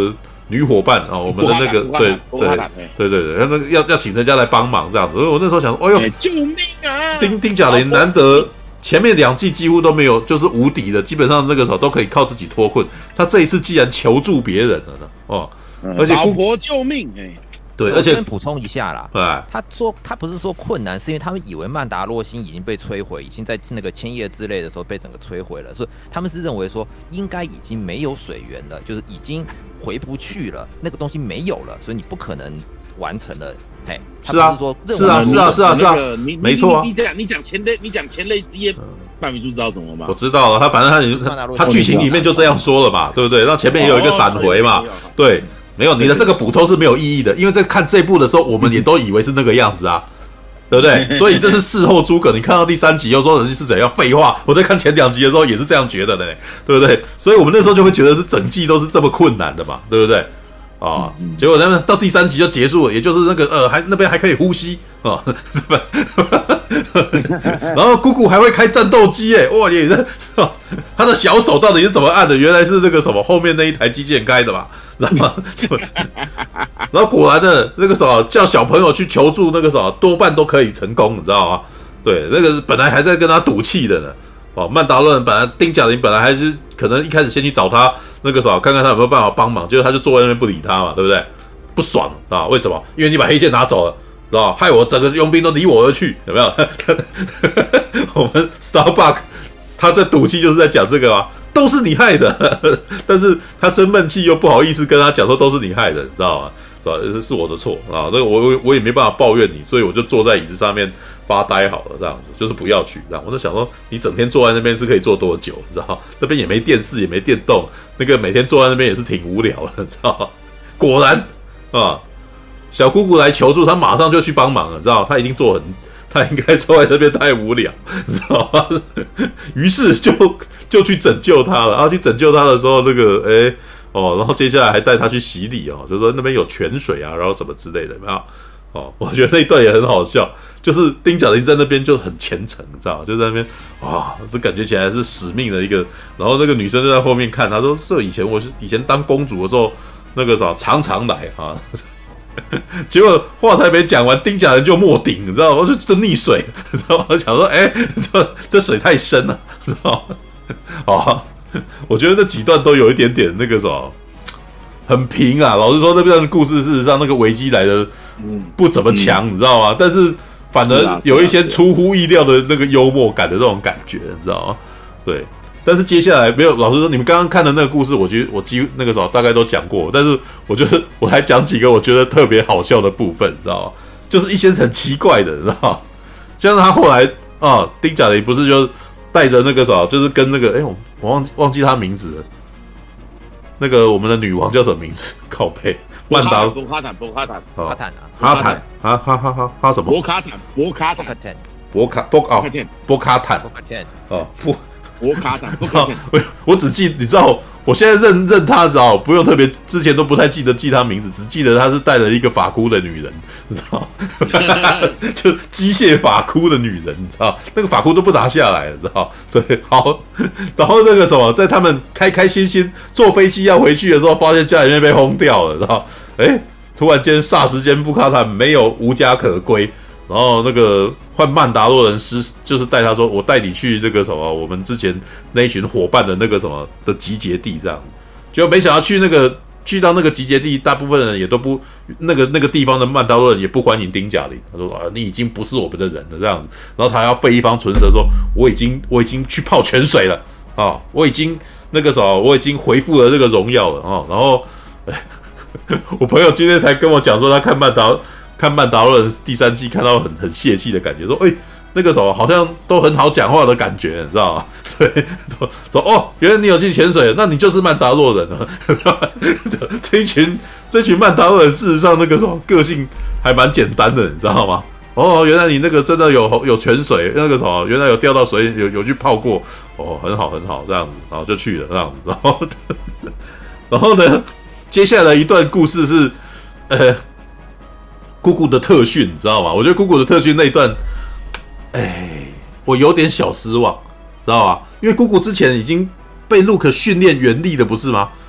女伙伴啊，我们的那个对对对对对，那个要要请人家来帮忙这样子。所以我那时候想说，哎呦， 救命啊！ 丁丁甲林难得前面两季几乎都没有就是无敌的，基本上那个时候都可以靠自己脱困。他这一次既然求助别人了呢，哦，而且老婆救命哎。 对，而且先补充一下啦，对，他说他不是说困难，是因为他们以为曼达洛星已经被摧毁，已经在那个千叶之类的时候被整个摧毁了，所以他们是认为说应该已经没有水源了，就是已经回不去了，那个东西没有了，所以你不可能完成了。嘿， 是啊，是啊，是啊，是啊，是啊，没错啊。 你讲你讲前类，你讲前类之夜，半米猪知道什么吗？ 我知道了，他反正他他剧情里面就这样说了嘛，对不对？那前面也有一个闪回嘛，对。没有，你的这个补充是没有意义的，因为在看这部的时候，我们也都以为是那个样子啊，对不对？所以这是事后诸葛，你看到第三集又说人家是怎样，废话，我在看前两集的时候也是这样觉得的，对不对？所以我们那时候就会觉得是整季都是这么困难的嘛，对不对？啊、哦，结果他们到第三集就结束了，也就是那个呃，还那边还可以呼吸啊，是吧？然后姑姑还会开战斗机，哎，哇，也是，他的小手到底是怎么按的？原来是那个什么后面那一台机器人开的嘛。然后，然后果然呢，那个什么叫小朋友去求助，那个什么多半都可以成功，你知道吗？对，那个本来还在跟他赌气的呢。哦，曼达洛人本来丁甲林本来还是可能一开始先去找他那个什么，看看他有没有办法帮忙，结果他就坐在那边不理他嘛，对不对？不爽啊？为什么？因为你把黑剑拿走了，知道？害我整个佣兵都离我而去，有没有？我们 Starbuck 他在赌气就是在讲这个啊。都是你害的，但是他生闷气又不好意思跟他讲说都是你害的，你知道吗？是吧？是我的错啊，这个我我也没办法抱怨你，所以我就坐在椅子上面发呆好了，这样子就是不要去。这样我就想说，你整天坐在那边是可以坐多久？你知道？那边也没电视，也没电动，那个每天坐在那边也是挺无聊的，你知道？果然啊，小姑姑来求助，他马上就去帮忙了，你知道？他一定做很。他应该坐在那边太无聊，你知道吗？于是就就去拯救他了。然后去拯救他的时候，那个哎哦，然后接下来还带他去洗礼哦，就说那边有泉水啊，然后什么之类的，有没有？哦，我觉得那一段也很好笑，就是丁甲林在那边就很虔诚，你知道吗？就在那边哇，这感觉起来是使命的一个。然后那个女生就在后面看，她说：“这以前我是以前当公主的时候，那个啥常常来啊。”结果话才没讲完，丁甲人就没顶，你知道吗？就就溺水，你知道吗？我想说，哎、欸，这这水太深了，知道吗？哦，我觉得那几段都有一点点那个什么，很平啊。老实说，那边的故事事实上那个危机来的不怎么强，嗯、你知道吗？但是反而有一些出乎意料的那个幽默感的这种感觉，你知道吗？对。但是接下来没有，老实说，你们刚刚看的那个故事，我觉得我几乎那个时候大概都讲过。但是我觉得我还讲几个我觉得特别好笑的部分，你知道吗？就是一些很奇怪的，你知道吗？像是他后来啊，丁甲雷不是就带着那个啥，就是跟那个哎、欸，我我忘记忘记他名字了。那个我们的女王叫什么名字？靠背曼达博卡坦博卡坦博卡坦啊哈坦啊哈哈哈哈什么？ 博卡坦博卡坦博卡博啊博卡坦博卡坦哦不。 博卡坦，不卡坦， 我我只记，你知道，我现在认认他，知道不用特别，之前都不太记得记他名字，只记得他是带了一个发箍的女人，你知道，就机械发箍的女人，你知道，那个发箍都不拿下来了，知道，对，好，然后那个什么，在他们开开心心坐飞机要回去的时候，发现家里面被轰掉了，知道，哎，突然间霎时间布卡坦没有无家可归。然后那个换曼达洛人师就是带他说，我带你去那个什么，我们之前那一群伙伴的那个什么的集结地这样，结果没想到去那个去到那个集结地，大部分人也都不那个那个地方的曼达洛人也不欢迎丁甲林，他说啊，你已经不是我们的人了这样子，然后他要费一方唇舌说，我已经我已经去泡泉水了啊，我已经那个什么，我已经恢复了这个荣耀了啊，然后我朋友今天才跟我讲说，他看曼达。看曼达洛人第三季看到很很泄气的感觉，说哎、欸、那个什么好像都很好讲话的感觉，你知道吗？对，说说哦，原来你有去潜水，那你就是曼达洛人了。这一群这一群曼达洛人事实上那个什么个性还蛮简单的，你知道吗？哦，原来你那个真的有有泉水，那个什么原来有掉到水有有去泡过，哦，很好很好这样子，然后就去了这样子，然后然后呢，接下来一段故事是呃。姑姑的特训，你知道吗？我觉得姑姑的特训那一段，哎，我有点小失望，知道吗？因为姑姑之前已经被 Luke 训练原力的，不是吗？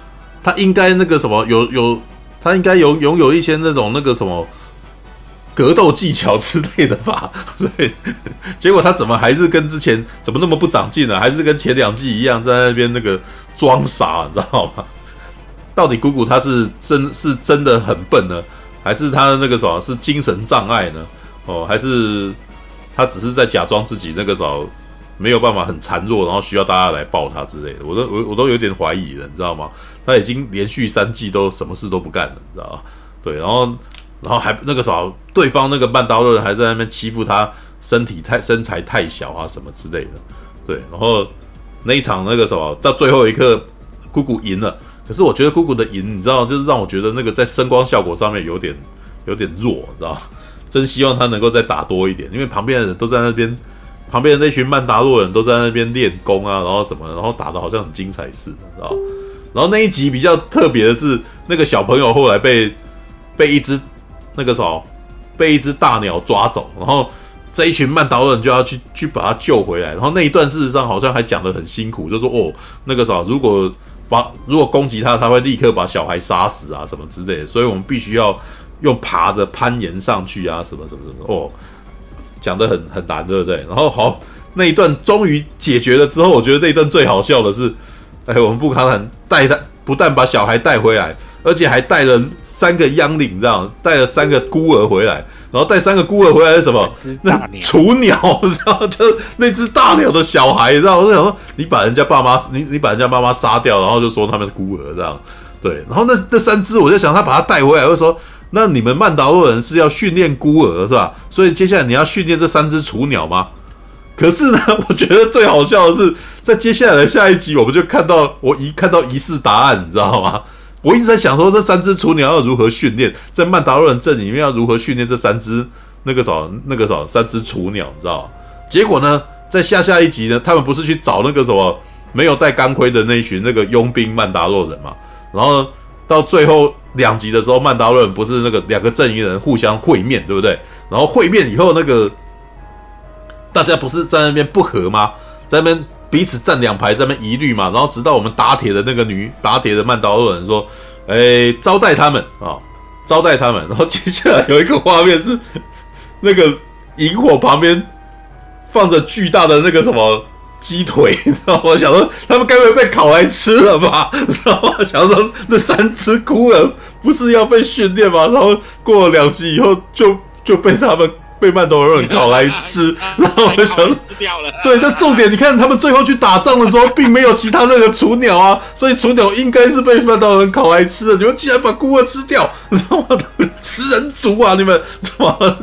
他应该那个什么有有，他应该有拥有一些那种那个什么格斗技巧之类的吧？对，结果他怎么还是跟之前怎么那么不长进呢？还是跟前两季一样在那边那个装傻，你知道吗？到底姑姑他是真是真的很笨呢，还是他的那个什么是精神障碍呢？哦，还是他只是在假装自己那个什么没有办法很孱弱，然后需要大家来抱他之类的？我都我我都有点怀疑了，你知道吗？他已经连续三季都什么事都不干了，你知道吗？对，然后。然后还那个啥，对方那个曼达洛人还在那边欺负他身体太身材太小啊什么之类的，对。然后那一场那个什么到最后一刻，姑姑赢了。可是我觉得姑姑的赢，你知道，就是让我觉得那个在声光效果上面有点有点弱，你知道？真希望他能够再打多一点，因为旁边的人都在那边，旁边的那群曼达洛人都在那边练功啊，然后什么，然后打得好像很精彩似的，你知道？然后那一集比较特别的是，那个小朋友后来被被一只。那个什么，被一只大鸟抓走，然后这一群曼达洛人就要去去把他救回来。然后那一段事实上好像还讲得很辛苦，就说哦，那个啥，如果把如果攻击他，他会立刻把小孩杀死啊什么之类的，所以我们必须要用爬着攀岩上去啊什么什么什么。哦，讲得很很难，对不对？然后好，那一段终于解决了之后，我觉得那一段最好笑的是，哎，我们布卡坦带他不但把小孩带回来。而且还带了三个央领，这样带了三个孤儿回来，然后带三个孤儿回来是什么？那雏鸟，知道就那只大鸟的小孩，知道？我就想说，你把人家爸妈，你你把人家妈妈杀掉，然后就说他们孤儿这样，对。然后那那三只，我就想他把他带回来，我就说，那你们曼达洛人是要训练孤儿是吧？所以接下来你要训练这三只雏鸟吗？可是呢，我觉得最好笑的是，在接下来的下一集，我们就看到我一看到疑似答案，你知道吗？我一直在想说，这三只雏鸟要如何训练，在曼达洛人镇里面要如何训练这三只那个什那个什三只雏鸟，你知道吗？结果呢，在下下一集呢，他们不是去找那个什么没有带钢盔的那一群那个佣兵曼达洛人嘛？然后到最后两集的时候，曼达洛人不是那个两个阵营人互相会面，对不对？然后会面以后，那个大家不是在那边不和吗？在那边。彼此站两排在那边疑虑嘛，然后直到我们打铁的那个女打铁的曼达洛人说：“哎，招待他们啊、哦，招待他们。”然后接下来有一个画面是那个萤火旁边放着巨大的那个什么鸡腿，你知道吗？我想说他们该不会被烤来吃了吧？知道吗？想说那三只孤儿不是要被训练吗？然后过了两集以后就就被他们。被曼达洛人烤来吃，然后我就想，对，那重点你看，他们最后去打仗的时候，并没有其他那个雏鸟啊，所以雏鸟应该是被曼达洛人烤来吃的。你们竟然把孤儿吃掉，你知道吗？食人族啊，你们怎么？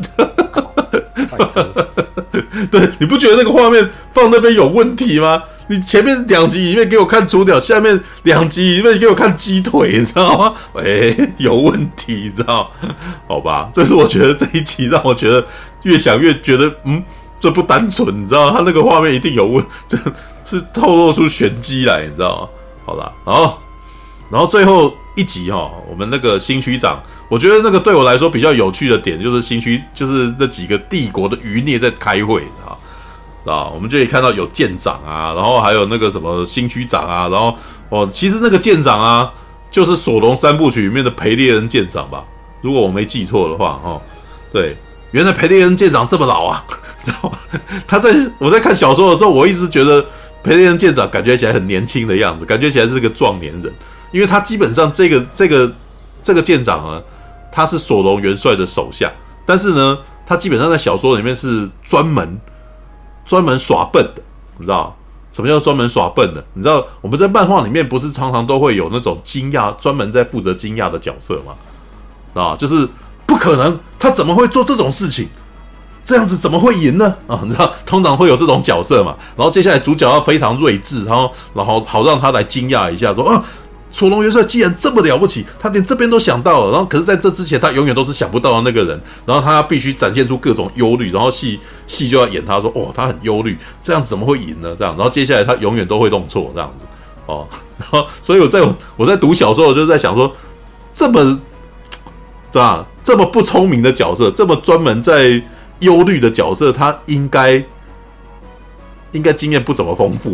对，你不觉得那个画面放那边有问题吗？你前面两集里面给我看雏鸟，下面两集里面给我看鸡腿，你知道吗？哎，有问题，你知道？好吧，这是我觉得这一集让我觉得越想越觉得，嗯，这不单纯，你知道？他那个画面一定有问，这是透露出玄机来，你知道吗？好啦，然后，然后最后一集哈、哦，我们那个新区长，我觉得那个对我来说比较有趣的点就是新区，就是那几个帝国的余孽在开会啊。啊，我们就可以看到有舰长啊，然后还有那个什么新区长啊，然后哦，其实那个舰长啊，就是索隆三部曲里面的裴列恩舰长吧，如果我没记错的话，哦，对，原来裴列恩舰长这么老啊，知道吗？他在我在看小说的时候，我一直觉得裴列恩舰长感觉起来很年轻的样子，感觉起来是个壮年人，因为他基本上这个这个这个舰长啊，他是索隆元帅的手下，但是呢，他基本上在小说里面是专门。专门耍笨的，你知道什么叫专门耍笨的？你知道我们在漫画里面不是常常都会有那种惊讶，专门在负责惊讶的角色吗？啊，就是不可能，他怎么会做这种事情？这样子怎么会赢呢？啊，你知道通常会有这种角色嘛。然后接下来主角要非常睿智，然后然后好让他来惊讶一下，说啊。索隆元帅既然这么了不起，他连这边都想到了，然后可是在这之前他永远都是想不到的那个人，然后他必须展现出各种忧虑，然后戏戏就要演他说哦他很忧虑，这样子怎么会赢呢？这样，然后接下来他永远都会弄错这样子哦，然后所以我在我在读小说，我就在想说，这么这样这么不聪明的角色，这么专门在忧虑的角色，他应该应该经验不怎么丰富吧？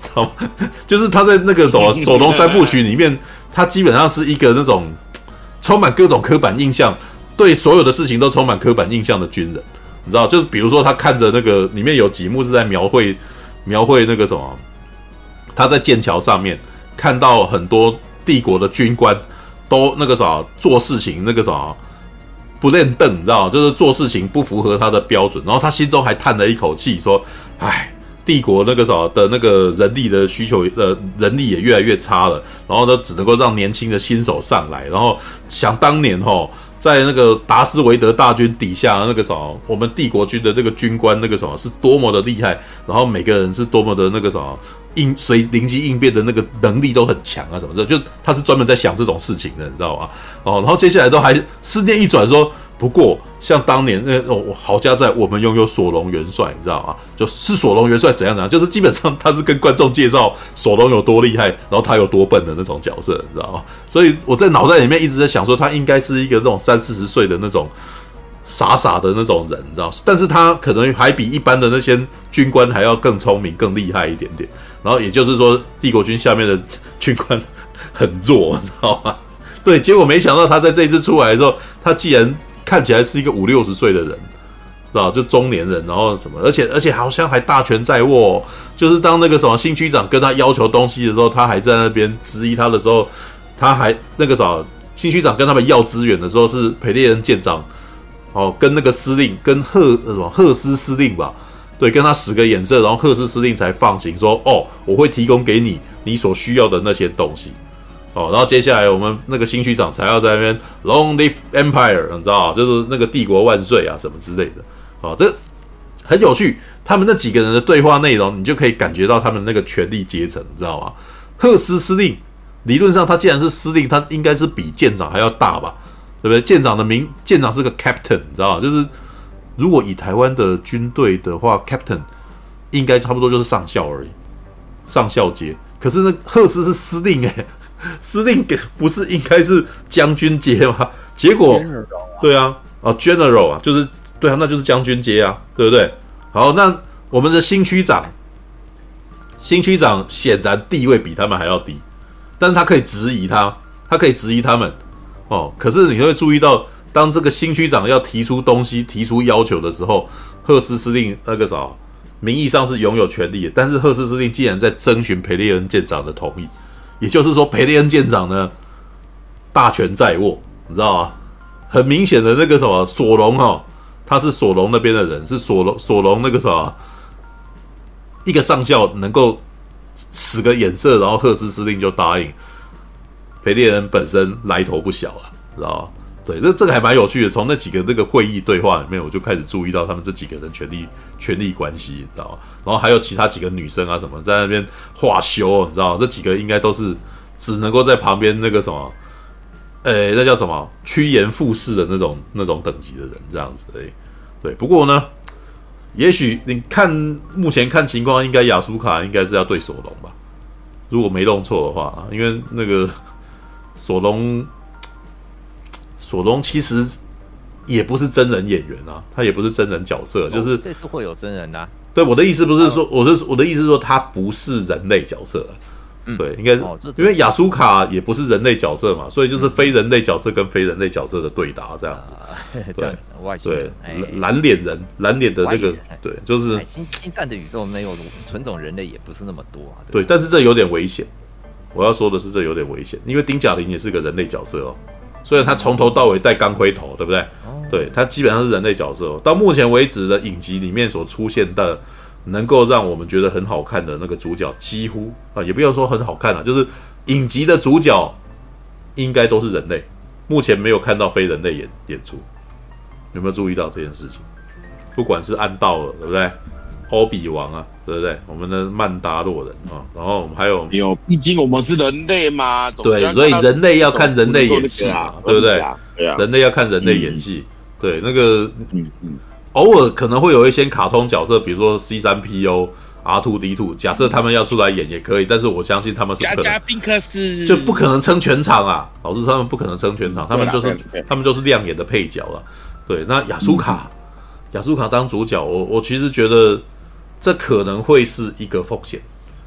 知道吗？就是他在那个什么索隆三部曲里面，他基本上是一个那种充满各种刻板印象，对所有的事情都充满刻板印象的军人。你知道，就是比如说他看着那个里面有几幕是在描绘描绘那个什么，他在剑桥上面看到很多帝国的军官都那个啥做事情那个啥不练凳，你知道，就是做事情不符合他的标准，然后他心中还叹了一口气，说：“唉，帝国那个啥的那个人力的需求，呃，人力也越来越差了，然后呢，只能够让年轻的新手上来，然后想当年吼。”在那个达斯维德大军底下，那个什么，我们帝国军的那个军官，那个什么是多么的厉害，然后每个人是多么的那个什么应随灵机应变的那个能力都很强啊，什么的，就他是专门在想这种事情的，你知道吗？哦，然后接下来都还思念一转说，不过像当年那哦，好家在我们拥有索隆元帅，你知道吗？就是索隆元帅怎样怎样，就是基本上他是跟观众介绍索隆有多厉害，然后他有多笨的那种角色，你知道吗？所以我在脑袋里面一直在想说，他应该是一个那种三四十岁的那种傻傻的那种人，你知道？但是他可能还比一般的那些军官还要更聪明、更厉害一点点。然后也就是说，帝国军下面的军官很弱，你知道吗？对，结果没想到他在这一次出来的时候，他既然看起来是一个五六十岁的人，知道就中年人，然后什么，而且而且好像还大权在握、哦，就是当那个什么新区长跟他要求东西的时候，他还在那边质疑他的时候，他还那个啥，新区长跟他们要资源的时候是裴列恩舰长，哦，跟那个司令跟赫呃什么赫斯司令吧，对，跟他使个眼色，然后赫斯司令才放行说，哦，我会提供给你你所需要的那些东西。哦，然后接下来我们那个新区长才要在那边 Long Live Empire， 你知道，就是那个帝国万岁啊什么之类的。哦，这很有趣。他们那几个人的对话内容，你就可以感觉到他们那个权力阶层，你知道吗？赫斯司令理论上他既然是司令，他应该是比舰长还要大吧，对不对？舰长的名，舰长是个 Captain， 你知道吗？就是如果以台湾的军队的话 ，Captain 应该差不多就是上校而已，上校阶。可是那赫斯是司令诶、欸。司令不是应该是将军阶吗？结果，对啊，啊 ，General 啊，就是对啊，那就是将军阶啊，对不对？好，那我们的新区长，新区长显然地位比他们还要低，但是他可以质疑他，他可以质疑他们哦。可是你会注意到，当这个新区长要提出东西、提出要求的时候，赫斯司令那个啥，名义上是拥有权力的，但是赫斯司令既然在征询裴列恩舰长的同意。也就是说，裴列恩舰长呢，大权在握，你知道吗？很明显的那个什么索隆哦，他是索隆那边的人，是索隆索隆那个什么一个上校能够使个眼色，然后赫斯司令就答应。裴列恩本身来头不小了，知道吗？对，这这个还蛮有趣的。从那几个那个会议对话里面，我就开始注意到他们这几个人权力权力关系，你知道吗？然后还有其他几个女生啊什么在那边画休，你知道吗？这几个应该都是只能够在旁边那个什么，呃，那叫什么趋炎附势的那种那种等级的人，这样子而已。对，不过呢，也许你看目前看情况，应该亚苏卡应该是要对索隆吧，如果没弄错的话，因为那个索隆。索隆其实也不是真人演员啊，他也不是真人角色，哦、就是这次会有真人的、啊。 对，我的意思不是说，我是我的意思是说，他不是人类角色、啊嗯、对，应该是、哦、因为亚苏卡也不是人类角色嘛，所以就是非人类角色跟非人类角色的对打这样子。 嗯、 对， 外星人对，蓝脸人，蓝脸的那个，对，就是星星战的宇宙没有纯种人类也不是那么多啊。 对，但是这有点危险。我要说的是，这有点危险，因为丁甲林也是个人类角色哦。虽然他从头到尾戴钢盔头，对不对？哦、对，他基本上是人类角色、哦。到目前为止的影集里面所出现的，能够让我们觉得很好看的那个主角，几乎啊，也不要说很好看了、啊，就是影集的主角应该都是人类。目前没有看到非人类演演出，有没有注意到这件事情？不管是安道尔，对不对？欧比王啊，对不对？我们的曼达洛人啊，然后我们还有有，毕竟我们是人类嘛， 对，所以人类要看人类演戏嘛，对不对？ 对啊， 人类要看人类演戏，嗯、对，那个，嗯嗯，偶尔可能会有一些卡通角色，比如说 C 三 P O、R 二 D 二，假设他们要出来演也可以，但是我相信他们是不可能， 加加宾克斯就不可能撑全场啊，老实说他们不可能撑全场，他们就是他们就是亮眼的配角了。对，那亚苏卡，亚苏卡当主角，我我其实觉得。这可能会是一个风险，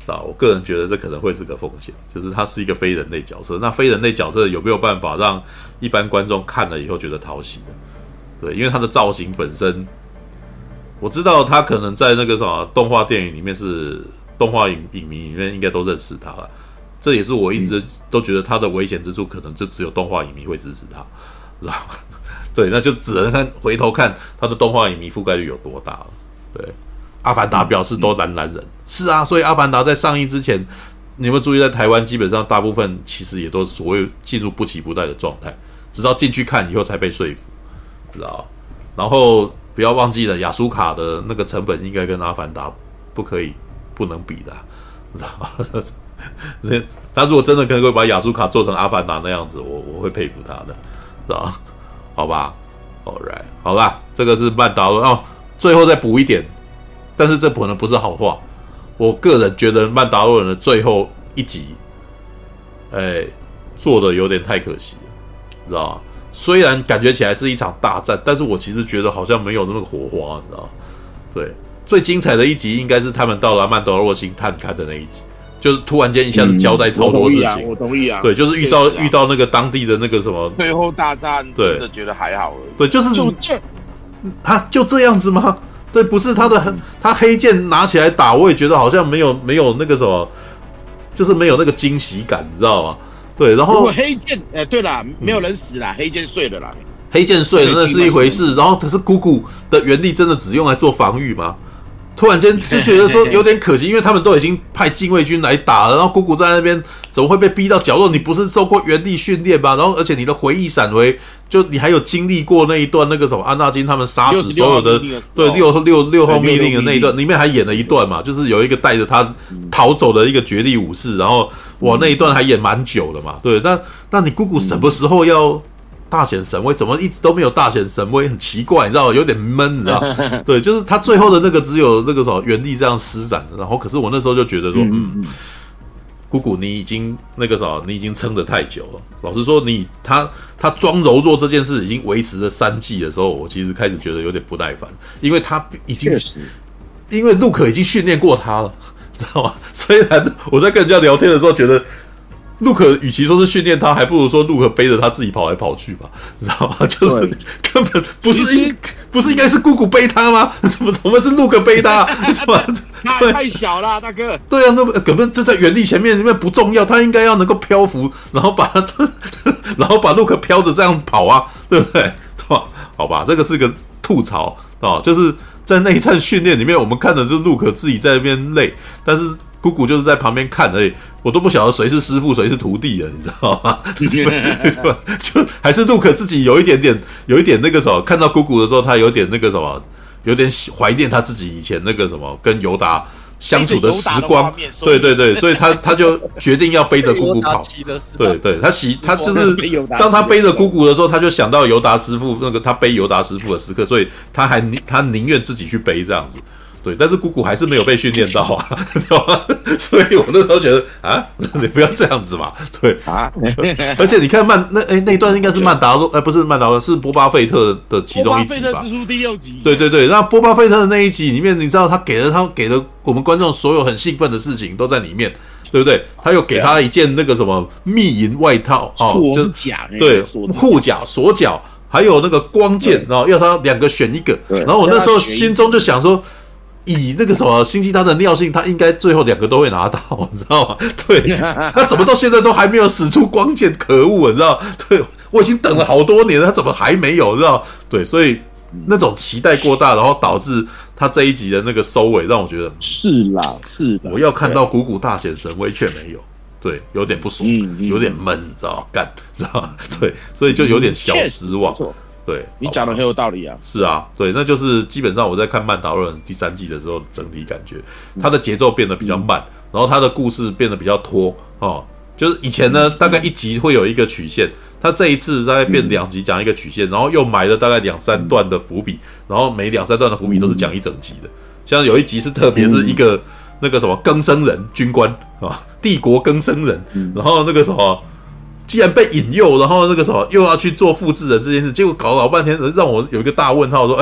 啊，我个人觉得这可能会是个风险，就是他是一个非人类角色。那非人类角色有没有办法让一般观众看了以后觉得讨喜呢？对，因为他的造型本身，我知道他可能在那个什么动画电影里面是动画影影迷里面应该都认识他了。这也是我一直都觉得他的危险之处，可能就只有动画影迷会支持他，知道吗？对，那就只能看回头看他的动画影迷覆盖率有多大了。对。阿凡达表示都蓝蓝人，嗯、是啊，所以阿凡达在上映之前，你有没有注意，在台湾基本上大部分其实也都所谓进入不期不待的状态，直到进去看以后才被说服，知道？然后不要忘记了，亚苏卡的那个成本应该跟阿凡达不可以不能比的，知道？他如果真的可能会把亚苏卡做成阿凡达那样子，我我会佩服他的，知道？好吧 ，All right， 好啦，这个是曼达洛哦，最后再补一点。但是这可能不是好话，我个人觉得曼达洛人的最后一集，哎，做的有点太可惜了，知道吗？虽然感觉起来是一场大战，但是我其实觉得好像没有那么火花，你知道吗？对，最精彩的一集应该是他们到了曼达洛星探勘的那一集，就是突然间一下子交代超多事情。嗯、 我同意啊， 对，就是遇到、啊、遇到那个当地的那个什么最后大战，真的觉得还好而已。 对，就是就这啊，就这样子吗？对，不是他的，他黑剑拿起来打，我也觉得好像没有没有那个什么，就是没有那个惊喜感，你知道吗？对，然后黑剑，哎、呃，对啦，没有人死啦，嗯、黑剑碎了啦， 黑剑碎了那是一回事，然后可是姑姑的原力真的只用来做防御吗？突然间是觉得说有点可惜，因为他们都已经派禁卫军来打了，然后姑姑在那边怎么会被逼到角落？你不是受过原力训练吧？然后而且你的回忆闪回，就你还有经历过那一段那个什么安纳金他们杀死所有的对六六六号密令的那一段，里面还演了一段嘛，就是有一个带着他逃走的一个绝地武士，然后哇那一段还演蛮久了嘛。对，那那你姑姑什么时候要大显神威？怎么一直都没有大显神威？很奇怪，你知道吗？有点闷，你知道吗？对，就是他最后的那个只有那个什么原力这样施展的。然后，可是我那时候就觉得说，嗯，姑姑你已经那个什么，你已经撑得太久了。老实说，你他他装柔弱这件事已经维持了三季的时候，我其实开始觉得有点不耐烦，因为他已经，因为陆可已经训练过他了，知道吗？虽然我在跟人家聊天的时候觉得。陆可与其说是训练他，还不如说陆可背着他自己跑来跑去吧，你知道吗？就是根本不是应不是应该是姑姑背他吗？怎么怎么是陆可背他？怎么他太小了，大哥。 对啊，那根本就在原地前面，因为不重要，他应该要能够漂浮，然后把然后把陆可飘着这样跑啊，对不对？好吧，这个是个吐槽啊，就是在那一段训练里面，我们看的就是陆可自己在那边累，但是。姑姑就是在旁边看而已，我都不晓得谁是师傅谁是徒弟了，你知道吗？就还是陆可自己有一点点，有一点那个什么，看到姑姑的时候，他有点那个什么，有点怀念他自己以前那个什么跟尤达相处的时光。对对对，所以他他就决定要背着姑姑跑。对对，他喜他就是当他背着姑姑的时候，他就想到尤达师傅那个他背尤达师傅的时刻，所以他还他宁愿自己去背这样子。对，但是姑姑还是没有被训练到啊，知道吗？所以我那时候觉得啊，你不要这样子嘛，对啊。而且你看曼那哎那一段应该是曼达洛，呃不是曼达洛，是波巴费特的其中一集吧？ 波巴费特之书第六集。 对对对，那波巴费特的那一集里面，你知道他给了他给了我们观众所有很兴奋的事情都在里面，对不对？他又给他一件那个什么密银外套哦， 就是甲对护甲锁脚，还有那个光剑，然后要他两个选一个。然后我那时候心中就想说。以那个什么星际他的尿性，他应该最后两个都会拿到，你知道吗？对，他怎么到现在都还没有使出光剑？可恶，你知道？对，我已经等了好多年了，他怎么还没有？知道？对，所以那种期待过大，然后导致他这一集的那个收尾，让我觉得是啦，是的， 我要看到姑姑大显神威却没有，对，有点不爽，有点闷，你知道？干，知道？对，所以就有点小失望。对， 你讲的很有道理啊。 是啊，对，那就是基本上我在看《曼达洛人》第三季的时候，整体感觉它的节奏变得比较慢，嗯、然后它的故事变得比较拖哦。就是以前呢，大概一集会有一个曲线，它这一次大概变两集讲一个曲线，然后又埋了大概两三段的伏笔，然后每两三段的伏笔都是讲一整集的。像有一集是特别是一个那个什么更生人军官啊，帝国更生人，然后那个什么。既然被引诱，然后那个什么又要去做复制人这件事，结果搞了老半天，让我有一个大问号，说：哎，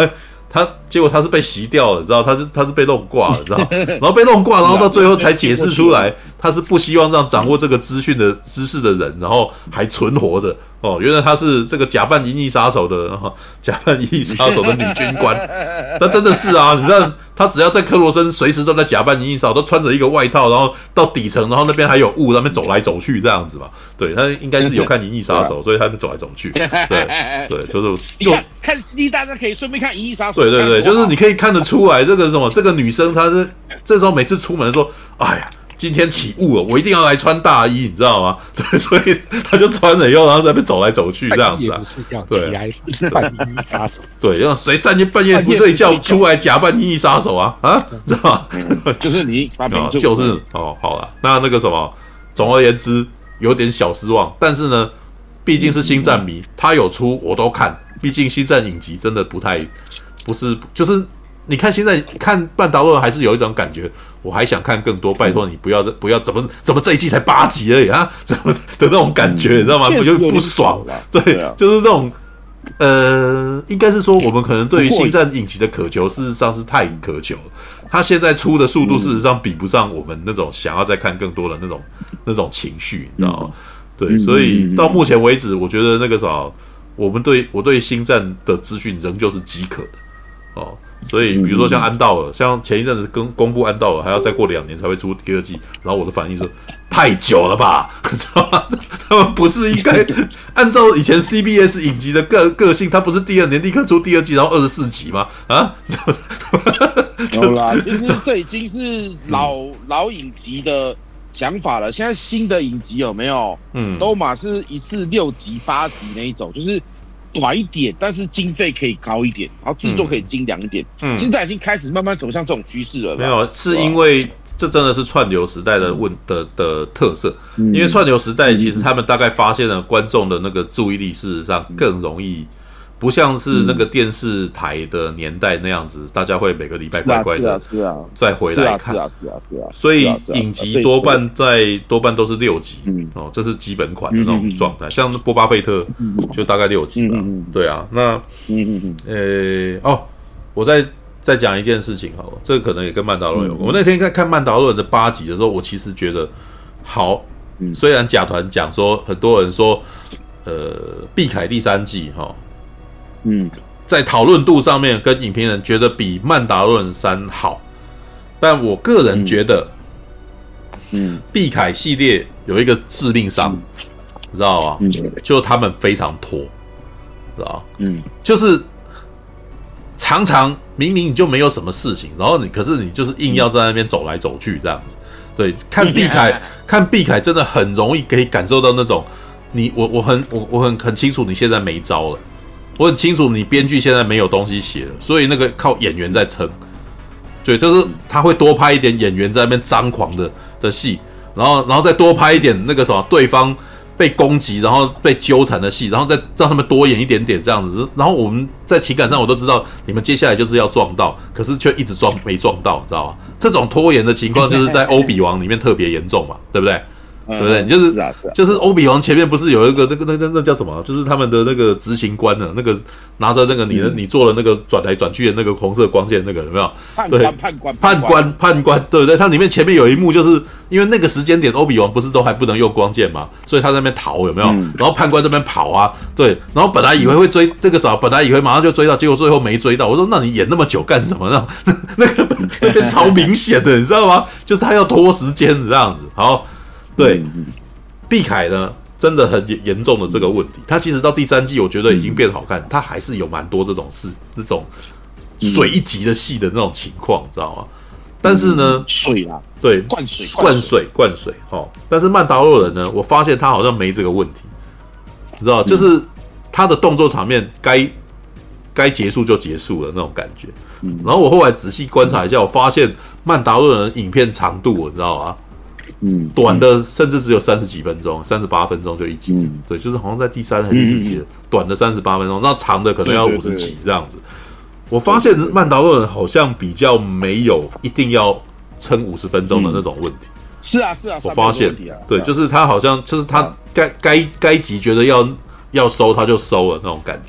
他结果他是被洗掉了，你知道，他是他是被弄挂了，你知道，然后被弄挂，然后到最后才解释出来，他是不希望让掌握这个资讯的知识的人，然后还存活着。哦，原来他是这个假扮银翼杀手的，哦、假扮银翼杀手的女军官，他真的是啊！你知道，他只要在克罗森，随时都在假扮银翼杀手，都穿着一个外套，然后到底层，然后那边还有雾，那边走来走去这样子嘛。对，他应该是有看银翼杀手，所以他们走来走去。对对，就是你看看 C D 大家可以顺便看银翼杀手。 对对对，就是你可以看得出来，这个什么，这个女生她是这时候每次出门说，哎呀。今天起雾了，我一定要来穿大衣，你知道吗？对，所以他就穿了以后，然后在那边走来走去这样子啊。对， 扮银翼杀手。 对，让谁三更半夜不睡觉出来假扮银翼杀手啊？啊，知道吗？ 就是你， 就是哦，好了，那那个什么，总而言之有点小失望，但是呢，毕竟是星战迷，他有出我都看，毕竟星战影集真的不太不是就是。你看现在看曼达洛人还是有一种感觉，我还想看更多，拜托你不要不要怎么怎么这一季才八集而已啊，怎么的那种感觉，你知道吗？我觉得不爽，对，就是那种呃，应该是说我们可能对于星战影集的渴求，事实上是太渴求了。他现在出的速度，事实上比不上我们那种想要再看更多的那种那种情绪，你知道吗？对，所以到目前为止，我觉得那个啥，我们对我对星战的资讯仍旧是饥渴的哦。所以，比如说像安道尔，像前一阵子公公布安道尔还要再过两年才会出第二季，然后我的反应是太久了吧，知道吗？他们不是应该按照以前 C B S 影集的个个性，他不是第二年立刻出第二季，然后二十四集吗？啊， 有啦，其实这已经是老、嗯、老影集的想法了。现在新的影集有没有？嗯，都嘛是一次六集、八集那一种，就是。短一点，但是经费可以高一点，然后制作可以精良一点。嗯，现在已经开始慢慢走向这种趋势了。 没有，是因为这真的是串流时代的问的的特色。嗯、因为串流时代，其实他们大概发现了观众的那个注意力，事实上更容易，不像是那个电视台的年代那样子，大家会每个礼拜乖乖的再回来看。 是啊，是啊，是啊。 所以影集多半在多半都是六集，哦，这是基本款的那种状态。像波巴费特就大概六集吧。对啊，那呃哦，我再再讲一件事情好了，这个可能也跟曼达洛人有关。我那天在看曼达洛人的八集的时候，我其实觉得好，虽然甲团讲说很多人说，呃，毕凯第三季哈。嗯，在讨论度上面，跟影评人觉得比《曼达洛人三》好，但我个人觉得，嗯，毕凯系列有一个致命伤，嗯、你知道吗？嗯，就他们非常拖，知道吗？嗯，就是常常明明你就没有什么事情，然后你可是你就是硬要在那边走来走去这样子。对，看毕凯，看毕凯真的很容易可以感受到那种你我我很我我很很清楚你现在没招了。我很清楚，你编剧现在没有东西写了，所以那个靠演员在撑。对，就是他会多拍一点演员在那边张狂的的戏，然后，然后再多拍一点那个什么对方被攻击，然后被纠缠的戏，然后再让他们多演一点点这样子。然后我们在情感上我都知道，你们接下来就是要撞到，可是却一直撞没撞到，你知道吗？这种拖延的情况就是在欧比王里面特别严重嘛，对不对？对不对？你就是是啊是啊， 就是欧比王前面不是有一个那个那个那叫什么？就是他们的那个执行官呢，那个拿着那个你的、嗯、你做了那个转来转去的那个红色光剑那个有没有？ 判官判官判官判官，对不对？它里面前面有一幕，就是因为那个时间点欧比王不是都还不能用光剑嘛，所以他在那边逃有没有？嗯、然后判官这边跑啊，对，然后本来以为会追这个啥，本来以为马上就追到，结果最后没追到。我说那你演那么久干什么呢？那个那边超明显的，你知道吗？就是他要拖时间这样子。好，对。嗯毕凯呢，真的很严重的这个问题。他其实到第三季，我觉得已经变好看，他还是有蛮多这种事，这种水一集的戏的那种情况，知道吗？但是呢， 水啦， 对， 灌水， 灌水，灌水，哦。但是曼达洛人呢，我发现他好像没这个问题，你知道，就是他的动作场面该该结束就结束了那种感觉。然后我后来仔细观察一下，我发现曼达洛人影片长度，你知道吗？嗯，短的甚至只有三十几分钟，三十八分钟就一集，嗯、对，就是好像在第三还是第四集，嗯、短的三十八分钟，那长的可能要五十集这样子。我发现曼达洛人好像比较没有一定要撑五十分钟的那种问题。嗯、 是啊，是啊， 我发现，啊、对，就是他好像就是他该该该集觉得要要收他就收了那种感觉。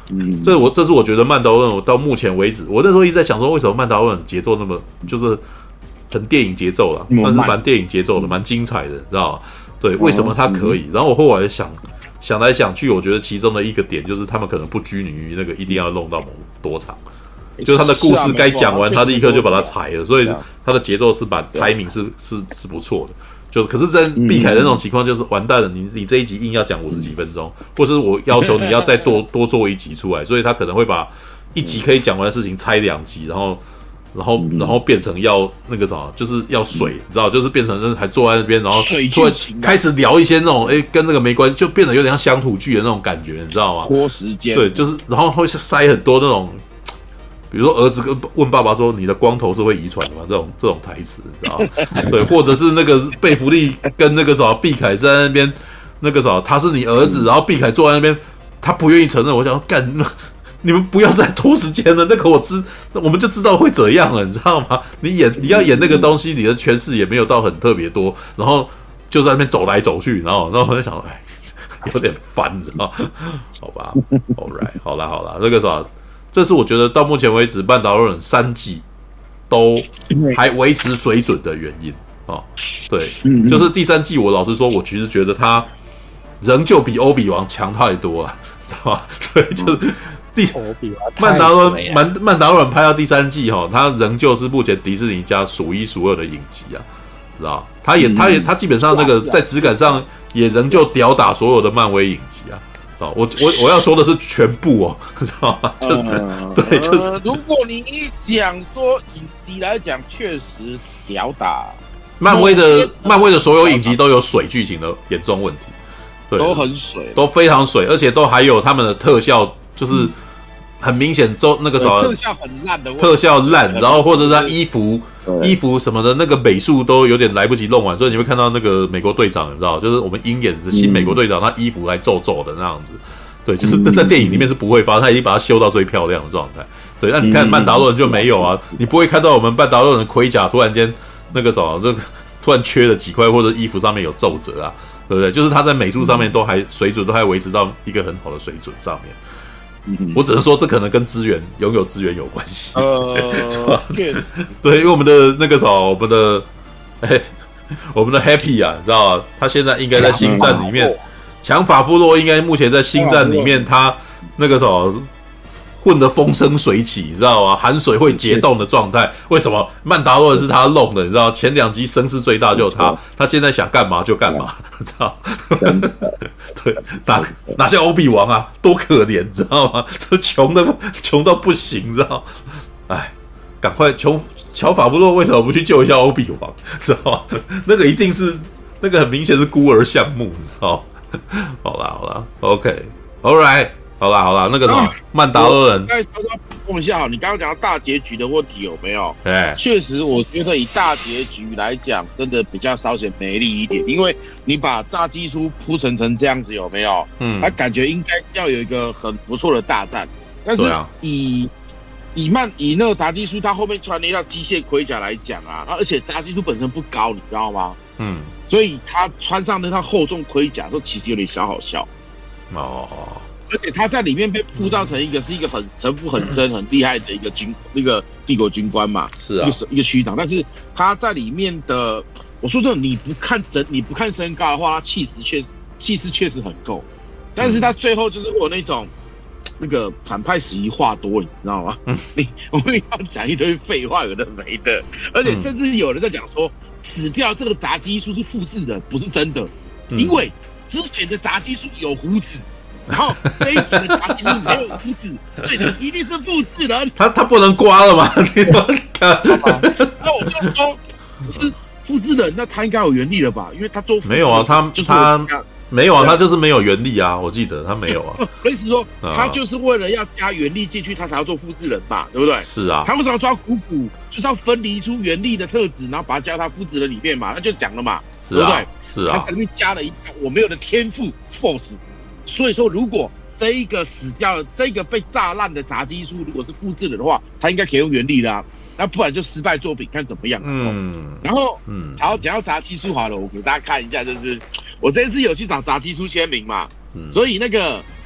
嗯，这我这是我觉得曼达洛人到目前为止，我那时候一直在想说，为什么曼达洛人节奏那么就是很电影节奏啦，算是蛮电影节奏的，蛮精彩的，知道吗？对，为什么他可以？然后我后来想想来想去，我觉得其中的一个点就是他们可能不拘泥于那个一定要弄到某多长。就是他的故事该讲完，他立刻就把它裁了，所以他的节奏是把timing是是是不错的。就可是，在毕凯的那种情况，就是完蛋了，你你这一集硬要讲五十几分钟，或是我要求你要再多多做一集出来，所以他可能会把一集可以讲完的事情拆两集，然后然后然后变成要那个啥，就是要水，你知道，就是变成还坐在那边，然后突然开始聊一些那种哎、欸、跟那个没关系，就变得有点像乡土剧的那种感觉，你知道吗？ 拖时间， 对，就是然后会塞很多那种。比如说儿子跟问爸爸说：“你的光头是会遗传的吗？”这种这种台词，你知道吗？对，或者是那个贝弗利跟那个什么毕凯在那边，那个什么他是你儿子，然后毕凯坐在那边，他不愿意承认。我想干，你们不要再拖时间了。那个我知，我们就知道会怎样了，你知道吗？你演你要演那个东西，你的诠释也没有到很特别多，然后就在那边走来走去，然后然后我就想，哎，有点烦，你知道吗？好吧 ，All right， 好啦好啦，那个啥。这是我觉得到目前为止，曼达洛人三季都还维持水准的原因啊、哦。对，就是第三季，我老实说，我其实觉得他仍旧比欧比王强太多了，知道吗？对，就是第曼达洛曼曼达洛人拍到第三季哈、哦，他仍旧是目前迪士尼家数一数二的影集啊，知道？他也他也他基本上那个在质感上也仍旧吊打所有的漫威影集啊。哦，我我我要说的是全部哦，知道吗？就是、呃、对，就是、 呃、如果你一讲说影集来讲，确实吊打漫威的漫威的所有影集都有水剧情的严重问题，对， 都很水， 都非常水，而且都还有他们的特效，就是很明显，周那个什么特效很烂的问题， 特效烂，然后或者是他衣服。衣服什么的那个美术都有点来不及弄完，所以你会看到那个美国队长，你知道，就是我们鹰眼的新美国队长，他衣服还皱皱的那样子。对，就是在电影里面是不会发，他已经把它修到最漂亮的状态。对，那你看曼达洛人就没有啊，你不会看到我们曼达洛人盔甲突然间那个什么，这突然缺了几块，或者衣服上面有皱褶啊，对不对？就是他在美术上面都还水准都还维持到一个很好的水准上面。我只能说，这可能跟资源拥有资源有关系。 呃，确实， 对，因为我们的那个啥，我们的哎、欸，我们的 Happy 啊，你知道吗？他现在应该在星战里面，强法夫洛应该目前在星战里面，他那个什么混得风生水起，你知道吗？含水会结冻的状态。为什么曼达洛人是他弄的？你知道，前两集声势最大就是他，他现在想干嘛就干嘛，你知道？对，哪哪像欧比王啊，多可怜，你知道吗？这穷的穷到不行，你知道？哎，赶快穷乔法夫洛为什么不去救一下欧比王？知道吗？那个一定是那个很明显是孤儿项目，你知道？好啦好啦 ，OK，All right。好啦好啦，那个什么、啊、曼达洛人， 再稍微补充一下哈，你刚刚讲到大结局的问题有没有？ 哎， 确实，我觉得以大结局来讲，真的比较稍显没力一点，因为你把炸鸡叔铺陈成这样子，有没有？嗯，他感觉应该要有一个很不错的大战，但是以、啊、以曼以那个炸鸡叔他后面穿了一套机械盔甲来讲啊，而且炸鸡叔本身不高，你知道吗？嗯，所以他穿上那套厚重盔甲，都其实有点小好笑。 哦。 而且他在里面被塑造成一个是一个很城府很深、很厉害的一个军那个帝国军官嘛， 是啊， 一个一个区长。但是他在里面的，我说真的，你不看整，你不看身高的话，他气势确气势确实很够。但是他最后就是会有那种那个反派死一话多，你知道吗？嗯、你我们要讲一堆废话，有的没的，而且甚至有人在讲说，死掉这个炸鸡叔是复制人，不是真的，嗯、因为之前的炸鸡叔有胡子。然后这一集的炸鸡叔没有胡子，所以他一定是复制人。 他他不能刮了吗？ 那我就说，是复制人，那他应该有原力了吧？因为他做没有啊，他他没有啊，他就是没有原力啊。我记得他没有啊。 意思说，他就是为了要加原力进去，他才要做复制人嘛，对不对？ 是啊。 他为什么要抓股骨？就是要分离出原力的特质，然后把它加到他复制人里面嘛，那就讲了嘛，对不对？ 是啊。 他在里面加了一个我没有的天赋 force。所以说，如果这一个死掉了，这个被炸烂的炸鸡叔，如果是复制人的话，他应该可以用原力的啊。那不然就失败作品，看怎么样。嗯。然后，嗯，好，讲到炸鸡叔好了，我给大家看一下，就是我这一次有去找炸鸡叔签名嘛，嗯、所以那个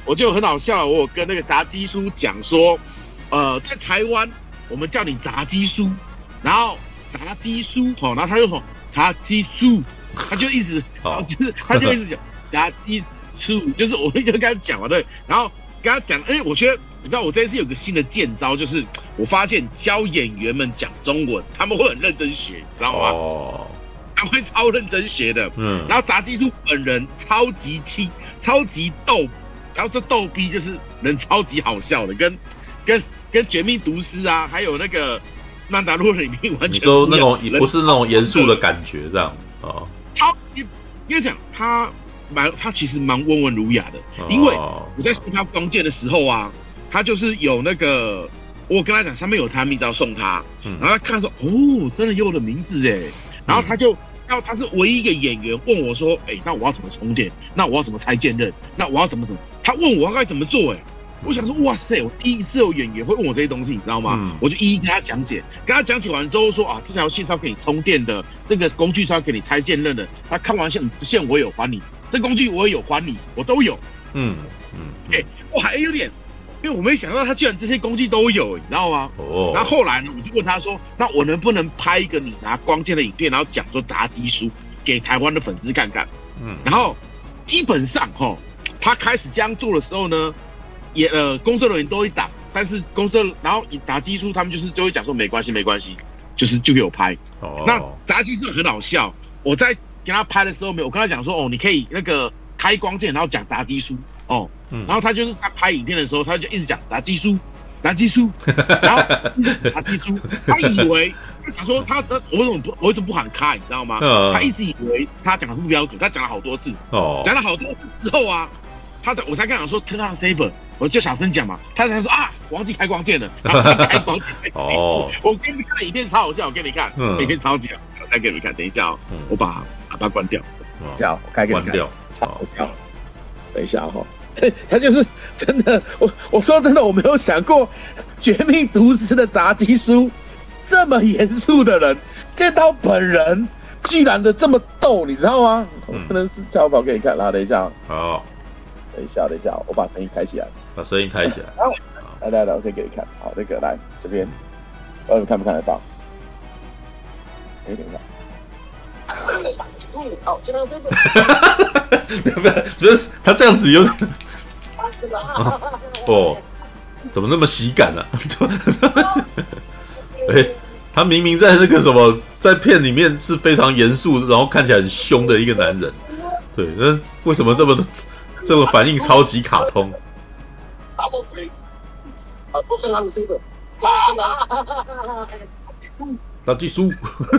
我就很好笑，我有跟那个炸鸡叔讲说，呃，在台湾我们叫你炸鸡叔，然后炸鸡叔，哦，然后他就说炸鸡叔，他就一直，哦、就是他就一直讲炸鸡叔，就是我就跟他讲嘛，对，然后跟他讲，哎，我觉得你知道我这次有个新的剑招，就是我发现教演员们讲中文，他们会很认真学，你知道吗？哦。他会超认真学的，嗯，然后炸鸡叔本人超级轻、超级逗，然后这逗逼就是人超级好笑的，跟跟跟绝命毒师啊，还有那个曼达洛人里面完全你说那种不是那种严肃的感觉这样哦， 超你跟你讲他蛮他其实蛮温文儒雅的，哦、因为我在送他光剑的时候啊，他就是有那个我跟他讲上面有他秘招送他，嗯、然后他看说哦，真的有我的名字哎。然后他就，然后他是唯一一个演员问我说：“哎、欸，那我要怎么充电？那我要怎么拆剑刃？那我要怎么怎么？”他问我该怎么做、欸？哎，我想说，哇塞，我第一次有演员会问我这些东西，你知道吗？嗯、我就一一跟他讲解，跟他讲解完之后说：“啊，这条线是要给你充电的，这个工具是要给你拆剑刃的。”他看完线，线我也有还你，这工具我也有还你，我都有。嗯嗯，哎、欸，我还有点。因为我没想到他居然这些工具都有，你知道吗？哦。然后后来呢，我就问他说：“那我能不能拍一个你拿光剑的影片，然后讲说炸鸡书给台湾的粉丝看看？”嗯。然后基本上哈，他开始这样做的时候呢，也呃工作人员都会挡，但是工作然后炸鸡书他们就是就会讲说没关系没关系，就是就给我拍。哦。那炸鸡书很好笑，我在跟他拍的时候没有，我跟他讲说哦，你可以那个开光剑，然后讲炸鸡书哦。嗯、然后他就是他拍影片的时候，他就一直讲炸鸡叔，炸鸡叔，然后炸鸡叔，他以为他想说他我为什么不我为什么不喊卡，你知道吗？嗯、他一直以为他讲的不标准，他讲了好多次，哦，讲了好多次之后啊，他的我才跟他讲说 turn on saber， 我就小声讲嘛，他才说啊，忘记开光剑了，然后开光剑。哦，我给你看影片超好笑，我给你看，嗯、影片超级好，我再给你们看，等一下哦，嗯、我把喇叭关掉，等一下我开给你看，关掉，超好笑，等一下哈、哦。他就是真的，我我说真的，我没有想过《绝命毒师》的炸鸡叔这么严肃的人，见到本人居然的这么逗，你知道吗？我可能是小宝给你看，然后等一下，好，等一下，等一下，我把声音开起来， 把声音开起来， 好，来来来，我先给你看，好，这个来这边，不知道你看不看得到？哎，等一下。 哦，就到这个。不是，就是他这样子有点。哦，怎么那么喜感呢、啊？哎、欸，他明明在那个什么，在片里面是非常严肃，然后看起来很凶的一个男人。对，那为什么这么这么反应超级卡通？打技术，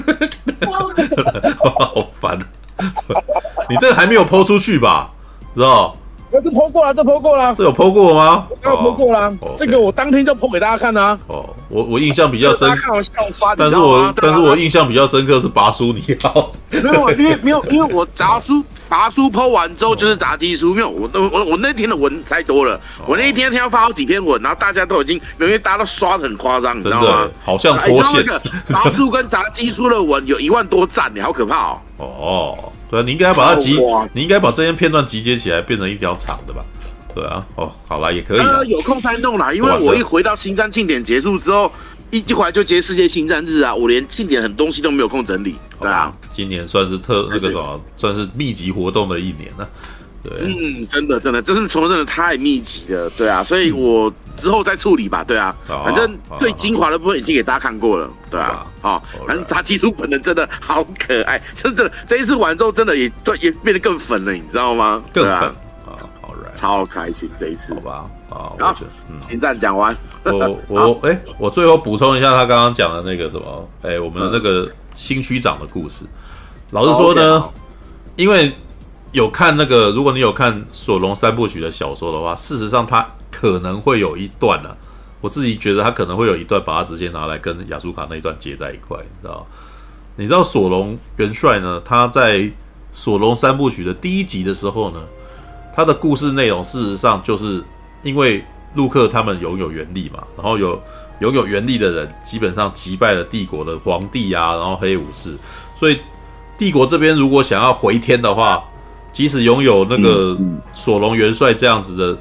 好烦！你这个还没有抛出去吧？知道？ 这 po 过了，这 po 过了， 这有 po 过吗？ 这有 po 过了，哦、这个我当天就 po 给大家看啊。 哦，我我印象比较深， 大家看我笑翻， 但是我但是我印象比较深刻是拔叔你好， 没有，因为没有，因为我炸叔拔叔 po 完之后就是炸鸡叔，没有我我我那天的文太多了，哦、我那一天天要发好几篇文，然后大家都已经，因为大家都刷得很夸张，你知道吗？ 好像脱线。 那个拔叔跟炸鸡叔的文有一万多赞，你好可怕哦。 哦，对啊，你应该把它集，你应该把这些片段集结起来，变成一条长的吧？对啊，哦，好啦，也可以啦。呃，有空再弄啦，因为我一回到星战庆典结束之后，一一回来就接世界星战日啊，我连庆典很多东西都没有空整理。对啊， 今年算是特那个什么，算是密集活动的一年了。对， 嗯，真的真的，这是从真的太密集了，对啊，所以我之后再处理吧，对啊，嗯、反正最精华的部分已经给大家看过了，对啊，哦，反正炸鸡叔本人真的好可爱，真的这一次完之后，真的也对也变得更粉了，你知道吗？ 更粉。 超开心这一次， 好吧？啊， 好，嗯，星战讲完， 我我哎、欸，我最后补充一下他刚刚讲的那个什么，哎、欸，我们的那个新区长的故事。老实说呢， okay, 因为有看那个，如果你有看索隆三部曲的小说的话，事实上他可能会有一段啊，我自己觉得他可能会有一段把它直接拿来跟亚苏卡那一段接在一块，你知道？你知道索隆元帅呢？他在索隆三部曲的第一集的时候呢？他的故事内容事实上就是因为陆克他们拥有原力嘛，然后有拥有原力的人基本上击败了帝国的皇帝啊，然后黑武士，所以帝国这边如果想要回天的话，即使拥有那个索隆元帅这样子的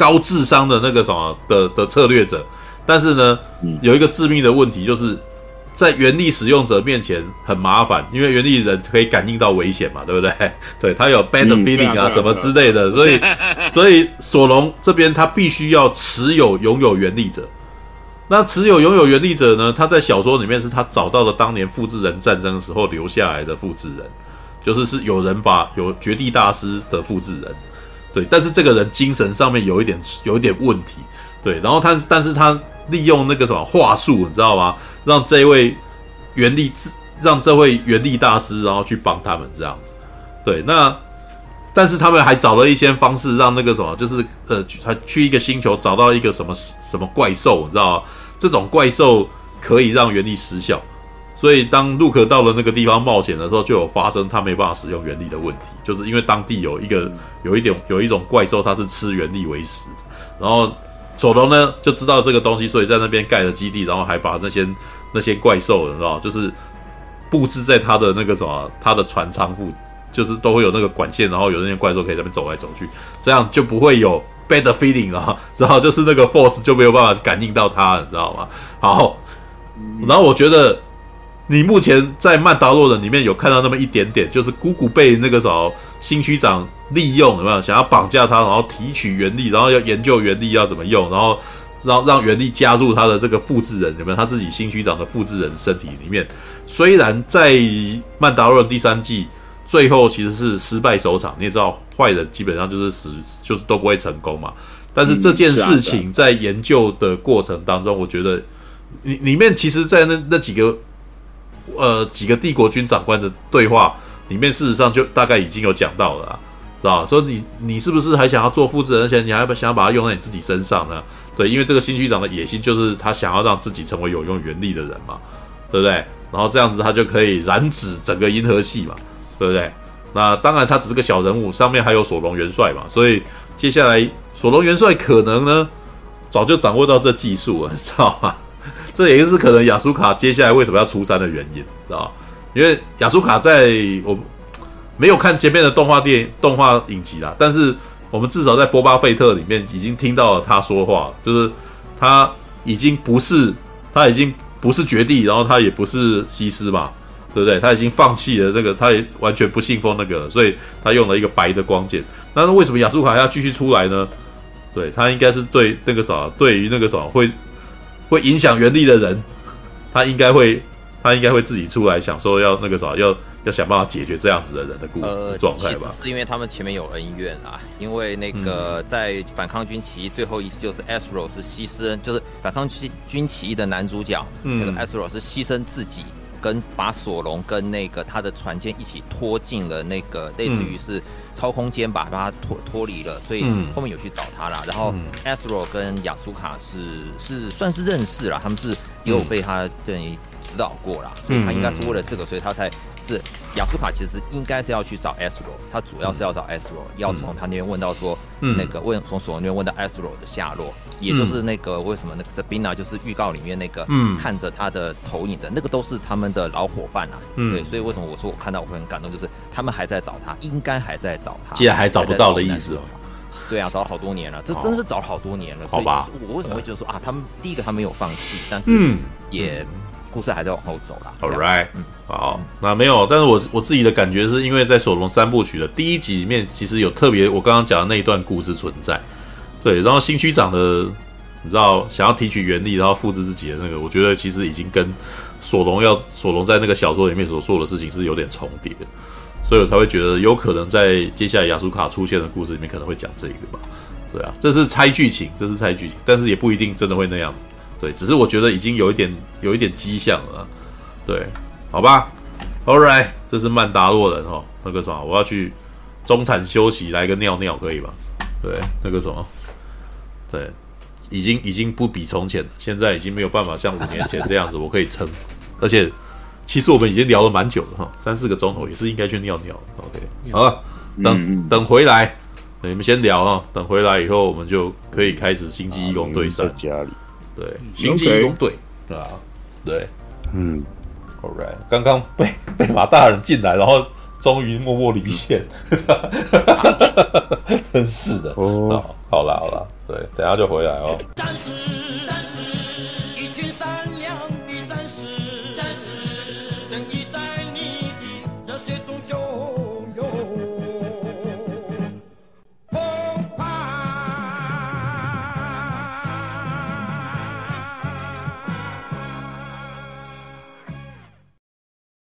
高智商的那个什么的的策略者，但是呢，有一个致命的问题，就是在原力使用者面前很麻烦，因为原力人可以感应到危险嘛，对不对？对，他有 bad feeling 啊、嗯、什么之类的，所以所以索隆这边他必须要持有拥有原力者。那持有拥有原力者呢，他在小说里面是他找到了当年复制人战争的时候留下来的复制人，就是是有人把有绝地大师的复制人，对，但是这个人精神上面有一点有一点问题，对，然后他但是他利用那个什么话术，你知道吗？让这位原力让这位原力大师然后去帮他们这样子，对，那但是他们还找了一些方式让那个什么，就是呃，他去一个星球找到一个什么什么怪兽，你知道吗？这种怪兽可以让原力失效，所以当路克到了那个地方冒险的时候，就有发生他没办法使用原力的问题，就是因为当地有一个有一点有一种怪兽，它是吃原力为食，然后索隆呢就知道这个东西，所以在那边盖了基地，然后还把那些那些怪兽，你知道，就是布置在他的那个什么他的船舱附，就是都会有那个管线，然后有那些怪兽可以在那边走来走去，这样就不会有 bad feeling 啊，然后就是那个 force 就没有办法感应到他，你知道吗？好，然后我觉得你目前在曼达洛人里面有看到那么一点点，就是姑姑被那个什么新区长利用，有没有想要绑架他，然后提取原力，然后要研究原力要怎么用，然后让让原力加入他的这个复制人，有没有他自己新区长的复制人身体里面？虽然在曼达洛人第三季最后其实是失败收场，你也知道坏人基本上就是死，就是都不会成功嘛。但是这件事情在研究的过程当中，我觉得里里面其实，在那那几个呃几个帝国军长官的对话里面，事实上就大概已经有讲到了啦，知道吧？说你你是不是还想要做复制人，而且你还想要把它用在你自己身上呢？对，因为这个新区长的野心就是他想要让自己成为有用原力的人嘛，对不对？然后这样子他就可以染指整个银河系嘛。对不对？那当然，他只是个小人物，上面还有索隆元帅嘛，所以接下来索隆元帅可能呢，早就掌握到这技术了，你知道吗？这也是可能亚苏卡接下来为什么要出山的原因，知道吗？因为亚苏卡在我没有看前面的动画电影、动画影集啦，但是我们至少在波巴费特里面已经听到了他说话，就是他已经不是他已经不是绝地，然后他也不是西斯嘛。对不对？他已经放弃了这个，他也完全不信奉那个，所以他用了一个白的光剑。那为什么亚苏卡要继续出来呢？对，他应该是对那个啥，对于那个啥会会影响原力的人，他应该会他应该会自己出来想说要那个啥，要要想办法解决这样子的人的故状态吧。 其实是因为他们前面有恩怨啊，因为那个在反抗军起义最后一次就是 Ezro 是牺牲，就是反抗军起义的男主角，嗯、这个 Ezro 是牺牲自己。跟把索隆跟那个他的船舰一起拖进了那个类似于是超空间吧，把他脱脱离了，所以后面有去找他啦。然后 Ezro 跟亚苏卡是是算是认识啦，他们是也有被他等于指导过啦，所以他应该是为了这个，所以他才是亚苏卡其实应该是要去找 Ezro， 他主要是要找 Ezro， 要从他那边问到说、嗯、那个问从索隆那边问到 Ezro 的下落。也就是那个为什么那个 Sabina 就是预告里面那个看着他的投影的、嗯、那个都是他们的老伙伴啊，嗯、对，所以为什么我说我看到我会很感动，就是他们还在找他，应该还在找他， 既然还找不到的意思哦。 对啊，找了好多年了，这真的是找了好多年了。 好吧， 所以我为什么会觉得说啊，他们第一个他没有放弃，但是也、嗯、故事还在往后走啦。 All right，、嗯、好，那没有，但是我我自己的感觉是因为在索隆三部曲的第一集里面，其实有特别我刚刚讲的那一段故事存在。对，然后新区长的，你知道想要提取原力，然后复制自己的那个，我觉得其实已经跟索隆要索隆在那个小说里面所做的事情是有点重叠的，所以我才会觉得有可能在接下来亚苏卡出现的故事里面可能会讲这个吧。对啊，这是猜剧情，这是猜剧情，但是也不一定真的会那样子。对，只是我觉得已经有一点有一点迹象了。对，好吧 ，All right， 这是曼达洛人哦，那个什么，我要去中产休息，来个尿尿可以吧？对，那个什么。对，已经已经不比从前了，现在已经没有办法像五年前这样子，我可以撑。而且，其实我们已经聊了蛮久了哈，三四个钟头，也是应该去尿尿。OK， 好了，等、嗯、等回来，你们先聊啊。等回来以后，我们就可以开始星际义工对战。在家里， 对，星际义工队啊，对，嗯 ，All right， 刚刚被被马大人进来，然后终于默默离线，真是的。哦，好啦好啦。 对，等下就回来哦。